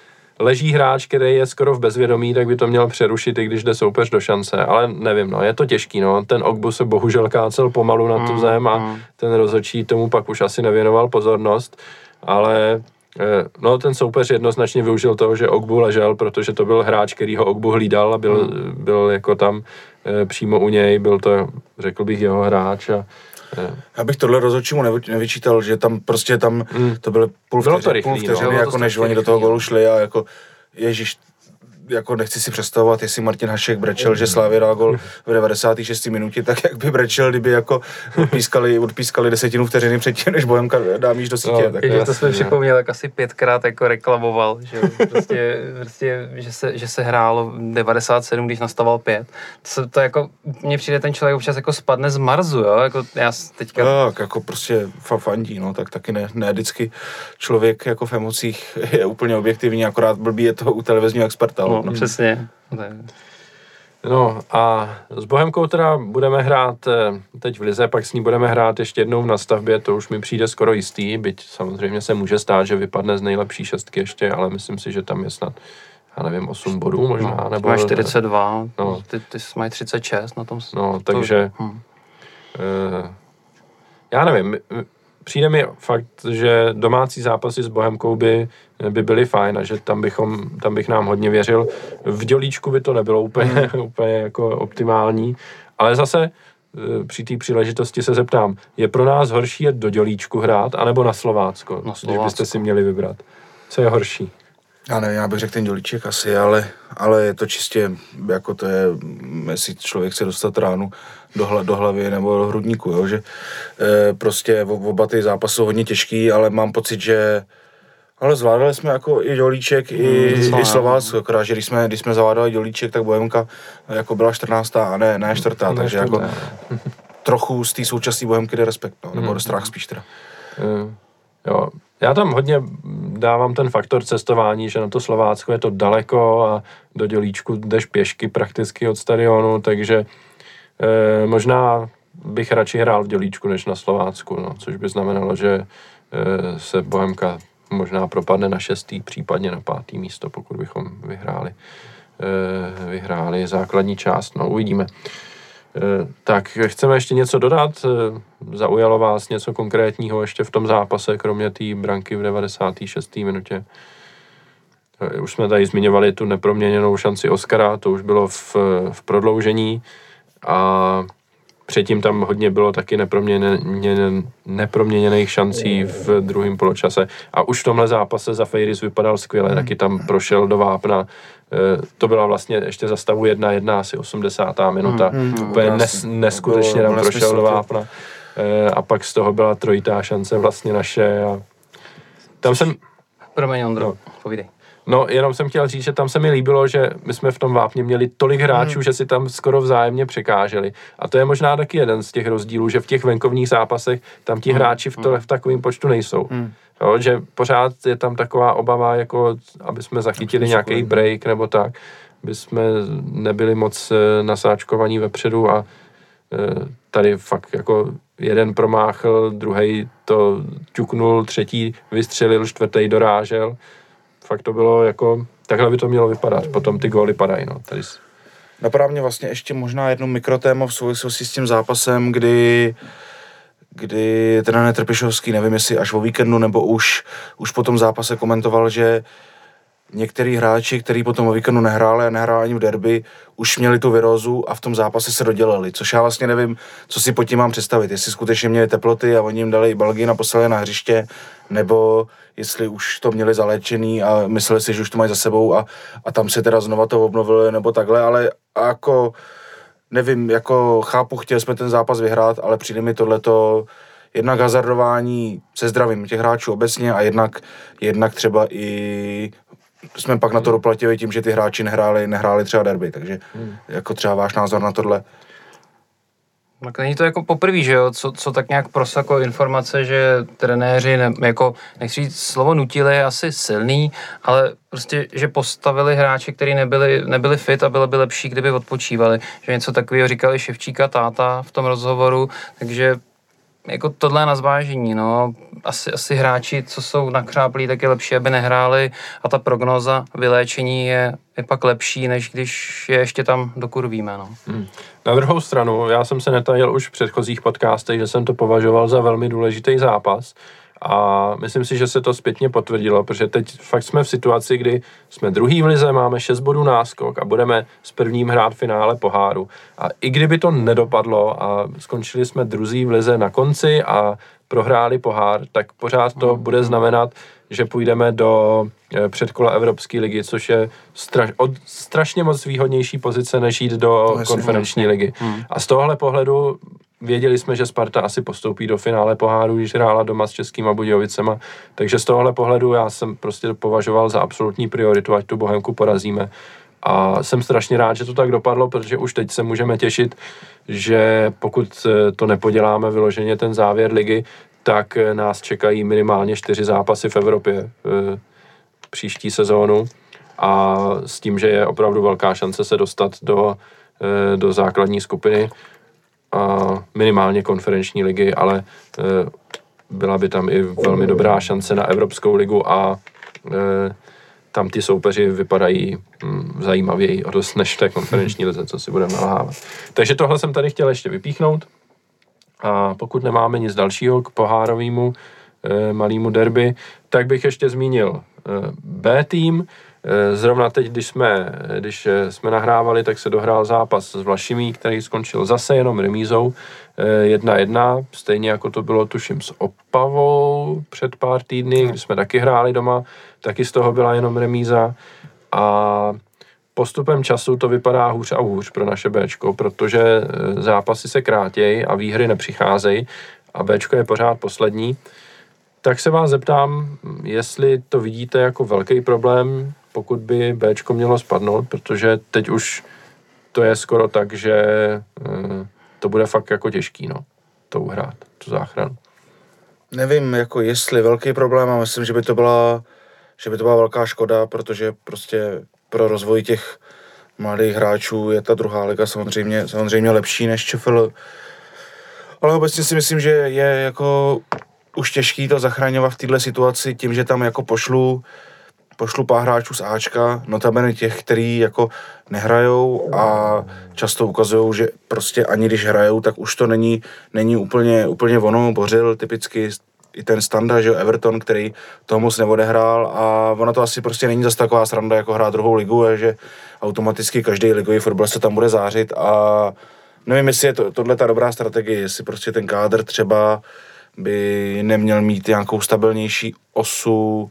S1: leží hráč, který je skoro v bezvědomí, tak by to měl přerušit, i když jde soupeř do šance, ale nevím, no, je to těžký, no, ten Ogbu se bohužel kácel pomalu na tu zem a ten rozhodčí tomu pak už asi nevěnoval pozornost, ale no, ten soupeř jednoznačně využil toho, že Ogbu ležel, protože to byl hráč, který ho Ogbu hlídal a byl, byl jako tam přímo u něj, byl to, řekl bych, jeho hráč a
S2: já bych tohle rozhodčímu nevyčítal, že tam prostě tam mm. to byly půl vteřiny, půl vteřiny no, jako než oni do toho golu šli a jako ježiš, jako nechci si představovat, jestli Martin Hašek brečel, že Slavia dal gol v devadesáté šesté minutě, tak jak by brečel, kdyby jako odpískali, odpískali desetinu vteřiny předtím, než Bohemka dá míč do sítě.
S3: No, tak když to jsme připomněl, tak asi pětkrát jako reklamoval, že prostě, prostě že, se, že se hrálo devadesát sedm, když nastaval pět. To, to jako, mně přijde ten člověk občas jako spadne z Marsu, jo, jako já teďka...
S2: Tak, jako prostě fandí, no, tak taky ne, ne vždycky člověk jako v emocích je úplně objektivní, akorát blbý je to u televizního experta.
S3: No, no přesně.
S1: No a s Bohemkou teda budeme hrát teď v lize, pak s ní budeme hrát ještě jednou v nastavbě, to už mi přijde skoro jistý, byť samozřejmě se může stát, že vypadne z nejlepší šestky ještě, ale myslím si, že tam je snad, já nevím, osm bodů možná,
S3: no,
S1: nebo...
S3: Máš čtyřicet dva,
S1: no.
S3: ty, ty mají třicet šest na tom...
S1: No, takže... To, hm. uh, já nevím, přijde mi fakt, že domácí zápasy s Bohemkou by, by byly fajn a že tam, bychom, tam bych nám hodně věřil. V Dělíčku by to nebylo úplně, mm. úplně jako optimální, ale zase při té příležitosti se zeptám, je pro nás horší jet do Dělíčku hrát, anebo na Slovácko, na Slovácko, když byste si měli vybrat? Co je horší?
S2: Já nevím, já bych řekl ten Dělíček asi, ale, ale je to čistě, jako to je, jestli člověk chce dostat ránu do, hla, do hlavy nebo do hrudníku, jo, že e, prostě oba ty zápasy jsou hodně těžký, ale mám pocit, že ale zvládali jsme jako i Dělíček, hmm, i, i Slovácko, akorát, že když jsme, když jsme zavládali Dělíček, tak Bohemka jako byla čtrnáctá a ne, ne čtvrtá, ne takže čtvrtá. Jako trochu z té současné Bohemky jde respekt, no, nebo hmm. strach spíš teda.
S1: Hmm. Jo. Já tam hodně dávám ten faktor cestování, že na to Slovácko je to daleko a do Dělíčku jdeš pěšky prakticky od stadionu, takže e, možná bych radši hrál v Dělíčku než na Slovácku, no, což by znamenalo, že e, se Bohemka možná propadne na šestý, případně na pátý místo, pokud bychom vyhráli, e, vyhráli základní část, no uvidíme. Tak chceme ještě něco dodat? Zaujalo vás něco konkrétního ještě v tom zápase, kromě té branky v devadesáté šesté minutě? Už jsme tady zmiňovali tu neproměněnou šanci Oskara, to už bylo v, v prodloužení a předtím tam hodně bylo taky neproměněn, neproměněných šancí v druhém poločase a už v tomhle zápase za Fejris vypadal skvěle, taky tam prošel do vápna. To byla vlastně ještě za stavu jedna jedna, asi osmdesátá minuta. Mm, mm, Úplně nes, neskutečně tam prošel do vápna. A pak z toho byla trojitá šance vlastně naše. A tam jsem...
S3: Promiň, Ondro, no. Povídej.
S1: No, jenom jsem chtěl říct, že tam se mi líbilo, že my jsme v tom Vápně měli tolik hráčů, hmm. že si tam skoro vzájemně překáželi. A to je možná taky jeden z těch rozdílů, že v těch venkovních zápasech tam ti hráči v, to, v takovém počtu nejsou. Hmm. Jo, že pořád je tam taková obava, jako aby jsme zachytili nějaký break nebo tak, aby jsme nebyli moc nasáčkovaní vepředu a tady fakt jako jeden promáchl, druhý to ťuknul, třetí vystřelil, čtvrtý dorážel. Fakt to bylo jako, takhle by to mělo vypadat, potom ty góly padají, no. Tady...
S2: Napadá mě vlastně ještě možná jedno mikrotéma v souvislosti s tím zápasem, kdy kdy trenér Trpišovský, nevím jestli až o víkendu nebo už, už po tom zápase komentoval, že některý hráči, kteří potom o víkendu nehráli a nehráli ani v derby, už měli tu virózu a v tom zápase se dodělali, což já vlastně nevím, co si pod tím mám představit, jestli skutečně měli teploty a oni jim dali Balgin a poslali na hřiště, nebo jestli už to měli zaléčený a mysleli si, že už to mají za sebou a, a tam si teda znova to obnovili nebo takhle, ale jako nevím, jako chápu, chtěli jsme ten zápas vyhrát, ale přijde mi tohleto jednak hazardování se zdravím těch hráčů obecně a jednak, jednak třeba i jsme pak na to doplatili tím, že ty hráči nehráli, nehráli třeba derby, takže hmm. jako třeba váš názor na tohle.
S3: Tak není to jako poprvé, že jo, co, co tak nějak prosako informace, že trenéři, ne, jako, nechci říct, slovo nutili je asi silný, ale prostě, že postavili hráči, kteří nebyli, nebyli fit a bylo by lepší, kdyby odpočívali, že něco takového říkali Ševčíka táta v tom rozhovoru, takže jako tohle na zvážení, no, asi, asi hráči, co jsou nakřáplí, tak je lepší, aby nehráli a ta prognóza vyléčení je, je pak lepší, než když je ještě tam dokurvíme, no. Hmm.
S1: Na druhou stranu, já jsem se netajil už v předchozích podcastech, že jsem to považoval za velmi důležitý zápas a myslím si, že se to zpětně potvrdilo, protože teď fakt jsme v situaci, kdy jsme druhý v lize, máme šest bodů náskok a budeme s prvním hrát finále poháru. A i kdyby to nedopadlo a skončili jsme druzí v lize na konci a prohráli pohár, tak pořád to mm. bude znamenat, že půjdeme do předkola Evropské ligy, což je straš, od, strašně moc výhodnější pozice, než jít do to konferenční jasný. ligy. Mm. A z tohohle pohledu věděli jsme, že Sparta asi postoupí do finále poháru, když hrála doma s Českýma Budějovicema, takže z tohohle pohledu já jsem prostě považoval za absolutní prioritu, ať tu Bohemku porazíme. A jsem strašně rád, že to tak dopadlo, protože už teď se můžeme těšit, že pokud to nepoděláme vyloženě ten závěr ligy, tak nás čekají minimálně čtyři zápasy v Evropě příští sezónu a s tím, že je opravdu velká šance se dostat do, do základní skupiny a minimálně konferenční ligy, ale byla by tam i velmi dobrá šance na Evropskou ligu a tam ty soupeři vypadají hm, zajímavěji o dost než v té konferenční lize, co si budeme nalhávat. Takže tohle jsem tady chtěl ještě vypíchnout a pokud nemáme nic dalšího k pohárovému e, malému derby, tak bych ještě zmínil e, B tým. E, zrovna teď, když jsme, když jsme nahrávali, tak se dohrál zápas s Vlašimí, který skončil zase jenom remízou e, jedna jedna, stejně jako to bylo tuším s Opavou před pár týdny, kdy jsme taky hráli doma, taky z toho byla jenom remíza a postupem času to vypadá hůř a hůř pro naše Béčko, protože zápasy se krátějí a výhry nepřicházejí a Béčko je pořád poslední. Tak se vás zeptám, jestli to vidíte jako velký problém, pokud by Béčko mělo spadnout, protože teď už to je skoro tak, že to bude fakt jako těžký, no, to uhrát, tu záchranu.
S2: Nevím, jako jestli velký problém, a myslím, že by to byla, že by to byla velká škoda, protože prostě pro rozvoj těch mladých hráčů je ta druhá liga samozřejmě, samozřejmě lepší než ČFL. Ale obecně si myslím, že je jako už těžký to zachraňovat v této situaci tím, že tam jako pošlu, pošlu pár hráčů z Ačka, notabene těch, který jako nehrajou a často ukazují, že prostě ani když hrajou, tak už to není, není úplně, úplně ono, Bořil typicky i ten Standa, že Everton, který toho moc neodehrál a ono to asi prostě není zase taková sranda, jako hrát druhou ligu, je, že automaticky každý ligový fotbal se tam bude zářit a nevím, jestli je to, tohle ta dobrá strategie, jestli prostě ten kádr třeba by neměl mít nějakou stabilnější osu,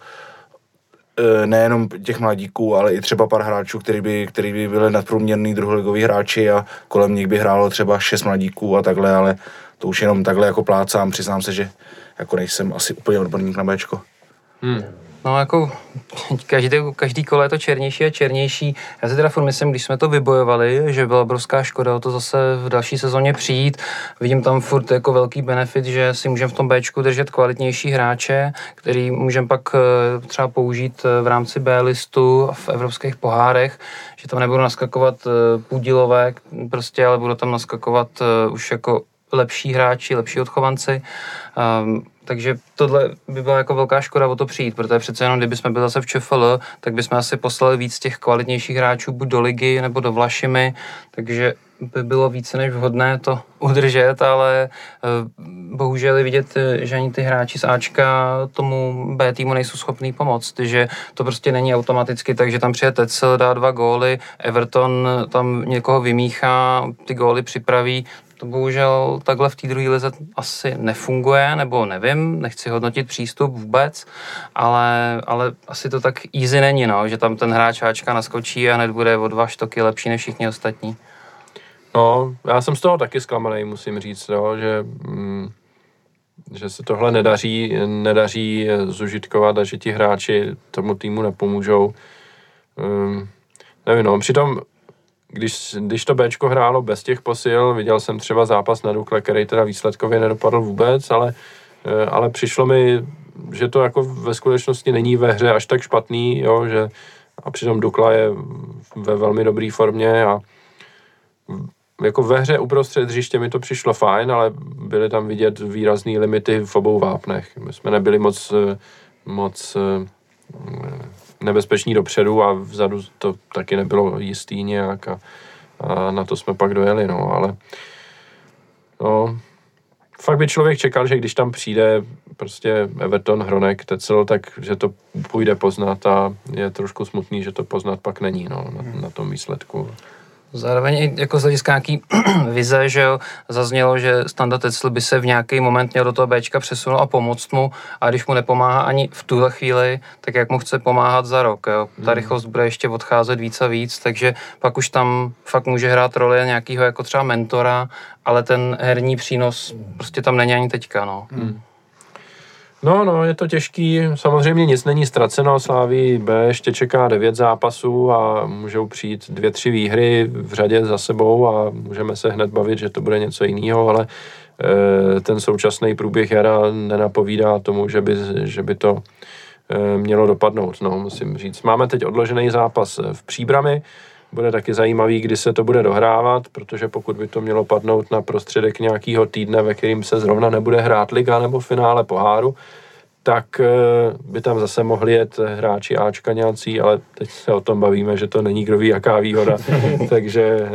S2: nejenom těch mladíků, ale i třeba pár hráčů, který by, který by byli nadprůměrný druholigoví hráči a kolem nich by hrálo třeba šest mladíků a takhle, ale to už jenom takhle jako plácám, přiznám se, že jako nejsem asi úplně odborník na Béčko.
S1: Hmm.
S3: No jako každý, každý kolo je to černější a černější. Já si teda furt myslím, když jsme to vybojovali, že byla obrovská škoda o to zase v další sezóně přijít. Vidím tam furt jako velký benefit, že si můžeme v tom Bčku držet kvalitnější hráče, který můžeme pak třeba použít v rámci B listu v evropských pohárech, že tam nebudou naskakovat půdilové prostě, ale budou tam naskakovat už jako lepší hráči, lepší odchovanci. Um, takže tohle by byla jako velká škoda o to přijít, protože přece jenom, kdyby jsme byli zase v ČFL, tak bychom asi poslali víc těch kvalitnějších hráčů buď do ligy nebo do Vlašimi, takže by bylo více než vhodné to udržet, ale uh, bohužel je vidět, že ani ty hráči z Ačka tomu B týmu nejsou schopní pomoct, že to prostě není automaticky, takže tam přijde Tecel, dá dva góly, Everton tam někoho vymíchá, ty góly připraví. To bohužel takhle v té druhé lize asi nefunguje, nebo nevím, nechci hodnotit přístup vůbec, ale, ale asi to tak easy není, no, že tam ten hráč Ačka naskočí a hned bude o dva štoky lepší než všichni ostatní.
S1: No, já jsem z toho taky zklamaný, musím říct, jo, že, mm, že se tohle nedaří, nedaří zužitkovat a že ti hráči tomu týmu nepomůžou. Um, nevím, no, přitom Když, když to Bčko hrálo bez těch posil, viděl jsem třeba zápas na Dukle, který teda výsledkově nedopadl vůbec, ale, ale přišlo mi, že to jako ve skutečnosti není ve hře až tak špatný, jo, že a přitom Dukla je ve velmi dobré formě a jako ve hře uprostřed hřiště mi to přišlo fajn, ale byly tam vidět výrazný limity v obou vápnech. My jsme nebyli moc, moc nebezpeční dopředu a vzadu to taky nebylo jistý nějak a, a na to jsme pak dojeli, no, ale no, fakt by člověk čekal, že když tam přijde prostě Everton, Hronek, Tecel, tak že to půjde poznat a je trošku smutný, že to poznat pak není, no, na, na tom výsledku.
S3: Zároveň i jako z hlediska nějaký vize, že jo, zaznělo, že Standa Tecl by se v nějaký moment měl do toho Bčka přesunul a pomoct mu, a když mu nepomáhá ani v tuhle chvíli, tak jak mu chce pomáhat za rok, jo. Ta rychlost bude ještě odcházet víc a víc, takže pak už tam fakt může hrát roli nějakého jako třeba mentora, ale ten herní přínos prostě tam není ani teďka, no. Hmm.
S1: No, no, je to těžký, samozřejmě nic není ztraceno, Slávii B ještě čeká devět zápasů a můžou přijít dvě, tři výhry v řadě za sebou a můžeme se hned bavit, že to bude něco jiného, ale e, ten současný průběh jara nenapovídá tomu, že by, že by to e, mělo dopadnout, no, musím říct. Máme teď odložený zápas v Příbrami, bude taky zajímavý, kdy se to bude dohrávat, protože pokud by to mělo padnout na prostředek nějakého týdne, ve kterým se zrovna nebude hrát liga nebo finále poháru, tak by tam zase mohli jet hráči Ačka nějací, ale teď se o tom bavíme, že to není kdo ví jaká výhoda, takže,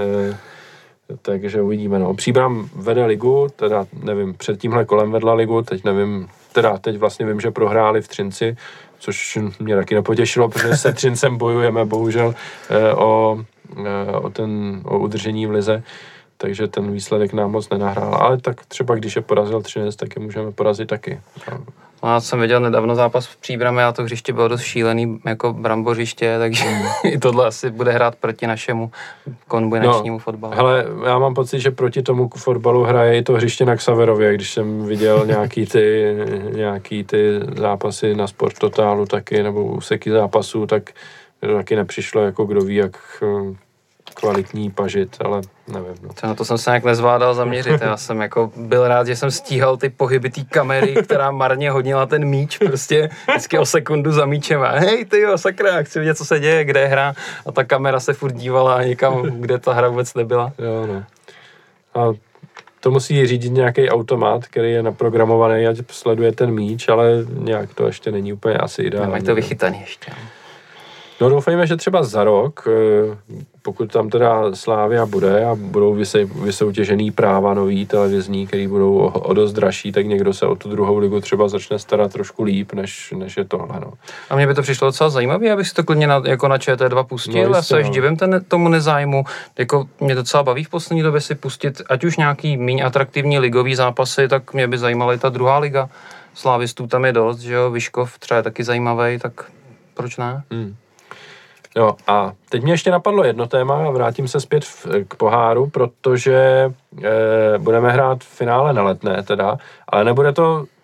S1: takže uvidíme. No. Příbram vede ligu, teda nevím, před tímhle kolem vedla ligu, teď nevím, teda teď vlastně vím, že prohráli v Třinci, což mě taky nepotěšilo, protože se Třincem bojujeme bohužel o, o, ten, o udržení v lize, takže ten výsledek nám moc nenahrál. Ale tak třeba když je porazil Třinec, tak je můžeme porazit taky.
S3: Já jsem viděl nedávno zápas v Příbrami a to hřiště bylo dost šílený, jako brambořiště, takže i tohle asi bude hrát proti našemu kombinačnímu no, fotbalu.
S1: Hele, já mám pocit, že proti tomu fotbalu hraje i to hřiště na Xaverově, když jsem viděl nějaký ty, nějaký ty zápasy na Sport Totálu taky, nebo úseky zápasů, tak to taky nepřišlo, jako kdo ví, jak kvalitní pažit, ale nevím. No.
S3: To, na to jsem se nějak nezvládal zaměřit. Já jsem jako byl rád, že jsem stíhal ty pohyby té kamery, která marně hodila ten míč, prostě vždycky o sekundu za míčem. A hej, ty jo, sakra, chci vidět, co se děje, kde je hra. A ta kamera se furt dívala někam, kde ta hra vůbec nebyla.
S1: Jo, no. A to musí řídit nějaký automat, který je naprogramovaný a sleduje ten míč, ale nějak to ještě není úplně asi ideální.
S3: Nemají to vychytaný ještě.
S1: No doufejme, že třeba za rok, pokud tam teda Slavia bude a budou vysoutěžený práva nový televizní, který budou o dost dražší, tak někdo se o tu druhou ligu třeba začne starat trošku líp, než, než je tohle. No.
S3: A mně by to přišlo docela zajímavé, abych si to klidně na, jako na Č T dva pustil. No, já se až no. divím ten, tomu nezájmu. Jako mě docela baví v poslední době si pustit, ať už nějaký méně atraktivní ligový zápasy, tak mě by zajímala i ta druhá liga. Slávistů tam je dost, že jo, Vyškov třeba je taky zajímavý, tak proč ne? Hmm.
S1: Jo, a teď mě ještě napadlo jedno téma a vrátím se zpět v, k poháru, protože e, budeme hrát v finále na Letné teda, ale nebude to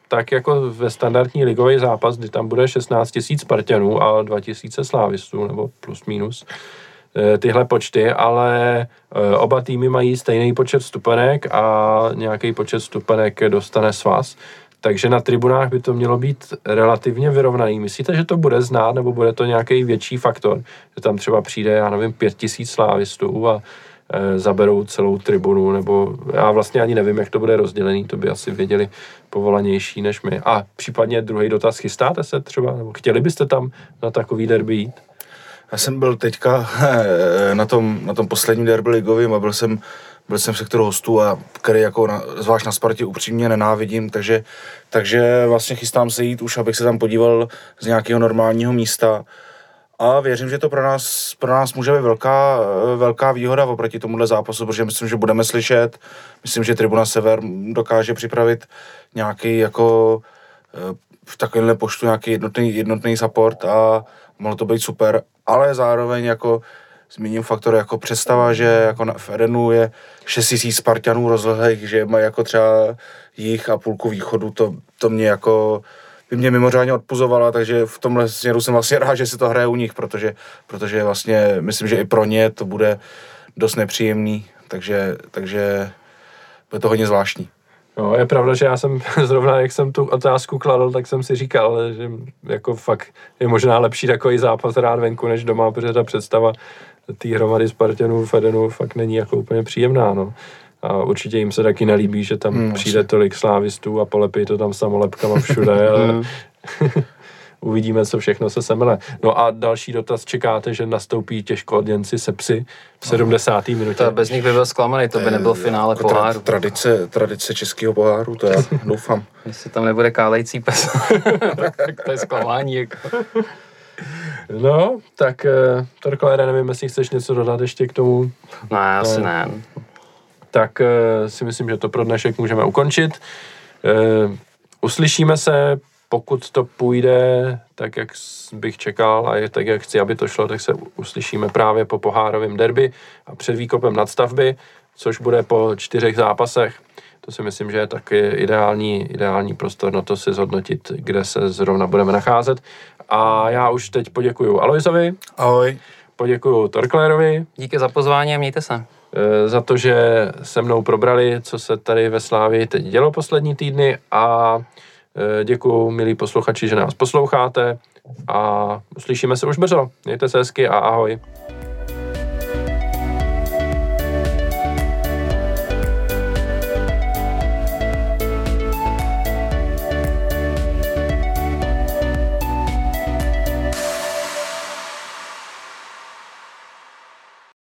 S1: tak jako ve standardní ligový zápas, kdy tam bude šestnáct tisíc Spartanů a dva tisíce slávistů, nebo plus minus tyhle počty, ale oba týmy mají stejný počet stupenek a nějaký počet stupenek dostane svaz. Takže na tribunách by to mělo být relativně vyrovnaný. Myslíte, že to bude znát, nebo bude to nějaký větší faktor? Že tam třeba přijde, já nevím, pět tisíc slávistů a e, zaberou celou tribunu, nebo já vlastně ani nevím, jak to bude rozdělený, to by asi věděli povolanější než my. A případně druhý dotaz, chystáte se třeba, nebo chtěli byste tam na takový derby jít?
S2: Já jsem byl teďka na tom, na tom posledním derby ligovým a byl jsem, byl jsem v sektoru hostů, a který jako na, zvlášť na Spartě upřímně nenávidím, takže, takže vlastně chystám se jít už, abych se tam podíval z nějakého normálního místa a věřím, že to pro nás, pro nás může být velká, velká výhoda oproti tomuhle zápasu, protože myslím, že budeme slyšet, myslím, že Tribuna Sever dokáže připravit nějaký jako v takovémhle počtu nějaký jednotný, jednotný support a mohlo to být super, ale zároveň jako zmíním faktor jako představa, že jako na, v Edenu je šest tisíc Spartanů rozlehlých, že mají jako třeba jich a půlku východu, to, to mě jako by mě mimořádně odpuzovala, takže v tomhle směru jsem vlastně rád, že si to hraje u nich, protože, protože vlastně myslím, že i pro ně to bude dost nepříjemný, takže, takže bude to hodně zvláštní.
S1: No, je pravda, že já jsem zrovna, jak jsem tu otázku kladl, tak jsem si říkal, že jako fakt je možná lepší takový zápas hrát venku než doma, protože ta představa té hromady Spartanů v Edenu fakt není jako úplně příjemná, no. A určitě jim se taky nelíbí, že tam hmm, přijde tolik slávistů a polepí to tam samolepkama všude, ale uvidíme, co všechno se semele. No a další dotaz, čekáte, že nastoupí těžkoodněnci se psy v sedmdesáté minutě?
S3: To bez nich by byl zklamaný, to by nebyl finále
S2: jako
S3: poháru.
S2: Tradice, tradice českého poháru, to já doufám.
S3: Jestli tam nebude kálející pes, tak to je zklamání. Jako.
S1: No, tak Torklére, nevím, jestli chceš něco dodat ještě k tomu.
S3: Ne, asi ne.
S1: Tak si myslím, že to pro dnešek můžeme ukončit. Uslyšíme se, pokud to půjde tak, jak bych čekal a tak, jak chci, aby to šlo, tak se uslyšíme právě po pohárovém derby a před výkopem nadstavby, což bude po čtyřech zápasech. To si myslím, že je taky ideální, ideální prostor na to si zhodnotit, kde se zrovna budeme nacházet. A já už teď poděkuju Alojzovi.
S2: Ahoj.
S1: Poděkuju Torklérovi.
S3: Díky za pozvání a mějte se.
S1: Za to, že se mnou probrali, co se tady ve Slávii teď dělo poslední týdny, a děkuju, milí posluchači, že nás posloucháte a uslyšíme se už brzo. Mějte se hezky a ahoj.